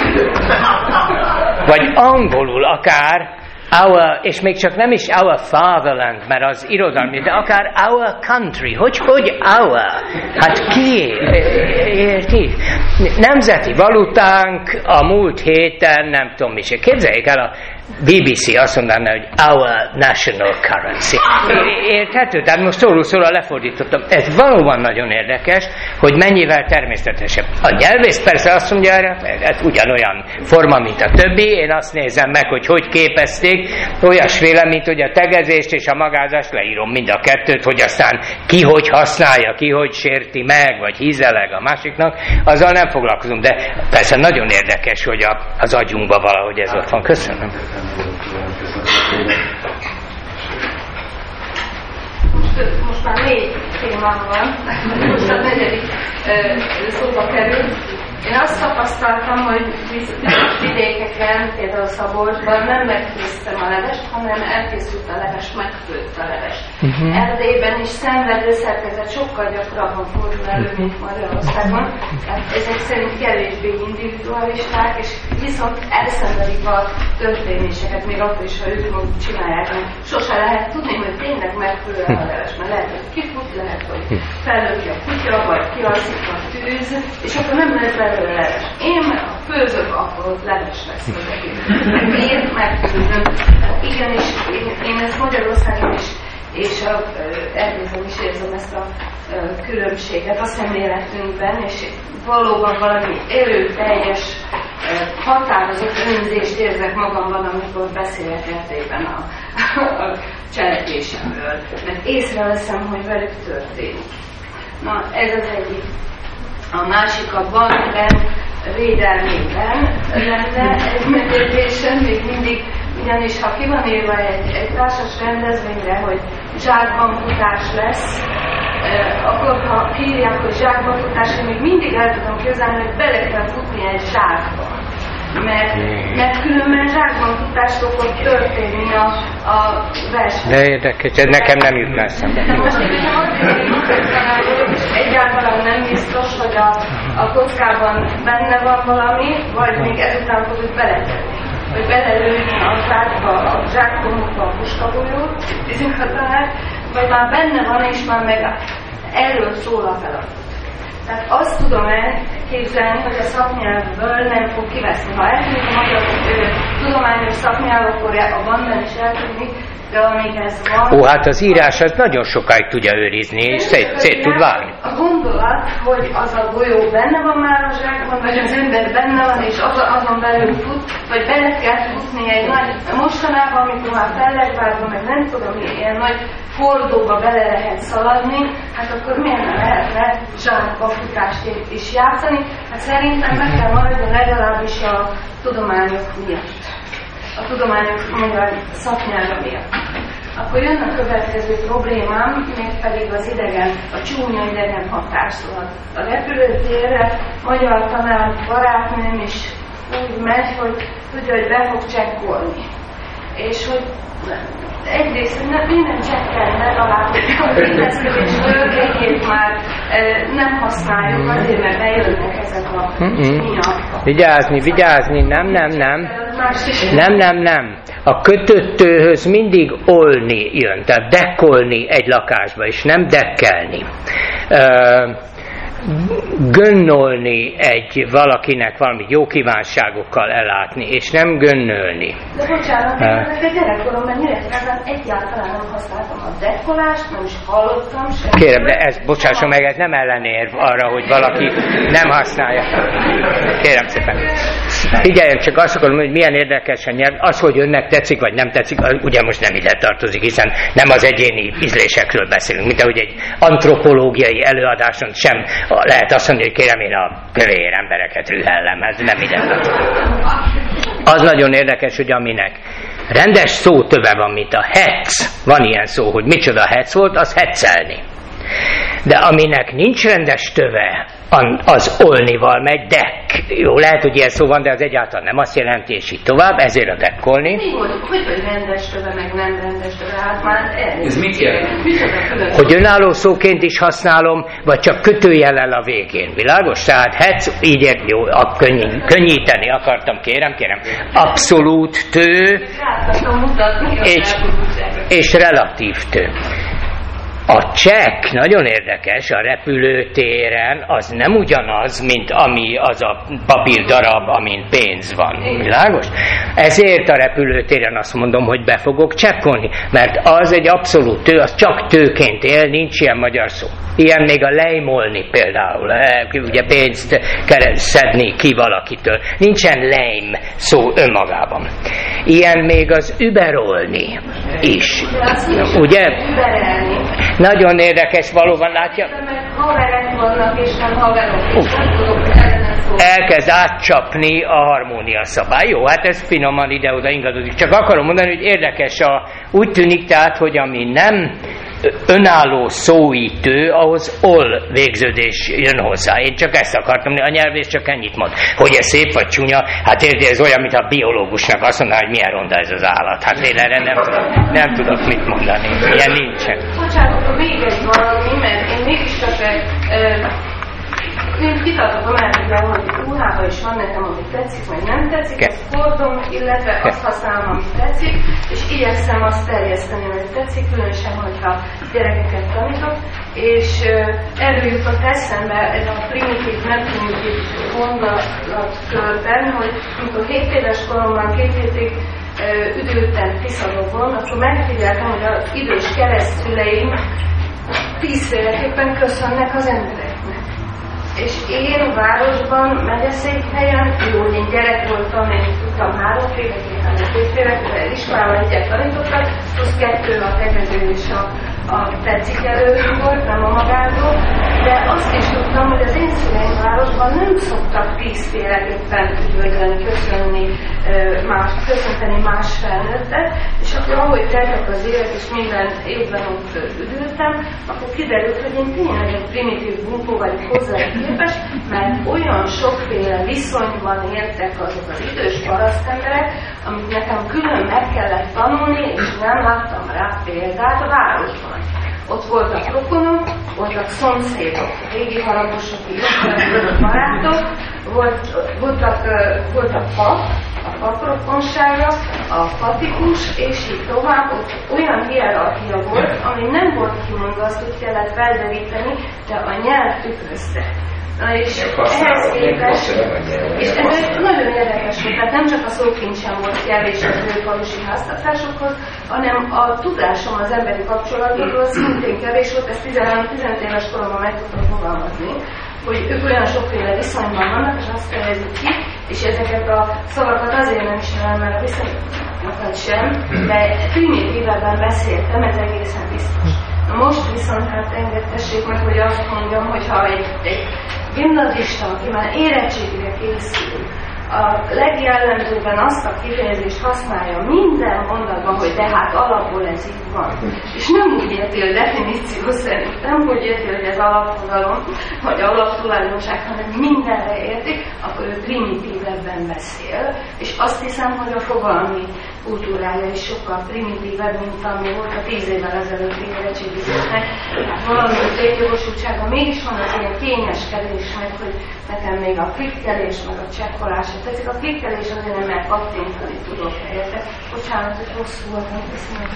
Vagy angolul akár our, és még csak nem is our fatherland, mert az irodalmi, de akár our country. Hogy, hogy our? Hát ki? Érti? Nemzeti valutánk a múlt héten, nem tudom mi se. Képzeljék el, a bé bé cé azt mondaná, hogy our national currency. Érthető? Tehát most szóló szóra lefordítottam. Ez valóban nagyon érdekes, hogy mennyivel természetesebb. A nyelvész persze azt mondja, ez ugyanolyan forma, mint a többi. Én azt nézem meg, hogy hogy képezték. Olyasféle, mint hogy a tegezést és a magázást leírom mind a kettőt, hogy aztán ki hogy használja, ki hogy sérti meg, vagy hízeleg a másiknak, azzal nem foglalkozunk. De persze nagyon érdekes, hogy a, az agyunkban valahogy ez ott van. Köszönöm. Most, most már négy témám van, most a negyedik szóba kerül. Én azt tapasztaltam, hogy bizonyos vidékeken, például Szabolcsban nem megfőztem a levest, hanem elkészült a leves, megfőtt a leves. Uh-huh. Erdélyben is szenvedő szerkezet sokkal gyakrabban fordul elő, mint Magyarországon. Tehát ezek szerint kevésbé individualisták, és viszont elszenvedik a történéseket, még akkor is, ha ők maguk csinálják, mert sose lehet tudni, hogy tényleg megfőle a leves, mert lehet, hogy kifut, lehet, hogy felöki a kutya, vagy kialszik a tűz, és akkor nem lesz belőle leves. Én meg a főzök, akkor ott leves lesz az egész. Miért megfőzöm? Igenis, én, én ezt Magyarországon is, és a Erdélyben is érzem ezt a különbséget a szemléletünkben, és valóban valami erőteljes, határozott önzést érzek magamban, amikor beszélek Erdélyben a, a cselekvésemről. Mert észreveszem, hogy velük történik. Na, ez az egyik. A másik a bankben védelmében lenne egy megértésen, még mindig, ugyanis ha ki van írva egy, egy társas rendezvényre, hogy zsákbankutás lesz, akkor ha kiírják, hogy zsákbankutás, én még mindig el tudom képzelni, hogy bele kell futni egy zsákba. Mert, mert különben zsákbankutás szokott történni a, a verseny. De érdekes, ez nekem nem jut eszembe. De most én azért egyáltalán nem biztos, hogy a, a kockában benne van valami, vagy még ezután fogjuk beletenni. Hogy belelőni a zsákba, a zsákkomukba a puskabolyót, vagy már benne van, és már meg erről szól a feladat. Tehát azt tudom elképzelni, hogy a szaknyelvből nem fog kiveszni. Ha eltűnik a magyar tudományos szaknyelv, akkor a bandan is eltűnik, de amíg ez van... Ó, hát az írás az nagyon sokáig tudja őrizni, és szét, szét tud vágni. A gondolat, hogy az a golyó benne van már a zsákban, vagy az ember benne van, és az, azon belül fut, vagy bele kell futni egy nagy... Mostanában, amikor már fellegvárban, meg nem tudom, ilyen nagy fordóba bele lehet szaladni, hát akkor miért nem lehetne zsákba futást is játszani? Hát szerintem meg kell maradni legalábbis a tudományok miatt. A tudományok magyar szaknyelve miatt. Akkor jön a következő problémám, mégpedig az idegen, a csúnya idegen hatásról. A repülőtérre magyar tanár barátnőm is úgy megy, hogy tudja, hogy be fog csekkolni. És hogy egyrészt, hogy nem, minden csekkel legalább, hogy intézkedésből egyébként már e, nem használjuk, azért, mert bejönnek ezek a csúnya. Vigyázni, vigyázni, nem, nem, nem. Nem, nem, nem. A kötöttőhöz mindig olni jön, tehát dekkolni egy lakásba, és nem dekkelni. Uh, gönnolni egy valakinek valami jó kívánságokkal ellátni, és nem gönnölni. De bocsánat, én ennek a gyerekkoromban nyilvánvalóan egyáltalán nem használtam a dekkolást, nem is hallottam sem. Kérem, de ez, bocsásson meg, ez nem ellenérv arra, hogy valaki nem használja. Kérem szépen. Figyeljen, csak azt akarom, hogy milyen érdekesen nyelv. Az, hogy önnek tetszik, vagy nem tetszik, ugye most nem ide tartozik, hiszen nem az egyéni ízlésekről beszélünk, mint ahogy egy antropológiai előadáson sem lehet azt mondani, hogy kérem, én a kövér embereket rühellem, ez nem ide tartozik. Az nagyon érdekes, hogy aminek rendes szótöve van, mint a hetz, van ilyen szó, hogy micsoda hetz volt, az hetzelni. De aminek nincs rendes töve, az olnival megy, dekk. Jó, lehet, hogy ilyen szó van, de az egyáltalán nem azt jelenti, és így tovább, ezért a dekkolni. Mi volt, hogy vagy rendes töve, meg nem rendes töve, hát már elég. Ez mit jelent? Hogy önálló szóként is használom, vagy csak kötőjellel a végén, világos? Tehát hetsz, így jó, a könny, könnyíteni akartam, kérem, kérem. Abszolút tő, és, és relatív tő. A csekk nagyon érdekes, a repülőtéren az nem ugyanaz, mint ami az a papírdarab, amin pénz van. Világos? Ezért a repülőtéren azt mondom, hogy be fogok csekkolni, mert az egy abszolút tő, az csak tőként él, nincs ilyen magyar szó. Ilyen még a lejmolni például, ugye pénzt szedni ki valakitől. Nincsen lejm szó önmagában. Ilyen még az überolni is. Ugye? Nagyon érdekes, valóban látja. Haverek vannak, és nem haverok. Elkezd átcsapni a harmónia szabály. Jó, hát ez finoman ide-oda ingadozik. Csak akarom mondani, hogy érdekes, a, úgy tűnik tehát, hogy ami nem önálló szóítő, ahhoz ol végződés jön hozzá. Én csak ezt akartam, a nyelvész csak ennyit mond. Hogy ez szép vagy csúnya, hát érti, ez olyan, mint a biológusnak azt mondaná, hogy milyen ronda ez az állat. Hát én erre nem tudok, nem tudok mit mondani. Ilyen nincsen. Bocsánat, még egy valami, mert én mégis csak én kitartok amellett, hogy ruhában is van nekem, amit tetszik, vagy nem tetszik, ezt fordom, illetve azt használom, amit tetszik, és igyekszem azt terjeszteni, amit tetszik, különösen, hogyha gyerekeket tanítok, és erről jutott eszembe ez a primitív, nem primitív gondolatkörben, hogy amikor hét éves koromban két hétig üdültem Tiszadogon, akkor megfigyeltem, hogy az idős keresztszüleim tízféleképpen köszönnek az embereknek. És én a városban, megyeszékhelyen, jó, hogy én gyerek voltam, én tudtam háromféle, kétféle, de iskolában egyet tanítottak, plusz kettő a tegező és a, a tetszikelő volt, nem a magától, de azt is tudtam, hogy az én szüleim városban nem szoktak tízféleképpen üdvözölni, köszönni, más, köszönteni más felnőttet, és akkor ahogy teltek az évek, és minden évben ott üdültem, akkor kiderült, hogy én tényleg egy primitív bunkó vagyok hozzá képes, mert olyan sokféle viszonyban éltek azok az idős parasztemberek, amit nekem külön meg kellett tanulni, és nem láttam rá példát a városban. Ott voltak rokonok, voltak szomszédok, régi haragosok, illetve barátok, volt, voltak, voltak pap, a paprokonsága, a patikus, és így tovább, ott olyan hierarchia volt, ami nem volt kimondva, azt úgy kellett felderíteni, de a nyelv tükrözte. Na és ehhez képest, és ez nagyon érdekes volt, tehát nem csak a szókincsem volt kevés az őfalusi háztartásokhoz, hanem a tudásom az emberi kapcsolatokról szintén kevés volt, ezt tizenhárom-tizenöt éves koromban meg tudtam fogalmazni, hogy ők olyan sokféle viszonyban vannak, és azt fejezik ki, és ezeket a szavakat azért nem ismerem, mert a viszonyokat sem, de primitívebben beszéltem, ez egészen biztos. Na most viszont hát engedtessék meg, hogy azt mondjam, hogy ha egy, egy gimnazista, aki már érettségére készül, a legjellemzőbben azt a kifejezést használja minden mondatban, hogy de hát alapból ez így van. És nem úgy érti a definíció szerint, nem úgy érti, hogy ez alapfogalom, vagy alaptulajdonság, hanem mindenre érti, akkor ő primitívebben beszél. És azt hiszem, hogy a fogalmi kultúrája is sokkal primitívebb, mint ami volt a tíz évvel ezelőtti érettségizésnek. Hát valami létjogosultsága mégis van az ilyen kényeskedés, meg hogy nekem még a klikkelés, meg a csekkolás. Tehát a klikkelés azért nem, mert kattintani tudok helyette. Bocsánat, hogy rosszul voltam, köszönöm.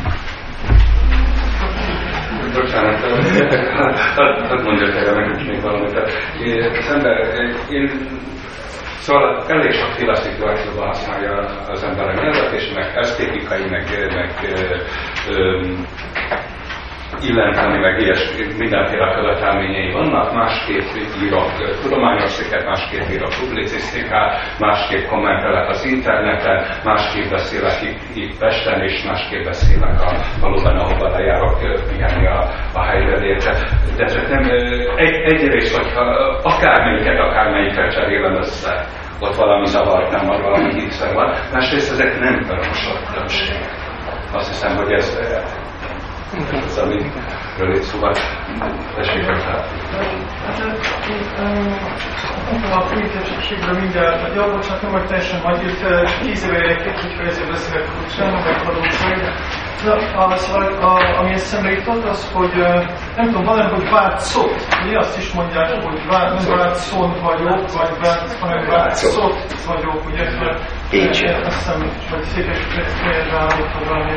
Bocsánat, hadd mondjak erre nekünk még valamit. Az ember, én szóval elég sokféle szituációban használja az ember a nyelvet, és meg esztétikai, meg, meg ö, ö, illenteni, meg ilyes mindenféle követelményei vannak, másképp írok tudományos cikket, másképp írok publicisztikát, másképp kommentelek az interneten, másképp beszélek itt, itt Pesten, és másképp beszélek a valóban, ahova lejárok pihenni a, a helyvedérre. De csak nem egy, egyrészt, hogyha akármelyiket, akármelyiket cserélem össze, ott valami zavart nem van, valami higszer van. Másrészt ezek nem olyan sok különbségek. Azt hiszem, hogy ez, ez ami rövid szóval esik fel. A fényképességről mindjárt a gyalogbocsánat, nem vagy teljesen nagy, itt tíz éve egy kifejező beszélek sem, megvalóság. Szóval, ami eszembe jutott, az, hogy nem tudom, valami, hogy várt szót. Ugye azt is mondják, hogy várt, nem várt szót vagyok, vagy várt, hanem várt szót vagyok, ugye? Így. Azt hiszem, hogy székességre állott, hogy valami.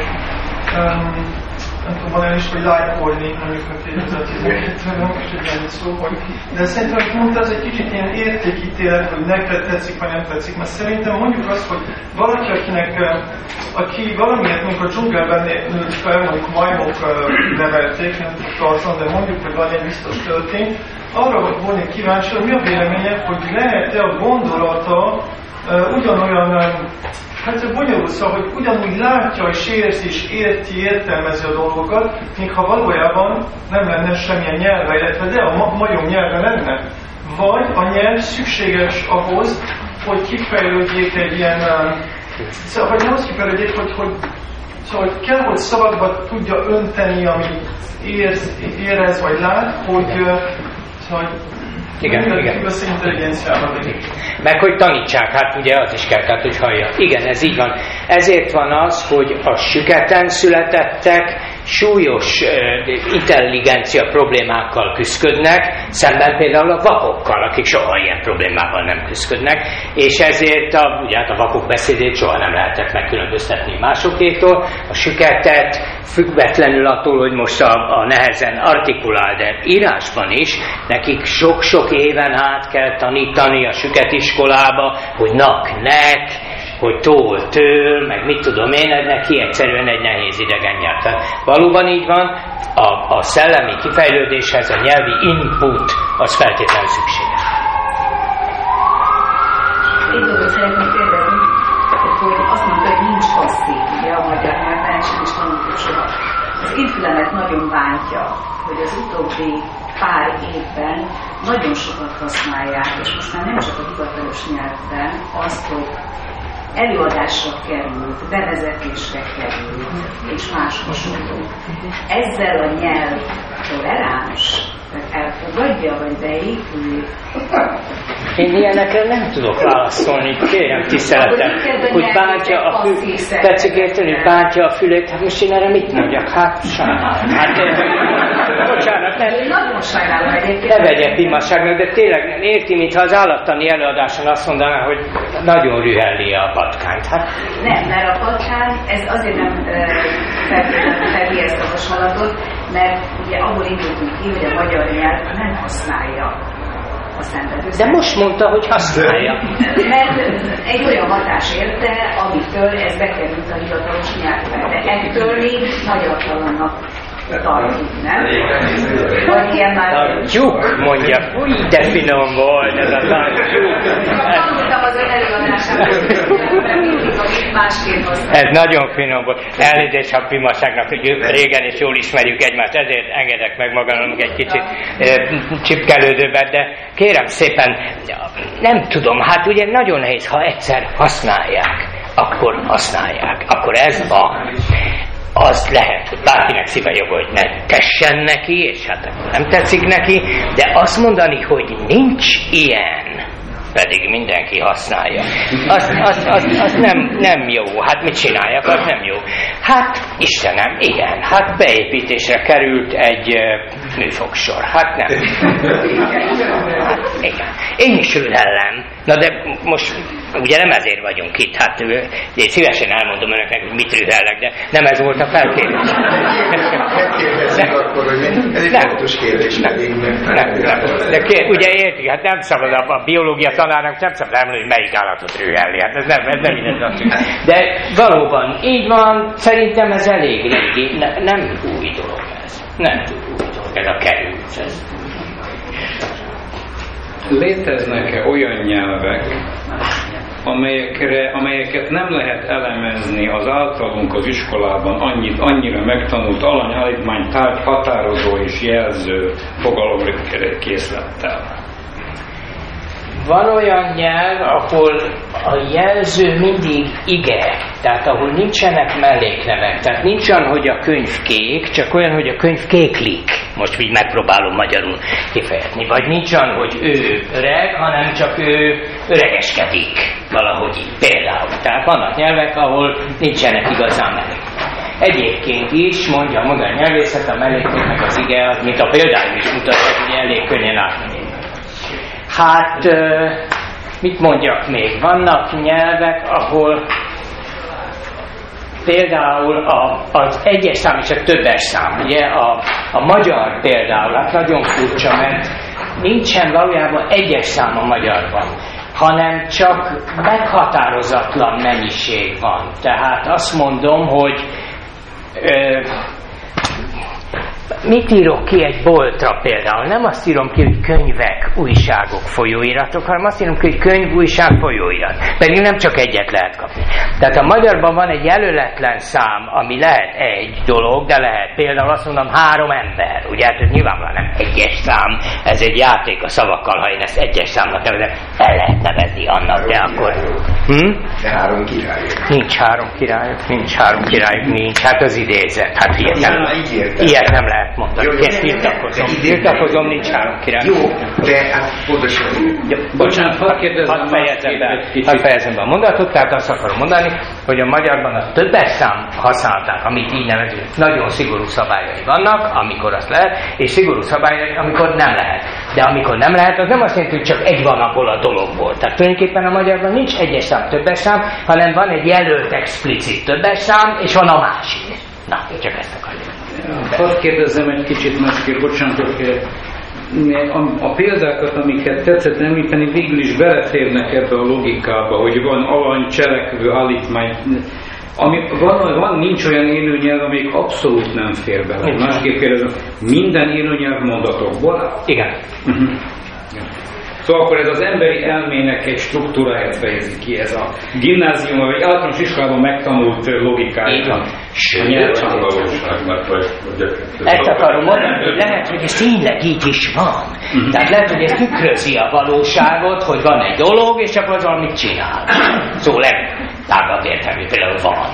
Nem tudom, van is, hogy lájkolni, mondjuk a kétezer-tizenkettőben, és egy ilyen szó, hogy... De szerintem, amit mondta, az egy kicsit ilyen értékítélet, hogy neked tetszik, vagy nem tetszik, mert szerintem mondjuk azt, hogy valaki, akinek, aki valamiért, mondjuk a dzsungelben nőtt fel, mondjuk majmok nevelték, nem tartom, de mondjuk, hogy van egy biztos történt, arra volnék kíváncsi, hogy mi a véleménye, hogy lehet-e a gondolata ugyanolyan, hát bonyolult, szóval, hogy ugyanúgy látja és érzi és érti, értelmezi a dolgokat, míg ha valójában nem lenne semmilyen nyelve, illetve de a ma- majom nyelve lenne. Vagy a nyelv szükséges ahhoz, hogy kifejlődjék egy ilyen, szóval, hogy ahhoz kifejlődjék, hogy, hogy, szóval, hogy kell, hogy szavakba tudja önteni, amit érz, érez vagy lát, hogy szóval, igen, igen. Meg hogy tanítsák, hát ugye az is kell, tehát hogy hallja. Igen, ez így van. Ezért van az, hogy a süketen születettek súlyos uh, intelligencia problémákkal küzdködnek, szemben például a vakokkal, akik soha ilyen problémával nem küzdködnek, és ezért a, ugye hát a vakok beszédét soha nem lehetett megkülönböztetni másokétól. A süketet függetlenül attól, hogy most a, a nehezen artikulál, de írásban is, nekik sok-sok éven át kell tanítani a süketiskolába, hogy nak, nek, hogy tól, től, meg mit tudom én, neki egyszerűen egy nehéz idegen nyelv. Tehát valóban így van, a, a szellemi kifejlődéshez a nyelvi input az feltétlenül szükséges. Egy dolgot szeretnék kérdezni, hogy azt mondta, hogy nincs passzív, ugye a magyar nyelven, sem is tanultuk soha. Az én fülemet nagyon bántja, hogy az utóbbi pár évben nagyon sokat használják, és most már nem csak a hivatalos nyelvben azt, hogy előadásra került, bevezetésre került, és más hasonló. Ezzel a nyelv toleráns, elfogadja, vagy beépül? Én ilyenekre nem tudok válaszolni, kérem tiszteletem, hogy bántja a fülét, tetszik érteni, hogy bántja a fülét, hát most én erre mit mondjak? Hát sajnálom. Hát, bocsánat, nem. Nagyon sajnálom egyébként. Ne vegye pimasságnak, de tényleg nem érti, mintha az állattani előadáson azt mondaná, hogy nagyon rühelli a patkányt. Hát. Nem, mert a patkány, ez azért nem feltétlenül felé ezt a hasonlatot, mert ugye abból indultunk ki, hogy a magyar nyelv nem használja a szenvedőt. De most mondta, hogy használja. Mert egy olyan hatás érte, amitől ez bekerült a hivatalos nyelvbe. De ettől még magyartalannak tartjuk, nem? Vagy ilyen már... Tartjuk, mondja. Új, de finom volt ez a tartjuk. Tanultam az ön előadásában, mindig, amit másképp használ. Ez nagyon finom volt. Elnézést a pimaságnak, hogy régen és jól ismerjük egymást, ezért engedek meg magamnak egy kicsit csipkelődőbbet, de kérem szépen, nem tudom, hát ugye nagyon nehéz, ha egyszer használják, akkor használják, akkor ez van. Az lehet, hogy bárkinek szíve joga, hogy ne tessen neki, és hát akkor nem tetszik neki, de azt mondani, hogy nincs ilyen, pedig mindenki használja. Az, az, az, az nem, nem jó. Hát mit csináljak? Az nem jó. Hát, Istenem, igen. Hát beépítésre került egy uh, műfogsor. Hát nem. Hát, igen. Én is rühellem. Na de most ugye nem ezért vagyunk itt. Hát én szívesen elmondom önöknek, hogy mit rühellek, de nem ez volt a felkérés. Megkérdezzük akkor, hogy ez egy fontos kérdés. Nem, nem, nem. De kér, ugye értik, hát nem szabad a, a biológia tanárnak nem szabad elmondani, hogy melyik állatot rühelli. Hát ez nem, ez nem ide. De valóban így van, szerintem ez elég régi, ne, nem új dolog ez. nem tudjuk, hogy ez a került. Ez. Léteznek-e olyan nyelvek, amelyekre, amelyeket nem lehet elemezni az általunk az iskolában annyit, annyira megtanult alanyállítmány tárgy határozó és jelző fogalomkészlettel? Van olyan nyelv, ahol a jelző mindig ige, tehát ahol nincsenek melléknevek, tehát nincs olyan, hogy a könyv kék, csak olyan, hogy a könyv kéklik. Most így megpróbálom magyarul kifejezni. Vagy nincs olyan, hogy ő öreg, hanem csak ő öregeskedik valahogy így például. Tehát vannak nyelvek, ahol nincsenek igazán melléknevek. Egyébként is, mondja a modern nyelvészet, a melléknévnek az ige, az, mint a példány is mutatja, hogy elég könnyen átmenni. Hát, mit mondjak még? Vannak nyelvek, ahol például a, az egyes szám és a többes szám, ugye a, a magyar például, hát nagyon furcsa, mert nincsen valójában egyes szám a magyarban, hanem csak meghatározatlan mennyiség van. Tehát azt mondom, hogy ö, mit írok ki egy boltra például? Nem azt írom ki, hogy könyvek, újságok, folyóiratok, hanem azt írom ki, hogy könyv, újság, folyóirat. Pedig nem csak egyet lehet kapni. Tehát a magyarban van egy jelöletlen szám, ami lehet egy dolog, de lehet például azt mondom három ember. Ugye, hát ez nyilvánvalóan nem egyes szám, ez egy játék a szavakkal, ha én ezt egyes számnak nevezem, el lehet nevezni annak, de akkor... Hm? De három király. Nincs három király, nincs három király, nincs. Hát az idézet, hát ilyet nem, ilyet nem lehet mondani. Én tiltakozom, tiltakozom, nincs három király. Jó, de hát pontosan... Bocsánat, hadd kérdezem, hadd fejezem be, hadd fejezem be a mondatot, tehát azt akarom mondani, hogy a magyarban a többes szám használták, amit így nevezünk, nagyon szigorú szabályai vannak, amikor azt lehet, és szigorú szabályai, amikor nem lehet. De amikor nem lehet, az nem azt jelenti, hogy csak egy van abból a dologból. Tehát tulajdonképpen a magyarban nincs egyes szám, többes szám, hanem van egy jelölt explicit többes szám, és van a másik. Na, csak ezt akarjuk. Hadd kérdezzem egy kicsit másképp, bocsánat, hogy a, a példákat, amiket tetszett említeni, végül is beleférnek ebbe a logikába, hogy van alany, cselekvő, állítmány. Ami, van, van, nincs olyan élőnyelv, amelyik abszolút nem fér bele. Nincs. Másképp kérdezem, minden élőnyelv mondatokból? Igen. Uh-huh. Szóval akkor ez az emberi elmének egy struktúráját fejezi ki, ez a gimnázium, vagy általános iskolában megtanult logikája. Sőt, ezt akarom mondani, hogy lehet, hogy ez tényleg így is van. Uh-huh. Tehát lehet, hogy ez tükrözi a valóságot, hogy van egy dolog, és akkor az valamit csinál. Szóval legtágabb értelmű például van.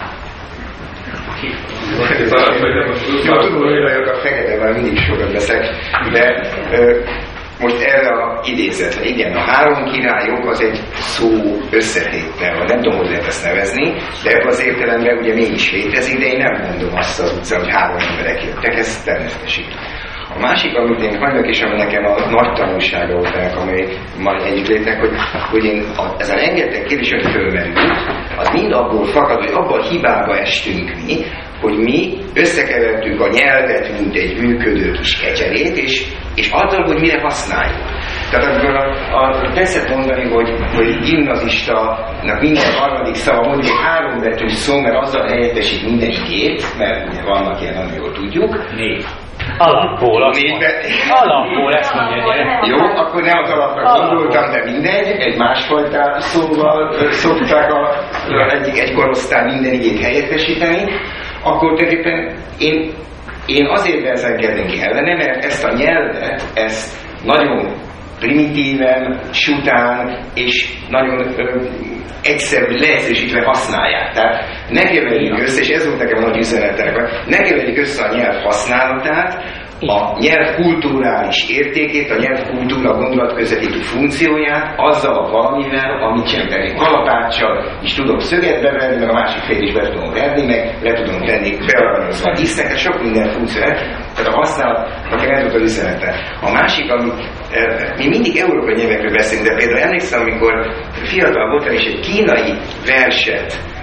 Jó, tudom, hogy vagyok a fekete, már mindig sokat veszek, de ö, most erre a idézetre, igen, a három királyok az egy szó összetétel, nem tudom, hogy lehet ezt nevezni, de ebben az értelemben ugye mégis létezik, de én nem mondom azt az utcán, hogy három emberek jöttek, ez természetesít. A másik, amit én hajlok, és ami nekem a nagy tanulsága voltak, amely majd együtt létnek, hogy, hogy én a, ez a rengeteg kérdés, hogy fölmerült, az mind abból fakad, hogy abban a hibába estünk mi, hogy mi összekevertük a nyelvet, mint egy működő kis kecserét, és, és azzal, hogy mire használjuk. Tehát amikor a, a tetszett mondani, hogy, hogy gimnazistának minden harmadik szava mondjuk egy hárombetűs szó, mert azzal helyettesít minden igét, mert ugye vannak ilyen, nagyon jól tudjuk. Négy. Alapból, azt mondja. Alapból, ezt mondja. Jó, akkor nem az alapra gondoltam, de mindegy, egy másfajta szóval szokták a, a egyik egy korosztály minden igét helyettesíteni, akkor tulajdonképpen én, én azért verzenkednék ellene, mert ezt a nyelvet, ezt nagyon primitíven, sután és nagyon ö, egyszerű, leegyszerűsítve használják. Tehát ne keverjük össze, és ez volt nekem a nagy üzenetek, ne keverjük össze a nyelv használatát, a nyelv kulturális értékét, a nyelv kultúra gondolatközvetítő funkcióját azzal a valamivel, amit sem tenni. Kalapáccsal is tudok szöget beverni, meg a másik fél is be tudom verni, meg le tudom tenni bearanyozva isznek, sok minden funkcióját. Tehát a használat, nekem ez volt az üzenete. A másik, amit e, mi mindig európai nyelvekről beszélünk, de például emlékszem, amikor fiatal voltam, és egy kínai verset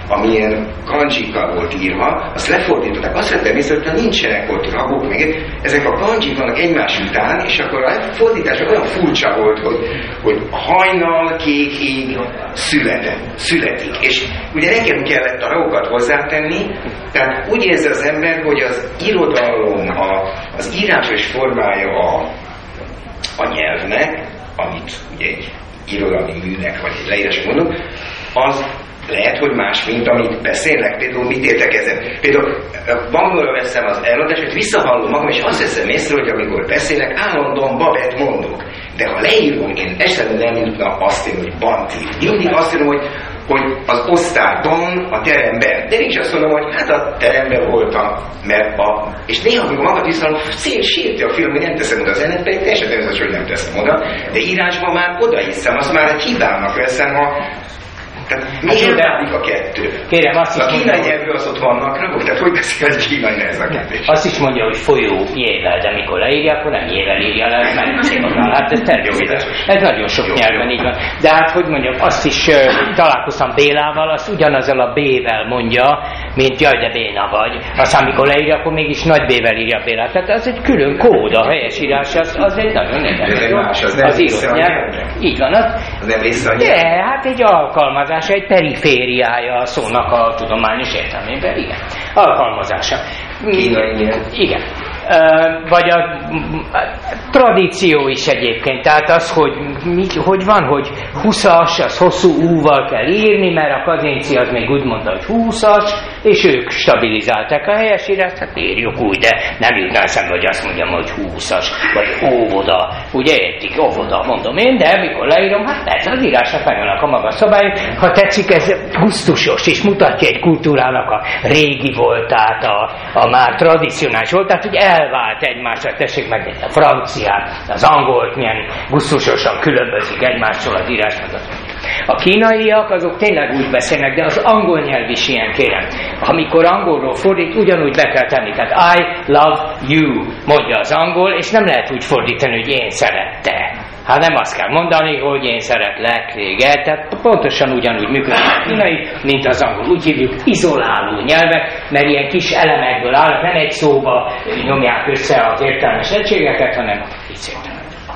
amilyen kanjikkal volt írva, azt lefordították. Azt vettem észre, hogy nincsenek ott ragok, még ezek a kanjik vannak egymás után, és akkor a fordítás olyan furcsa volt, hogy, hogy hajnal, kék ég született, születik. És ugye nekem kellett a ragokat hozzátenni, tehát úgy érzi az ember, hogy az irodalom, a, az írásos formája a, a nyelvnek, amit ugye egy irodalmi műnek, vagy egy leírásra mondok, az lehet, hogy más, mint amit beszélnek. Például mit értek ezen? Például magamra veszem az eladást, hogy visszahallom magam, és azt veszem észre, hogy amikor beszélek, állandóan babet mondok. De ha leírom, én esetleg nem jutna azt írni, hogy banti. Én mindig azt írom, hogy, hogy az osztályban, a teremben. De nincs azt mondom, hogy hát a teremben voltam, mert a... És néha, amikor magad visszahallom, szél sírti a film, hogy nem teszem oda a zenet, pedig teljesen természetes, hogy nem teszem oda. De írásban már odahiszem, azt már egy hibának veszem, ha tehát miért válik a kettő? Kérem, azt is a kínai nyelvű az ott vannak ragok, tehát hogy beszél, hogy kínai nyelv ez a kérdés? Azt is mondja, hogy folyó jével, de mikor leírja, akkor nem jével írja le, ez meg célokkal. Hát ez természetes. Ez nagyon sok jó, nyelven így van. De hát, hogy mondjam, azt is uh, találkoztam Bélával, azt ugyanazzal a B-vel mondja, mint jaj, de béna vagy. Aztán mikor leírja, akkor mégis nagy B-vel írja Bélát. Tehát az egy külön kód, a helyes írás, az, az egy nagyon érdekes. Az nem az írott nyelv. Így van. Az, az nem része a nyelv. De, hát egy alkalmazás, egy perifériája a szónak a tudományos értelmében, igen. Alkalmazása. Kínai nyelv. Igen. Vagy a, a tradíció is egyébként, tehát az, hogy, mi, hogy van, hogy húszas, az hosszú úval kell írni, mert a Kazinci az még úgy mondta, hogy húszas, és ők stabilizálták a helyesírást, hát írjuk úgy, de nem jutna eszembe, hogy azt mondjam, hogy húszas, vagy óvoda, ugye értik, óvoda, mondom én, de mikor leírom, hát ez az írásnak megvannak a maga szabály, ha tetszik, ez gusztusos, és mutatja egy kultúrának a régi voltát, a, a már tradicionális voltát, hogy elvált egymásra, tessék meg a franciát, az angolt, milyen gusztusosan különbözik egymástól az írásnak. A kínaiak azok tényleg úgy beszélnek, de az angol nyelv is ilyen, kérem. Amikor angolról fordít, ugyanúgy be kell tenni. Tehát I love you, mondja az angol, és nem lehet úgy fordítani, hogy én szerette. Hát nem azt kell mondani, hogy én szeretlek téged, tehát pontosan ugyanúgy működik a kínai, mint az angol. Úgy hívjuk izoláló nyelvek, mert ilyen kis elemekből áll, nem egy szóba nyomják össze az értelmes egységeket, hanem így szépen.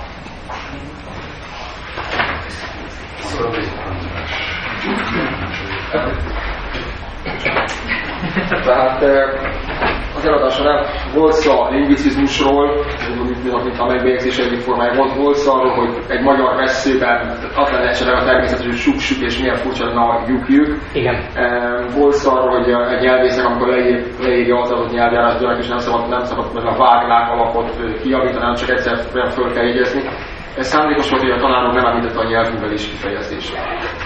Tehát az eladáson nem volt szó a lingvicizmusról, mint a megbélyegzés egyik formája, volt, volt szó arról, hogy egy magyar veszőben az lenne esetleg a természetes, hogy suk-suk és milyen furcsa na lyuk-lyuk. Igen. Volt szó arról, hogy egy nyelvésznek, amikor leír, leírja az adott nyelvjárás gyerek, és nem szabad, nem szabad meg a vágnák alapot kijavítani, hanem csak egyszer föl kell jegyezni. Ez szándékos volt, hogy a tanárok nem említette a nyelvművelés kifejezését.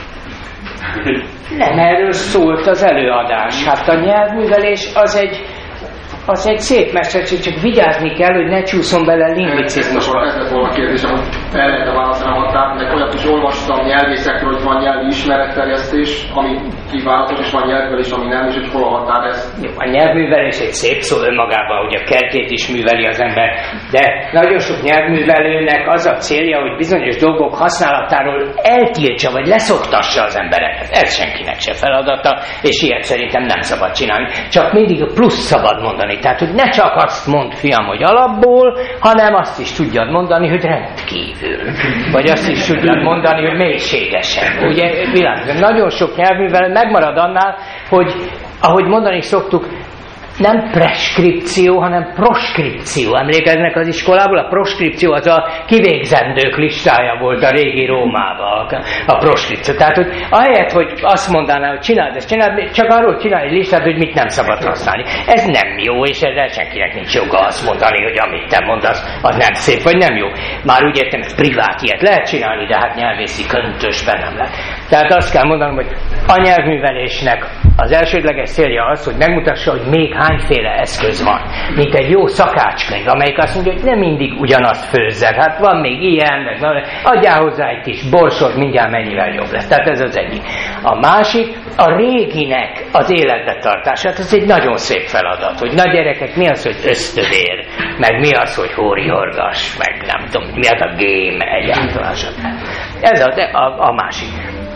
Nem erről szólt az előadás. Hát a nyelvművelés az egy, az egy szép mesterség, csak vigyázni kell, hogy ne csúszom bele lingvicizmusba. Ez lett volna a kérdésem, hogy el lehet-e válaszolni a határ, meg olyat is olvastam nyelvészekről, hogy van nyelvi ismeretterjesztés, ami kívánatos, és van nyelvművelés, ami nem, és hogy hol a határ ez. A nyelvművelés egy szép szó önmagában, hogy a kertét is műveli az ember, de nagyon sok nyelvművelőnek az a célja, hogy bizonyos dolgok használatáról eltiltsa, vagy leszoktassa az embereket. Ez senkinek se feladata, és ilyet szerintem nem szabad csinálni. Csak mindig a plusz szabad mondani. Tehát, hogy ne csak azt mondd, fiam, hogy alapból, hanem azt is tudjad mondani, hogy rendkívül. Vagy azt is tudjad mondani, hogy mélységesen. Ugye, világos. Nagyon sok nyelvművelő megmarad annál, hogy, ahogy mondani szoktuk, nem preskripció, hanem proskripció. Emlékeznek az iskolából? A proskripció az a kivégzendők listája volt a régi Rómában, a proskripció. Tehát, hogy ahelyett, hogy azt mondaná, hogy csináld ezt, csináld, csak arról csinálj egy listát, hogy mit nem szabad használni. Ez nem jó, és ezzel senkinek nincs joga azt mondani, hogy amit te mondasz, az nem szép, vagy nem jó. Már úgy értem, ez privát ilyet lehet csinálni, de hát nyelvészi köntösben nem lehet. Tehát azt kell mondanom, hogy a nyelvművelésnek az elsődleges célja az, hogy megmutassa, hogy még hányféle eszköz van. Mint egy jó szakácskönyv, amelyik azt mondja, hogy nem mindig ugyanazt főzzed. Hát van még ilyen, meg van, adjál hozzá egy kis borsot, mindjárt mennyivel jobb lesz. Tehát ez az egyik. A másik, a réginek az életbe tartását, ez egy nagyon szép feladat, hogy na gyerekek, mi az, hogy ösztövér, meg mi az, hogy hóri-horgas, meg nem tudom, mi az a game egyáltalán. Ez a, a, a másik.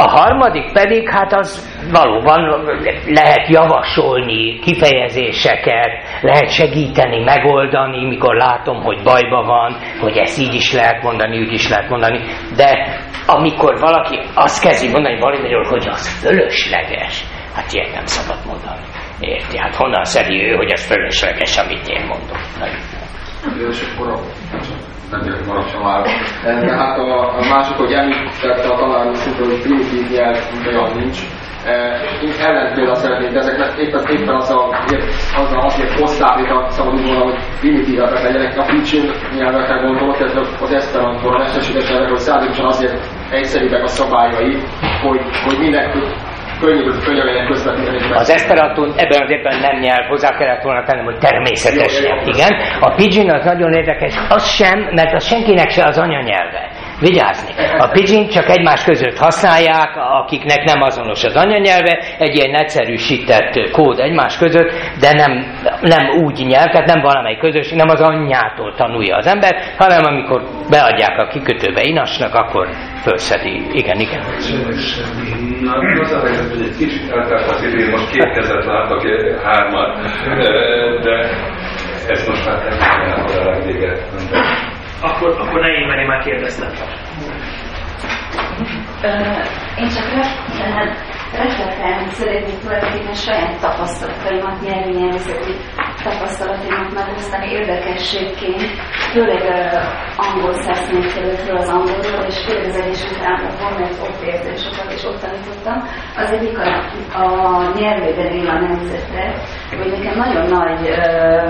A harmadik pedig, hát az valóban lehet javasolni kifejezéseket, lehet segíteni, megoldani, mikor látom, hogy bajba van, hogy ezt így is lehet mondani, úgy is lehet mondani, de amikor valaki azt kezdi mondani valamiről, hogy az fölösleges, hát ilyet nem szabad mondani. Érti? Hát honnan szedi ő, hogy az fölösleges, amit én mondok? És akkor nem jövök maradjon már. De hát a, a másik, hogy említette a tanárnő szintén, hogy primitív nyelv olyan nincs. Én ellenpéldául szeretnék, de ezeknek éppen, éppen az a, az a, azért hozzávétel szabadul volna, hogy primitívek legyenek. A pidgin nyelvekre gondolok, tehát az esperantóra, a mesterséges nyelvekre, hogy szándékosan azért egyszerűbbek a szabályai, hogy, hogy mindenki könnyű, könnyű legyen közvetíteni. Az esperantón ebben az évben nem nyelv, hozzá kellett volna tennem, hogy természetes jó, jó, nyelv, igen. A pidgin az nagyon érdekes, az sem, mert az senkinek se az anyanyelve. Vigyázni. A pidgin csak egymás között használják, akiknek nem azonos az anyanyelve, egy ilyen egyszerűsített kód egymás között, de nem, nem úgy nyelv, tehát nem valamelyik közösség, nem az anyjától tanulja az ember, hanem amikor beadják a kikötőbe inasnak, akkor fölszedi. Igen, igen. Na, az a helyzet, hogy egy kicsit eltelt az idő, most két kezet látok, hármat, de ez most már természetesen a legvéget. Akkor, akkor ne én, mert én már kérdeztem. Én csak reflektálni szeretnék tulajdonképpen saját tapasztalataimat, nyelvi nyelvészeti tapasztalataimat megosztani érdekességként, főleg angol szerszményterületről az angolról, és főleg az Egyesült Államokból, mert ott értem sokat, és ott tanítottam. Az egyik a, a nyelvében él a nemzetre, hogy nekem nagyon nagy ö,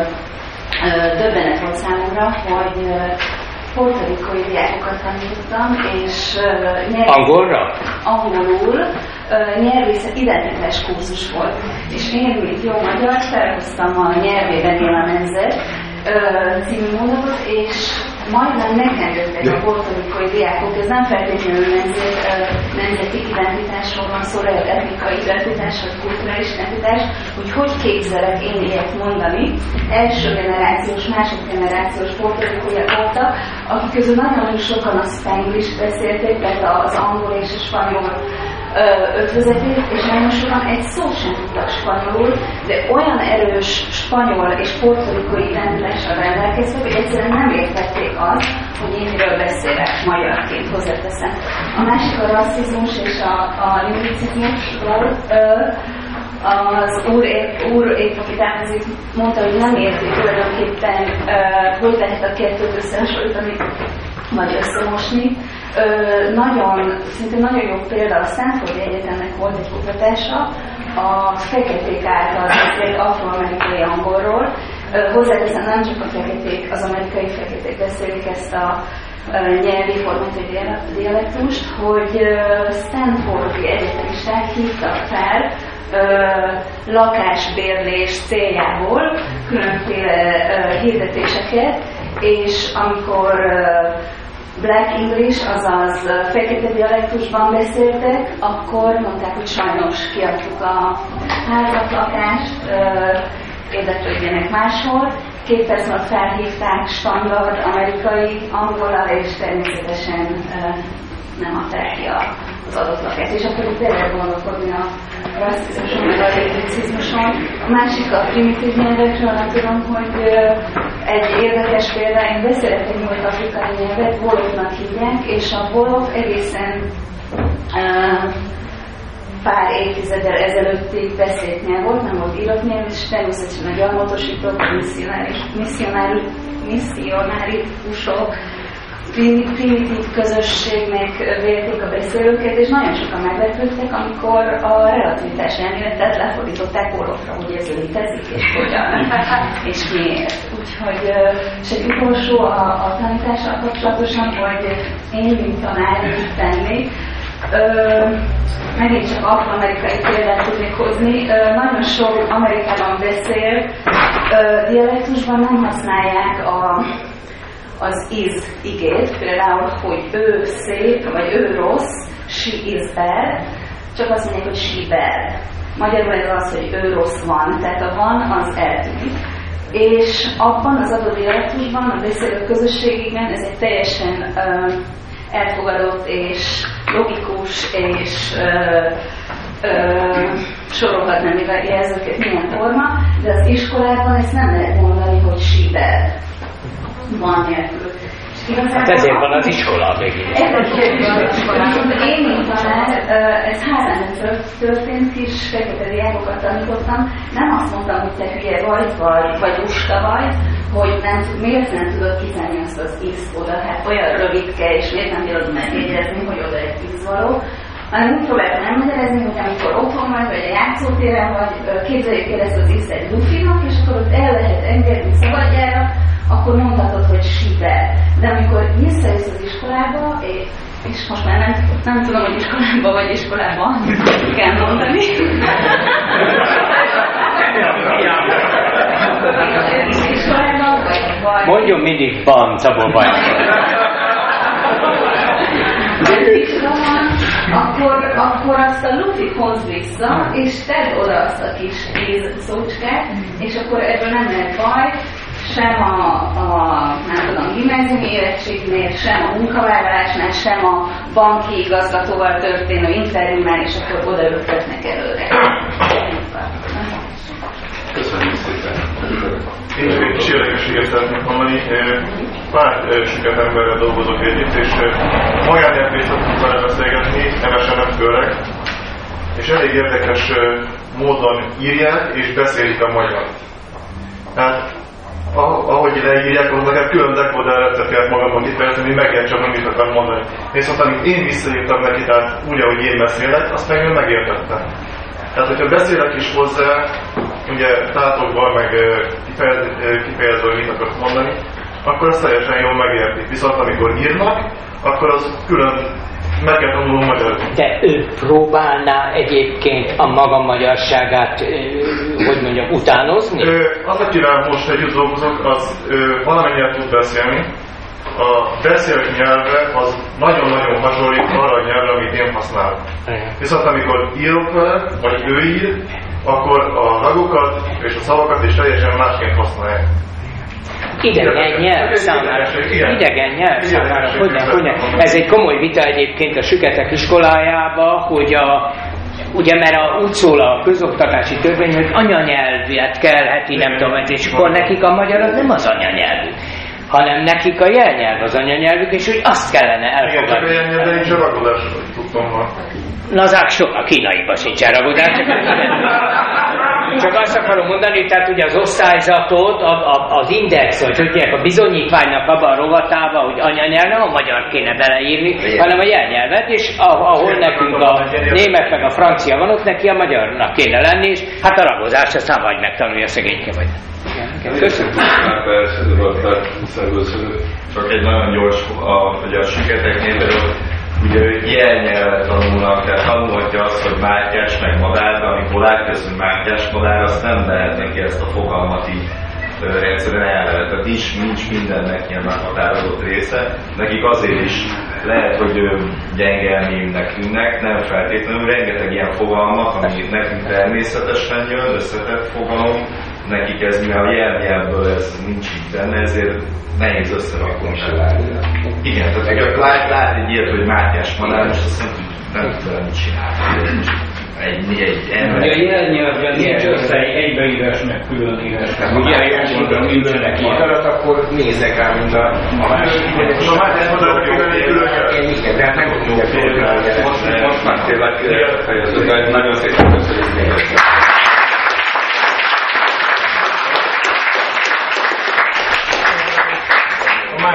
ö, döbbenet volt számomra, hogy portorikói diákokat tanítottam, és uh, nyelvészet... Angolra? Angolul uh, nyelvészet identitás kurzus volt. És én, mint jó magyar, felhoztam a Nyelvében él a nemzet uh, című mondatot, és majdnem megengedtek a portorikói diákok, ez nem feltétlenül nemzet, uh, nemzeti identitásról van szó, lehet etnikai identitás, vagy kulturális identitás, hogy hogy képzelek én ilyet mondani. Első generációs, másodgenerációs portorikóiak voltak, akik közül nagyon sokan a spanglish beszélték, tehát az angol és a spanyol ötvözetét, és nagyon sokan egy szót sem tudtak spanyolul, de olyan erős spanyol és portorikói identitással rendelkeztek, hogy egyszerűen nem értették azt, hogy én miről beszélek magyarként, hozzáteszem. A másik a rasszizmus és a, a lingvicizmusról. Az úr, úr épp, aki távozik, mondta, hogy nem érti tulajdonképpen, uh, hogy lehet a kettőt összehasonlítani, vagy összemosni. Uh, nagyon, szinte nagyon jó példa, a Stanford Egyetemnek volt egy kutatása a feketék által beszélt afroamerikai angolról. Uh, hozzáteszem, nem csak a feketék, az amerikai feketék beszélik ezt a uh, nyelvi formátum dialektust, hogy uh, Stanfordi egyetemisták hívtak fel Uh, lakásbérlés céljából különféle uh, hirdetéseket, és amikor uh, Black English, azaz uh, fekete dialektusban beszéltek, akkor mondták, hogy sajnos kiadtuk a házat, lakást, uh, érdeklődjenek máshol. Két perc alatt felhívták standard amerikai angolra, és természetesen uh, nem adták ki az adott lakást. És akkor itt erre gondolkodni a rasszizmuson, meg a lingvicizmuson. A másik a primitív nyelvekről, nem tudom, hogy egy érdekes példa, én beszélek egy nyugat-afrikai nyelvet, Wolofnak hívják, és a Wolof egészen uh, pár évtizeddel ezelőttig beszélt nyelv volt, nem volt írott nyelv, és természetesen a gyarmatosított misszionáriusok primitív közösségnek vélték a beszélőket, és nagyon sokan meglepődtek, amikor a relativitás elméletet lefordították Wolofra, hogy ez létezik, és hogyan, és miért. Úgyhogy, és egy utolsó a, a tanítással kapcsolatosan, hogy én, mint tanár, mit tennék. Megint csak afroamerikai példát tudnék hozni. Ö, nagyon sok Amerikában beszél ö, dialektusban nem használják a az is igét, például, hogy ő szép, vagy ő rossz, she is bad, csak azt mondják, hogy she bad. Magyarul ez az, hogy ő rossz van, tehát a van, az eltűnik. És abban az adott dialektusban, a beszélő közösségében ez egy teljesen uh, elfogadott és logikus és ö, ö, sorolhatnám még a jelzőket milyen forma, de az iskolában ezt nem lehet mondani, hogy síber van nélkül. Hát ezért van az iskola végig. Ezért van az iskola. Én, mint tanár, ez házán történt, kis fekete diákokat tanítottam, nem azt mondtam, hogy te hülye vagy, vagy, vagy lusta vagy, hogy nem, miért nem tudod kiszállni azt az X oda, hát olyan rövidke, és miért nem tudod megjegyezni, hogy oda egy X való, hanem úgy próbáltam elmagyarázni, hogy amikor otthon vagy, vagy a játszótéren vagy, képzeljük el ezt az X egy lufinak, és akkor ott el lehet engedni szabadjára, akkor mondhatod, hogy síber. De amikor visszajössz az iskolába, és most már nem, nem tudom, hogy iskolában vagy iskolában kell mondani. Iskolában vagy, vagy... Mondjon mindig van, Szabó vagy. Akkor, akkor azt a lufit hozd vissza, és tedd oda azt a kis kéz szócskát, és akkor ebből nem lehet baj, sem a, a nem tudom, gimnáziumi érettségnél, sem a munkavállalásnál, sem a banki igazgatóval történő interjúnál, és akkor odaültetnek előre. Köszönjük szépen! Én csak egy kis érdekességet szeretnék mondani. Pár süket emberrel dolgozok együtt, és magányelvét szoktunk vele beszélgetni, nevesen nem főleg, és elég érdekes módon írják és beszélik a magyart. Tehát ahogy leírják, ahhoz nekem külön dekoder receptet magamon kifejezni, hogy megértsem, hogy mit akar mondani. Viszont amit én visszaírtam neki, tehát úgy, ahogy én beszélek, azt meg ő megértette. Tehát, hogyha beszélek is hozzá, ugye tátokban, meg kifejezve, hogy mit akarsz mondani, akkor azt teljesen jól megértik. Viszont amikor írnak, akkor az külön meg kell tanulnom magyarul. De ő próbálná egyébként a maga magyarságát, hogy mondjam, utánozni? Ö, az, akivel most együtt dolgozok, az ö, valamennyire tud beszélni. A beszélt nyelve az nagyon-nagyon hasonlít arra a nyelvre, amit én használok. Viszont amikor írok vele, vagy ő ír, akkor a ragokat és a szavakat is teljesen másként használják. Idegen nyelv számára. Idegen nyelv számára. Hogyne, hogyne. Ez egy komoly vita egyébként a süketek iskolájába, hogy a ugye, mert a, úgy szól a közoktatási törvény, hogy anyanyelvet kell heti, nem tudom, és akkor nekik a magyar az nem az anyanyelvük, hanem nekik a jelnyelv az anyanyelvük, és hogy azt kellene elfogadni. Igen, csak a jelnyelv, de nincs a ragodás, hogy tudtam ma. Lazák sok, a kínaiban sincs ragodás, csak, csak azt akarom mondani, tehát ugye az osztályzatot, a, a, az index, vagy tudják, a bizonyítványnak abban a rovatában, hogy anyanyelv, nem a magyar kéne beleírni, hanem a jelnyelvet, és ahol nekünk a német meg a francia van, ott neki a magyarnak kéne lenni, és hát a ragozást aztán vagy megtanulja szegényke vagy. Köszönöm. Csak egy nagyon gyors, a, hogy a süketeknél ugye jelnyelvet tanulnak, tehát tanulhatja azt, hogy Mátyás meg madár, de amikor látkozunk Mátyás madár, azt nem lehet neki ezt a fogalmat így ö, egyszerűen elvehet. Tehát nincs, nincs mindennek ilyen meghatározott része. Nekik azért is lehet, hogy gyenge elmémnek tűnnek, nem feltétlenül. Rengeteg ilyen fogalmat, ami nekünk természetesen jön, összetett fogalom, nekik ez, mivel a jelnyelvből ez nincs így benne, ezért nehéz összerakni se. Igen, tehát hogy lát, lát egy ilyet, hogy Mátyás madár, most azt nem tudjuk, nem tudom, mit csinálni. Egy, egy ember. Ugye a jelnyelvben nincs össze egybeírás, meg különírás. Ugye jelnyelvben nincsenek ilyen. Akkor nézek rá, mint a másik. A Mátyás madár külön tehát nem tudjuk. Most már tényleg fejeződni, nagyon szépen köszönjük.